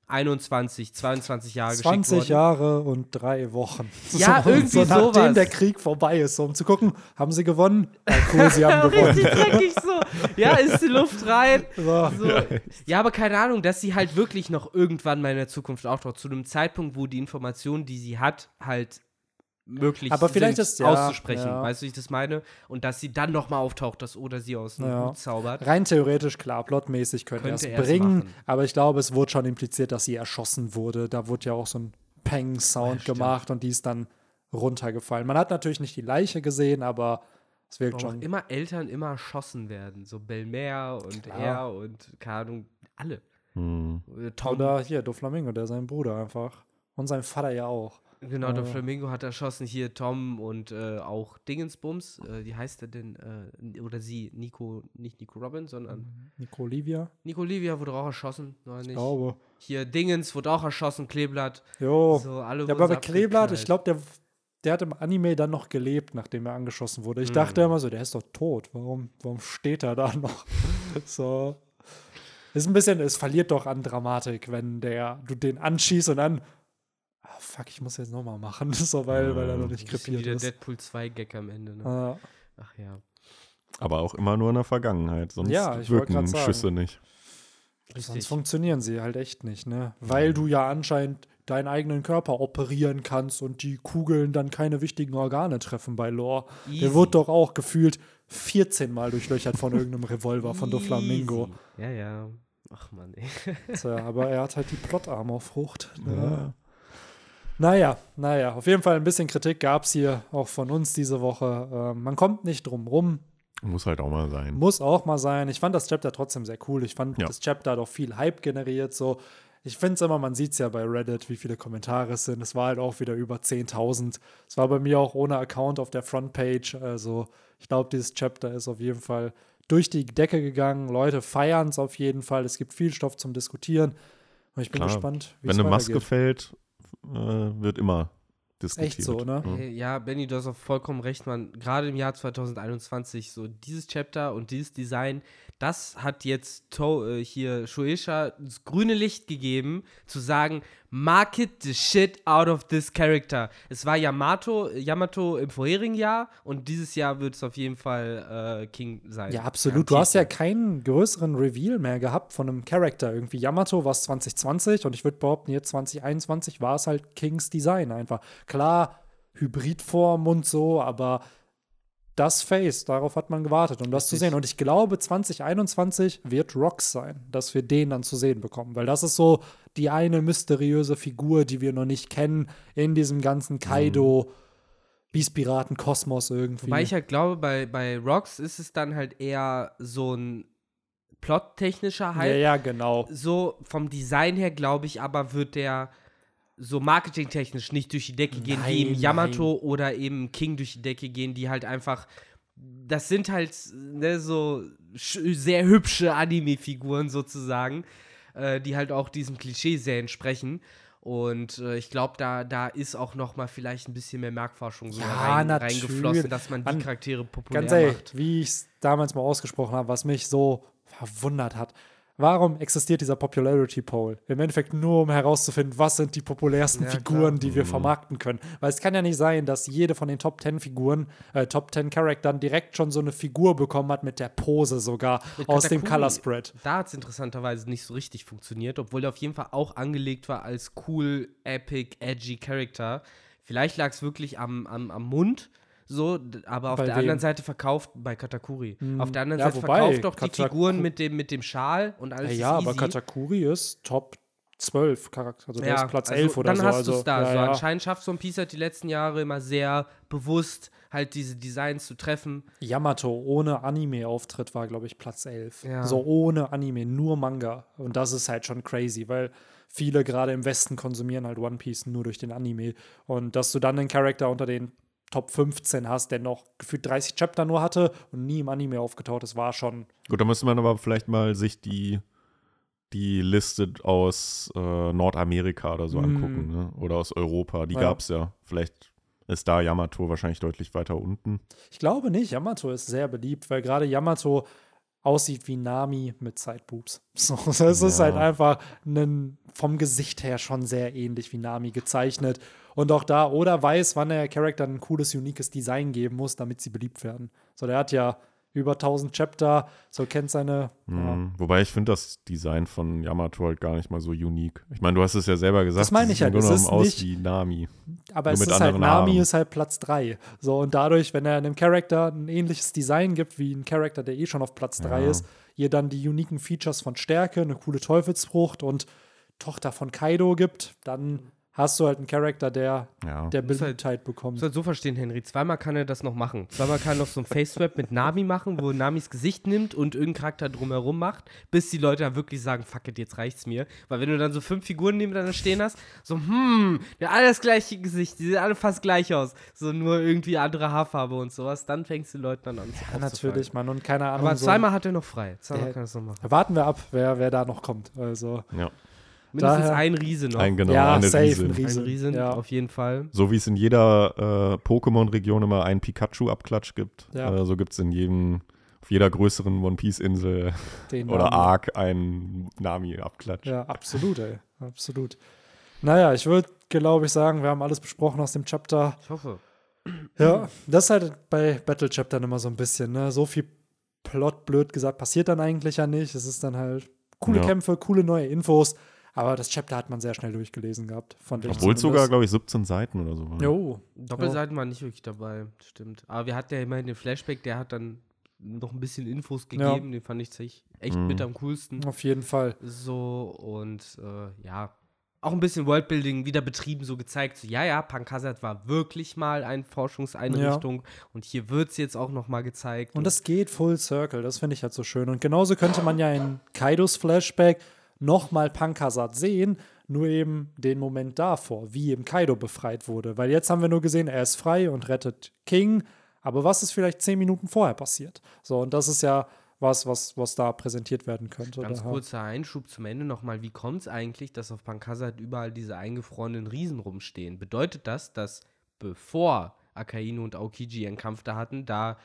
21, 22 Jahre geschickt worden. 20 Jahre und 3 Wochen. Ja, irgendwie nachdem sowas. der Krieg vorbei ist, so, um zu gucken, haben sie gewonnen? Ja, cool, sie haben gewonnen. Richtig dreckig so. Ja, ist die Luft rein. So. So. Ja, aber keine Ahnung, dass sie halt wirklich noch irgendwann mal in der Zukunft auftaucht. Zu einem Zeitpunkt, wo die Informationen, die sie hat, halt möglich Aber vielleicht sind, ist, ja, auszusprechen. ja. Weißt du, wie ich das meine? Und dass sie dann nochmal auftaucht, dass Oda sie aus dem Ja. Hut zaubert. Rein theoretisch, klar, plotmäßig könnte er es Könnte er es bringen, machen. aber ich glaube, es wurde schon impliziert, dass sie erschossen wurde. Da wurde ja auch so ein Peng-Sound stimmt. gemacht und die ist dann runtergefallen. Man hat natürlich nicht die Leiche gesehen, aber es wirkt Warum auch schon. immer Eltern immer erschossen werden. So Belmer und Klar. er und, keine Ahnung, alle. Hm. Tom, Oder hier, Doflamingo, der sein Bruder einfach. Und sein Vater ja auch. genau, der Flamingo hat erschossen, hier Tom und auch Dingensbums. Wie heißt er denn? Oder sie, Nico, nicht Nico Robin, sondern Nico Olivia, Nico Olivia wurde auch erschossen, oder nicht? ich glaube. Hier Dingens wurde auch erschossen, Kleeblatt. Jo. So, alle Ja, wurden aber bei so Kleeblatt, ich abgeknallt. glaube, der hat im Anime dann noch gelebt, nachdem er angeschossen wurde. Ich Hm. dachte immer so, der ist doch tot. Warum steht er da noch? So. Ist ein bisschen, es verliert doch an Dramatik, wenn du den anschießt und dann, fuck, ich muss jetzt nochmal machen, so, weil er noch nicht Ein bisschen krepiert wie der ist. Deadpool 2-Gag am Ende, ne? Ja. Ach ja. Aber auch immer nur in der Vergangenheit, sonst Ja, ich wollt wirken grad sagen. Schüsse nicht. Sonst Richtig. funktionieren sie halt echt nicht, ne? Weil du ja anscheinend deinen eigenen Körper operieren kannst und die Kugeln dann keine wichtigen Organe treffen bei Lore. Easy. Der wurde doch auch gefühlt 14 Mal durchlöchert von irgendeinem Revolver von Doflamingo. Easy. Ja, ja. Ach man, ey. Tja, aber er hat halt die Plot-Armor-Frucht. Ne? Naja, auf jeden Fall ein bisschen Kritik gab es hier auch von uns diese Woche. Man kommt nicht drum rum. Muss halt auch mal sein. Muss auch mal sein. Ich fand das Chapter trotzdem sehr cool. Ich fand, Ja. das Chapter hat auch viel Hype generiert. So. Ich finde es immer, man sieht es ja bei Reddit, wie viele Kommentare es sind. Es war halt auch wieder über 10.000. Es war bei mir auch ohne Account auf der Frontpage. Also ich glaube, dieses Chapter ist auf jeden Fall durch die Decke gegangen. Leute feiern es auf jeden Fall. Es gibt viel Stoff zum Diskutieren. Und ich bin Klar. gespannt, wie Wenn es eine Maske weitergeht. fällt, wird immer diskutiert. Echt so, ne? Hey, ja, Benny, du hast auch vollkommen recht, man. Gerade im Jahr 2021, so dieses Chapter und dieses Design, das hat jetzt hier Shueisha das grüne Licht gegeben, zu sagen, market the shit out of this character. Es war Yamato im vorherigen Jahr und dieses Jahr wird es auf jeden Fall King sein. Ja, absolut. Du hast ja Garantiert. keinen größeren Reveal mehr gehabt von einem Charakter. Irgendwie Yamato war es 2020 und ich würde behaupten, jetzt 2021 war es halt Kings Design einfach. Klar, Hybridform und so, aber das Face, darauf hat man gewartet, um das zu Richtig. sehen. Und ich glaube, 2021 wird Rox sein, dass wir den dann zu sehen bekommen. Weil das ist so die eine mysteriöse Figur, die wir noch nicht kennen in diesem ganzen Kaido, Beast-Piraten-Kosmos irgendwie. Wobei ich halt glaube, bei Rox ist es dann halt eher so ein plottechnischer ja, Hype. ja, genau. So vom Design her, glaube ich, aber wird der so marketingtechnisch nicht durch die Decke gehen, wie Nein, eben Yamato oder eben King durch die Decke gehen, die halt einfach, das sind halt ne, so sehr hübsche Anime-Figuren sozusagen, die halt auch diesem Klischee sehr entsprechen. Und ich glaube, da ist auch noch mal vielleicht ein bisschen mehr Marktforschung so Ja, natürlich. reingeflossen, dass man die Mann, Charaktere populär Ganz ehrlich, macht. wie ich es damals mal ausgesprochen habe, was mich so verwundert hat. Warum existiert dieser Popularity Poll? Im Endeffekt nur, um herauszufinden, was sind die populärsten Ja, Figuren, klar. die wir vermarkten können. Weil es kann ja nicht sein, dass jede von den Top 10 Figuren, Top 10 Charaktern direkt schon so eine Figur bekommen hat mit der Pose sogar Mit aus dem Katakuri, Color Spread. Da hat es interessanterweise nicht so richtig funktioniert, obwohl er auf jeden Fall auch angelegt war als cool, epic, edgy Character. Vielleicht lag es wirklich am Mund, so, aber auf Bei der wem? anderen Seite verkauft bei Katakuri. Auf der anderen Ja, Seite wobei, verkauft doch die Kataku- Figuren mit dem Schal und alles Ja, ist easy. aber Katakuri ist Top 12 Charakter, also der Ja, ist Platz also 11 oder dann so. hast du es da. Ja, So, ja. anscheinend schafft so ein Piece halt die letzten Jahre immer sehr bewusst halt diese Designs zu treffen. Yamato ohne Anime-Auftritt war, glaube ich, Platz 11. Ja. So ohne Anime, nur Manga. Und das ist halt schon crazy, weil viele gerade im Westen konsumieren halt One Piece nur durch den Anime. Und dass du dann einen Charakter unter den Top 15 hast, der noch gefühlt 30 Chapter nur hatte und nie im Anime aufgetaucht ist, war schon. Gut, da müsste man aber vielleicht mal sich die Liste aus Nordamerika oder so angucken, ne? Oder aus Europa. Die gab es ja. Vielleicht ist da Yamato wahrscheinlich deutlich weiter unten. Ich glaube nicht. Yamato ist sehr beliebt, weil gerade Yamato aussieht wie Nami mit Sideboobs. So, es ist halt einfach vom Gesicht her schon sehr ähnlich wie Nami gezeichnet. Und auch da, Oda weiß, wann der Charakter ein cooles, uniques Design geben muss, damit sie beliebt werden. So, der hat ja über 1000 Chapter, so kennt seine. Wobei ich finde das Design von Yamato halt gar nicht mal so unique. Ich meine, du hast es ja selber gesagt, das meine ich halt, es es ist aus nicht wie Nami. Aber Nur es mit ist halt, anderen Nami Armen. ist halt Platz 3. So, und dadurch, wenn er einem Charakter ein ähnliches Design gibt, wie ein Charakter, der schon auf Platz 3 ist, ihr dann die uniken Features von Stärke, eine coole Teufelsfrucht und Tochter von Kaido gibt, dann hast du halt einen Charakter, der Beliebtheit bekommt. Du musst halt so verstehen, Henry. Zweimal kann er das noch machen. Zweimal kann er noch so ein Face-Swap mit Nami machen, wo Namis Gesicht nimmt und irgendein Charakter drumherum macht, bis die Leute dann wirklich sagen, fuck it, jetzt reicht's mir. Weil wenn du dann so 5 Figuren nebeneinander stehen hast, so, die haben alle das gleiche Gesicht, die sehen alle fast gleich aus. So nur irgendwie andere Haarfarbe und sowas, dann fängst du Leuten dann an zu Ja, natürlich, Mann. Und keine Ahnung. Aber zweimal hat er noch frei. Zweimal kann er es noch machen. Warten wir ab, wer da noch kommt. Also. Ja. Mindestens ein Riese noch. Eine safe, Riese. ein Riese. Ein Riesen, Ja. auf jeden Fall. So wie es in jeder Pokémon-Region immer einen Pikachu-Abklatsch gibt, Ja. so gibt es auf jeder größeren One-Piece-Insel Den oder Nami. Arc einen Nami-Abklatsch. Ja, absolut, ey. Absolut. Naja, ich würde, glaube ich, sagen, wir haben alles besprochen aus dem Chapter. Ich hoffe. Ja, das ist halt bei Battle Chaptern immer so ein bisschen, ne? So viel Plot, blöd gesagt, passiert dann eigentlich ja nicht. Es ist dann halt coole Kämpfe, coole neue Infos. Aber das Chapter hat man sehr schnell durchgelesen gehabt. Obwohl es sogar, glaube ich, 17 Seiten oder so waren. Jo. Doppelseiten waren nicht wirklich dabei, stimmt. Aber wir hatten ja immerhin den Flashback, der hat dann noch ein bisschen Infos gegeben. Den fand ich echt mit am coolsten. Auf jeden Fall. So, und auch ein bisschen Worldbuilding wieder betrieben, so gezeigt, so, Punk Hazard war wirklich mal eine Forschungseinrichtung und hier wird es jetzt auch noch mal gezeigt. Und das geht full circle, das finde ich halt so schön. Und genauso könnte man ja in Kaidos Flashback nochmal Punk Hazard sehen, nur eben den Moment davor, wie eben Kaido befreit wurde. Weil jetzt haben wir nur gesehen, er ist frei und rettet King, aber was ist vielleicht 10 Minuten vorher passiert? So, und das ist ja was da präsentiert werden könnte. Ganz kurzer Einschub zum Ende nochmal. Wie kommt es eigentlich, dass auf Punk Hazard überall diese eingefrorenen Riesen rumstehen? Bedeutet das, dass bevor Akainu und Aokiji ihren Kampf da hatten, da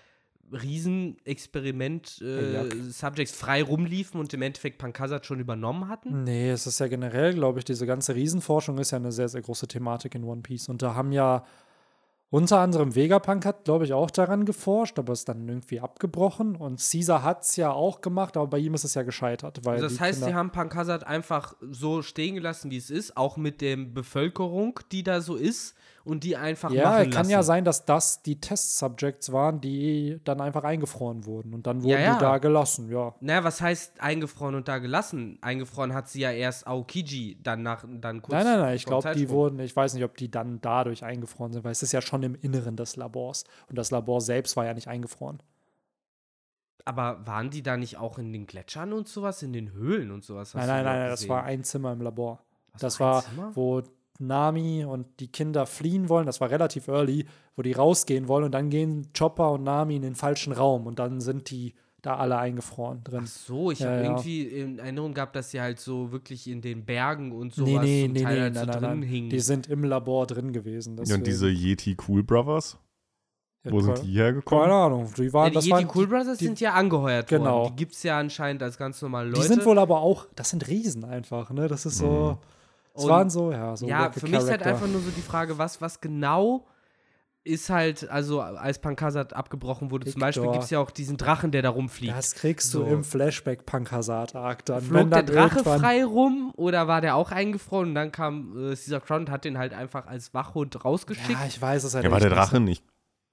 Riesenexperiment-Subjects frei rumliefen und im Endeffekt Punk Hazard schon übernommen hatten? Nee, es ist ja generell, glaube ich, diese ganze Riesenforschung ist ja eine sehr, sehr große Thematik in One Piece. Und da haben ja unter anderem Vegapunk hat, glaube ich, auch daran geforscht, aber ist dann irgendwie abgebrochen. Und Caesar hat es ja auch gemacht, aber bei ihm ist es ja gescheitert. Weil Also das heißt, sie haben Punk Hazard einfach so stehen gelassen, wie es ist, auch mit der Bevölkerung, die da so ist und die einfach machen lassen. Ja, kann ja sein, dass das die Test-Subjects waren, die dann einfach eingefroren wurden. Und dann wurden die da gelassen, ja. Naja, was heißt eingefroren und da gelassen? Eingefroren hat sie ja erst Aokiji, dann kurz. Nein, ich glaube, die wurden, ich weiß nicht, ob die dann dadurch eingefroren sind, weil es ist ja schon im Inneren des Labors. Und das Labor selbst war ja nicht eingefroren. Aber waren die da nicht auch in den Gletschern und sowas, in den Höhlen und sowas? Nein, das war ein Zimmer im Labor. Das war war, ein Zimmer? wo Nami und die Kinder fliehen wollen. Das war relativ early, wo die rausgehen wollen. Und dann gehen Chopper und Nami in den falschen Raum. Und dann sind die da alle eingefroren drin. Ach so, ich habe irgendwie in Erinnerung gehabt, dass sie halt so wirklich in den Bergen und sowas Nee, halt so drin hingen. Die sind im Labor drin gewesen. Und diese Yeti Cool Brothers? Wo sind die hergekommen? Keine Ahnung. Die Yeti Cool Brothers sind ja angeheuert genau. worden. Die gibt es ja anscheinend als ganz normale Leute. Die sind wohl aber auch, das sind Riesen einfach, ne? Das ist so, es waren so, so ja, für mich ist halt einfach nur so die Frage, was genau ist halt, also als Punk Hazard abgebrochen wurde, zum Beispiel gibt es ja auch diesen Drachen, der da rumfliegt. Das kriegst du im Flashback Punk Hazard-Arc dann. Flog der Drache frei rum oder war der auch eingefroren und dann kam Caesar Crown und hat den halt einfach als Wachhund rausgeschickt? Ja, ich weiß es halt war der Drache nicht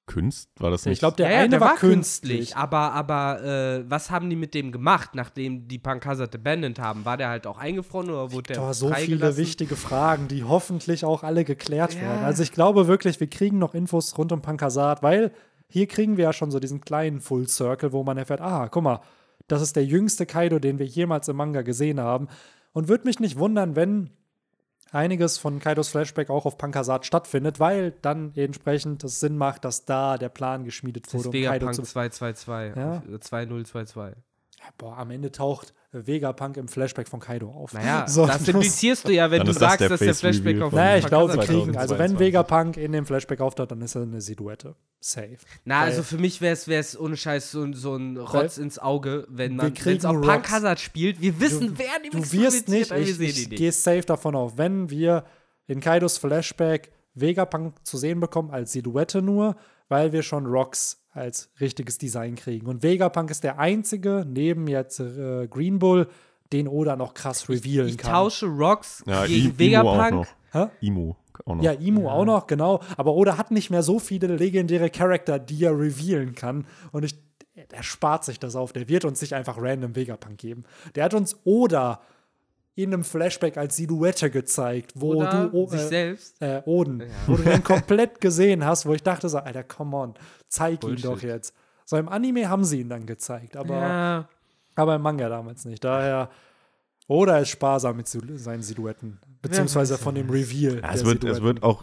War das nicht? Ich glaube, der Ja, eine der war künstlich. Aber was haben die mit dem gemacht, nachdem die Punk Hazard abandoned haben? War der halt auch eingefroren oder wurde der Da so viele freigelassen? wichtige Fragen, die hoffentlich auch alle geklärt Ja. werden. Also ich glaube wirklich, wir kriegen noch Infos rund um Punk Hazard, weil hier kriegen wir ja schon so diesen kleinen Full Circle, wo man erfährt, guck mal, das ist der jüngste Kaido, den wir jemals im Manga gesehen haben. Und würde mich nicht wundern, wenn einiges von Kaidos Flashback auch auf Punk Hazard stattfindet, weil dann entsprechend das Sinn macht, dass da der Plan geschmiedet Das wurde, ist um Kaido Vegapunk zu 222. Ja. 2022. am Ende taucht Vegapunk im Flashback von Kaido auf. Naja, So, das implizierst du ja, wenn Dann du ist das sagst, der dass der Face Flashback Reveal auf von- Naja, ich Punk glaube, wir Hazard kriegen, also wenn 2022. Vegapunk in dem Flashback auftaucht, dann ist er eine Silhouette. Safe. Na, also Weil- für mich wäre es ohne Scheiß so ein Rotz ins Auge, wenn wir man es auf kriegen Punk Rocks. Hazard spielt. Wir wissen, wer die Du wirst nicht, wir ich sehen die nicht. gehe safe davon auf, wenn wir in Kaidos Flashback Vegapunk zu sehen bekommen als Silhouette nur, weil wir schon Rocks als richtiges Design kriegen. Und Vegapunk ist der einzige, neben jetzt Green Bull, den Oda noch krass revealen Ich kann. tausche Rocks Ja, gegen Imo auch Vegapunk. noch. Hä? Imo auch noch. Ja, Imo auch noch, genau. Aber Oda hat nicht mehr so viele legendäre Charakter, die er revealen kann. Und er spart sich das auf. Der wird uns nicht einfach random Vegapunk geben. Der hat uns Oda in einem Flashback als Silhouette gezeigt, wo Oder du sich selbst. Oden, wo du den komplett gesehen hast, wo ich dachte so, Alter, come on, zeig Bullshit. ihn doch jetzt. So im Anime haben sie ihn dann gezeigt, aber im Manga damals nicht. Daher, Oda ist sparsam mit seinen Silhouetten, beziehungsweise weiß von dem Reveal. Ja, der es wird Silhouetten. auch,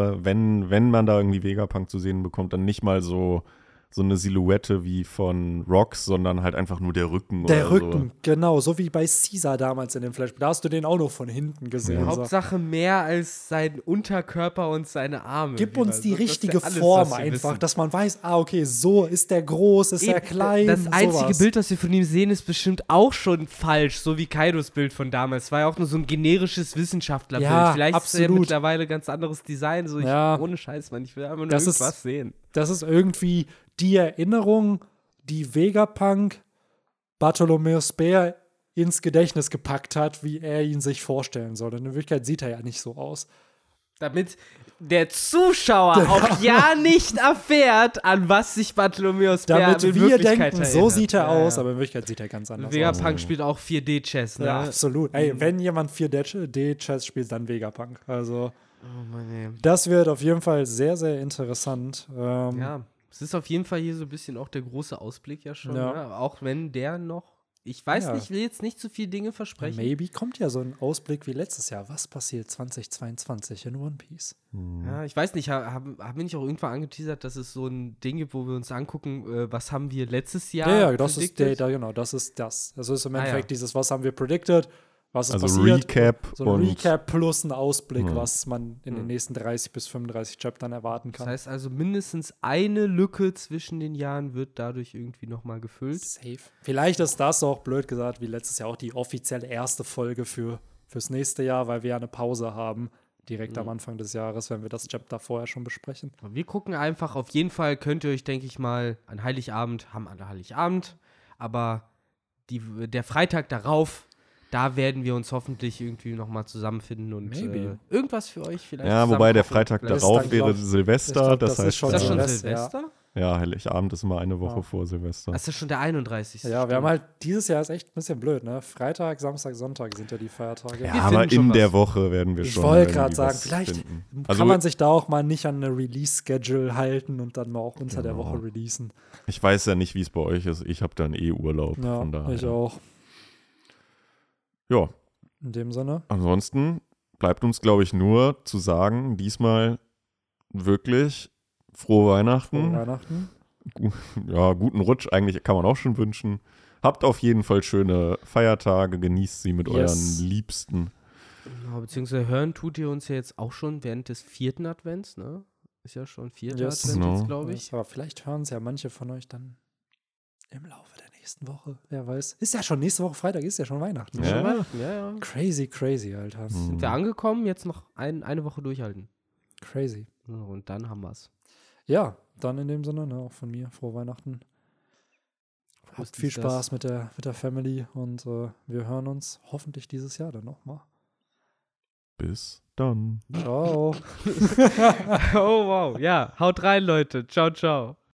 wenn man da irgendwie Vegapunk zu sehen bekommt, dann nicht mal so eine Silhouette wie von Rocks, sondern halt einfach nur der Rücken Der oder Rücken, genau, so wie bei Caesar damals in dem Flash. Da hast du den auch noch von hinten gesehen. So. Hauptsache mehr als sein Unterkörper und seine Arme. Gib Lieber. uns die Das ist ja richtige alles, Form was wir einfach, wissen. dass man weiß, okay, so ist der groß, ist er Eben, klein. Das einzige sowas. Bild, das wir von ihm sehen, ist bestimmt auch schon falsch, so wie Kaidos Bild von damals. War ja auch nur so ein generisches Wissenschaftlerbild. Ja, Vielleicht ist er ja absolut. mittlerweile ein ganz anderes Design. So Ja. Ohne Scheiß, Mann. Ich will einfach nur Das ist- irgendwas sehen. Das ist irgendwie die Erinnerung, die Vegapunk Bartholomäus Bär ins Gedächtnis gepackt hat, wie er ihn sich vorstellen soll. In Wirklichkeit sieht er ja nicht so aus. Damit der Zuschauer auch ja nicht erfährt, an was sich Bartholomäus Bär Damit in wir Wirklichkeit denken, so erinnert. sieht er Ja, aus, ja. aber in Wirklichkeit sieht er ganz anders aus. Vegapunk spielt auch 4D-Chess, ne? Ja, absolut. Ey, wenn jemand 4D-Chess spielt, dann Vegapunk. Also, Oh Mann, ey. das wird auf jeden Fall sehr, sehr interessant. Ja, es ist auf jeden Fall hier so ein bisschen auch der große Ausblick ja schon. Ja. Ne? Auch wenn der noch, ich weiß Ja. nicht, ich will jetzt nicht zu viele Dinge versprechen. Maybe kommt ja so ein Ausblick wie letztes Jahr. Was passiert 2022 in One Piece? Ja, ich weiß nicht, haben wir nicht auch irgendwann angeteasert, dass es so ein Ding gibt, wo wir uns angucken, was haben wir letztes Jahr Ja, das ist predicted? genau, das ist das. Also ist im Ah, Endeffekt ja. dieses, was haben wir predicted, was ist Also passiert. Recap So ein und Recap plus ein Ausblick, was man in den nächsten 30 bis 35 Chaptern erwarten Das kann. heißt also, mindestens eine Lücke zwischen den Jahren wird dadurch irgendwie nochmal gefüllt. Safe. Vielleicht ist das auch, blöd gesagt, wie letztes Jahr auch die offizielle erste Folge fürs nächste Jahr, weil wir ja eine Pause haben, direkt am Anfang des Jahres, wenn wir das Chapter vorher schon besprechen. Wir gucken einfach, auf jeden Fall könnt ihr euch, denke ich mal, an Heiligabend, haben alle Heiligabend, aber der Freitag darauf, da werden wir uns hoffentlich irgendwie nochmal zusammenfinden und Maybe. irgendwas für euch vielleicht ja, wobei der zusammen Freitag kochen. ist darauf dann, wäre glaub- Silvester, ich glaub, das das ist heißt, schon Ist das schon Silvester, Silvester? ja, Heiligabend ist immer eine Woche Ja. vor Silvester. Das ist schon der 31. Ja, wir stimmt. haben halt, dieses Jahr ist echt ein bisschen blöd, ne? Freitag, Samstag, Sonntag sind ja die Feiertage. Ja, wir aber finden schon in was. der Woche werden wir Ich schon wollte irgendwie gerade sagen, was vielleicht finden. kann Also man sich da auch mal nicht an eine Release-Schedule halten und dann mal auch unter der Genau. Woche releasen. ich weiß ja nicht, wie es bei euch ist. Ich habe dann Urlaub. Ja, von daher. ich auch. Ja, In dem Sinne. ansonsten bleibt uns, glaube ich, nur zu sagen, diesmal wirklich frohe Weihnachten. Frohe Weihnachten. Ja, guten Rutsch eigentlich kann man auch schon wünschen. Habt auf jeden Fall schöne Feiertage, genießt sie mit Yes. euren Liebsten. Ja, beziehungsweise hören tut ihr uns ja jetzt auch schon während des 4. Advents, ne? Ist ja schon 4. Yes. Advent No. jetzt, glaube ich. Aber vielleicht hören es ja manche von euch dann im Laufe der nächsten Woche. Wer weiß. Ist ja schon nächste Woche Freitag, ist ja schon Weihnachten. Ja. Schon Weihnachten, ja, ja. Crazy, crazy, Alter. Sind wir angekommen, jetzt noch eine Woche durchhalten. Crazy. Ja, und dann haben wir es. Ja, dann in dem Sinne, ne, auch von mir, frohe Weihnachten. Habt viel Spaß mit der Family und wir hören uns hoffentlich dieses Jahr dann nochmal. Bis dann. Ciao. Oh wow, ja, haut rein, Leute. Ciao, ciao.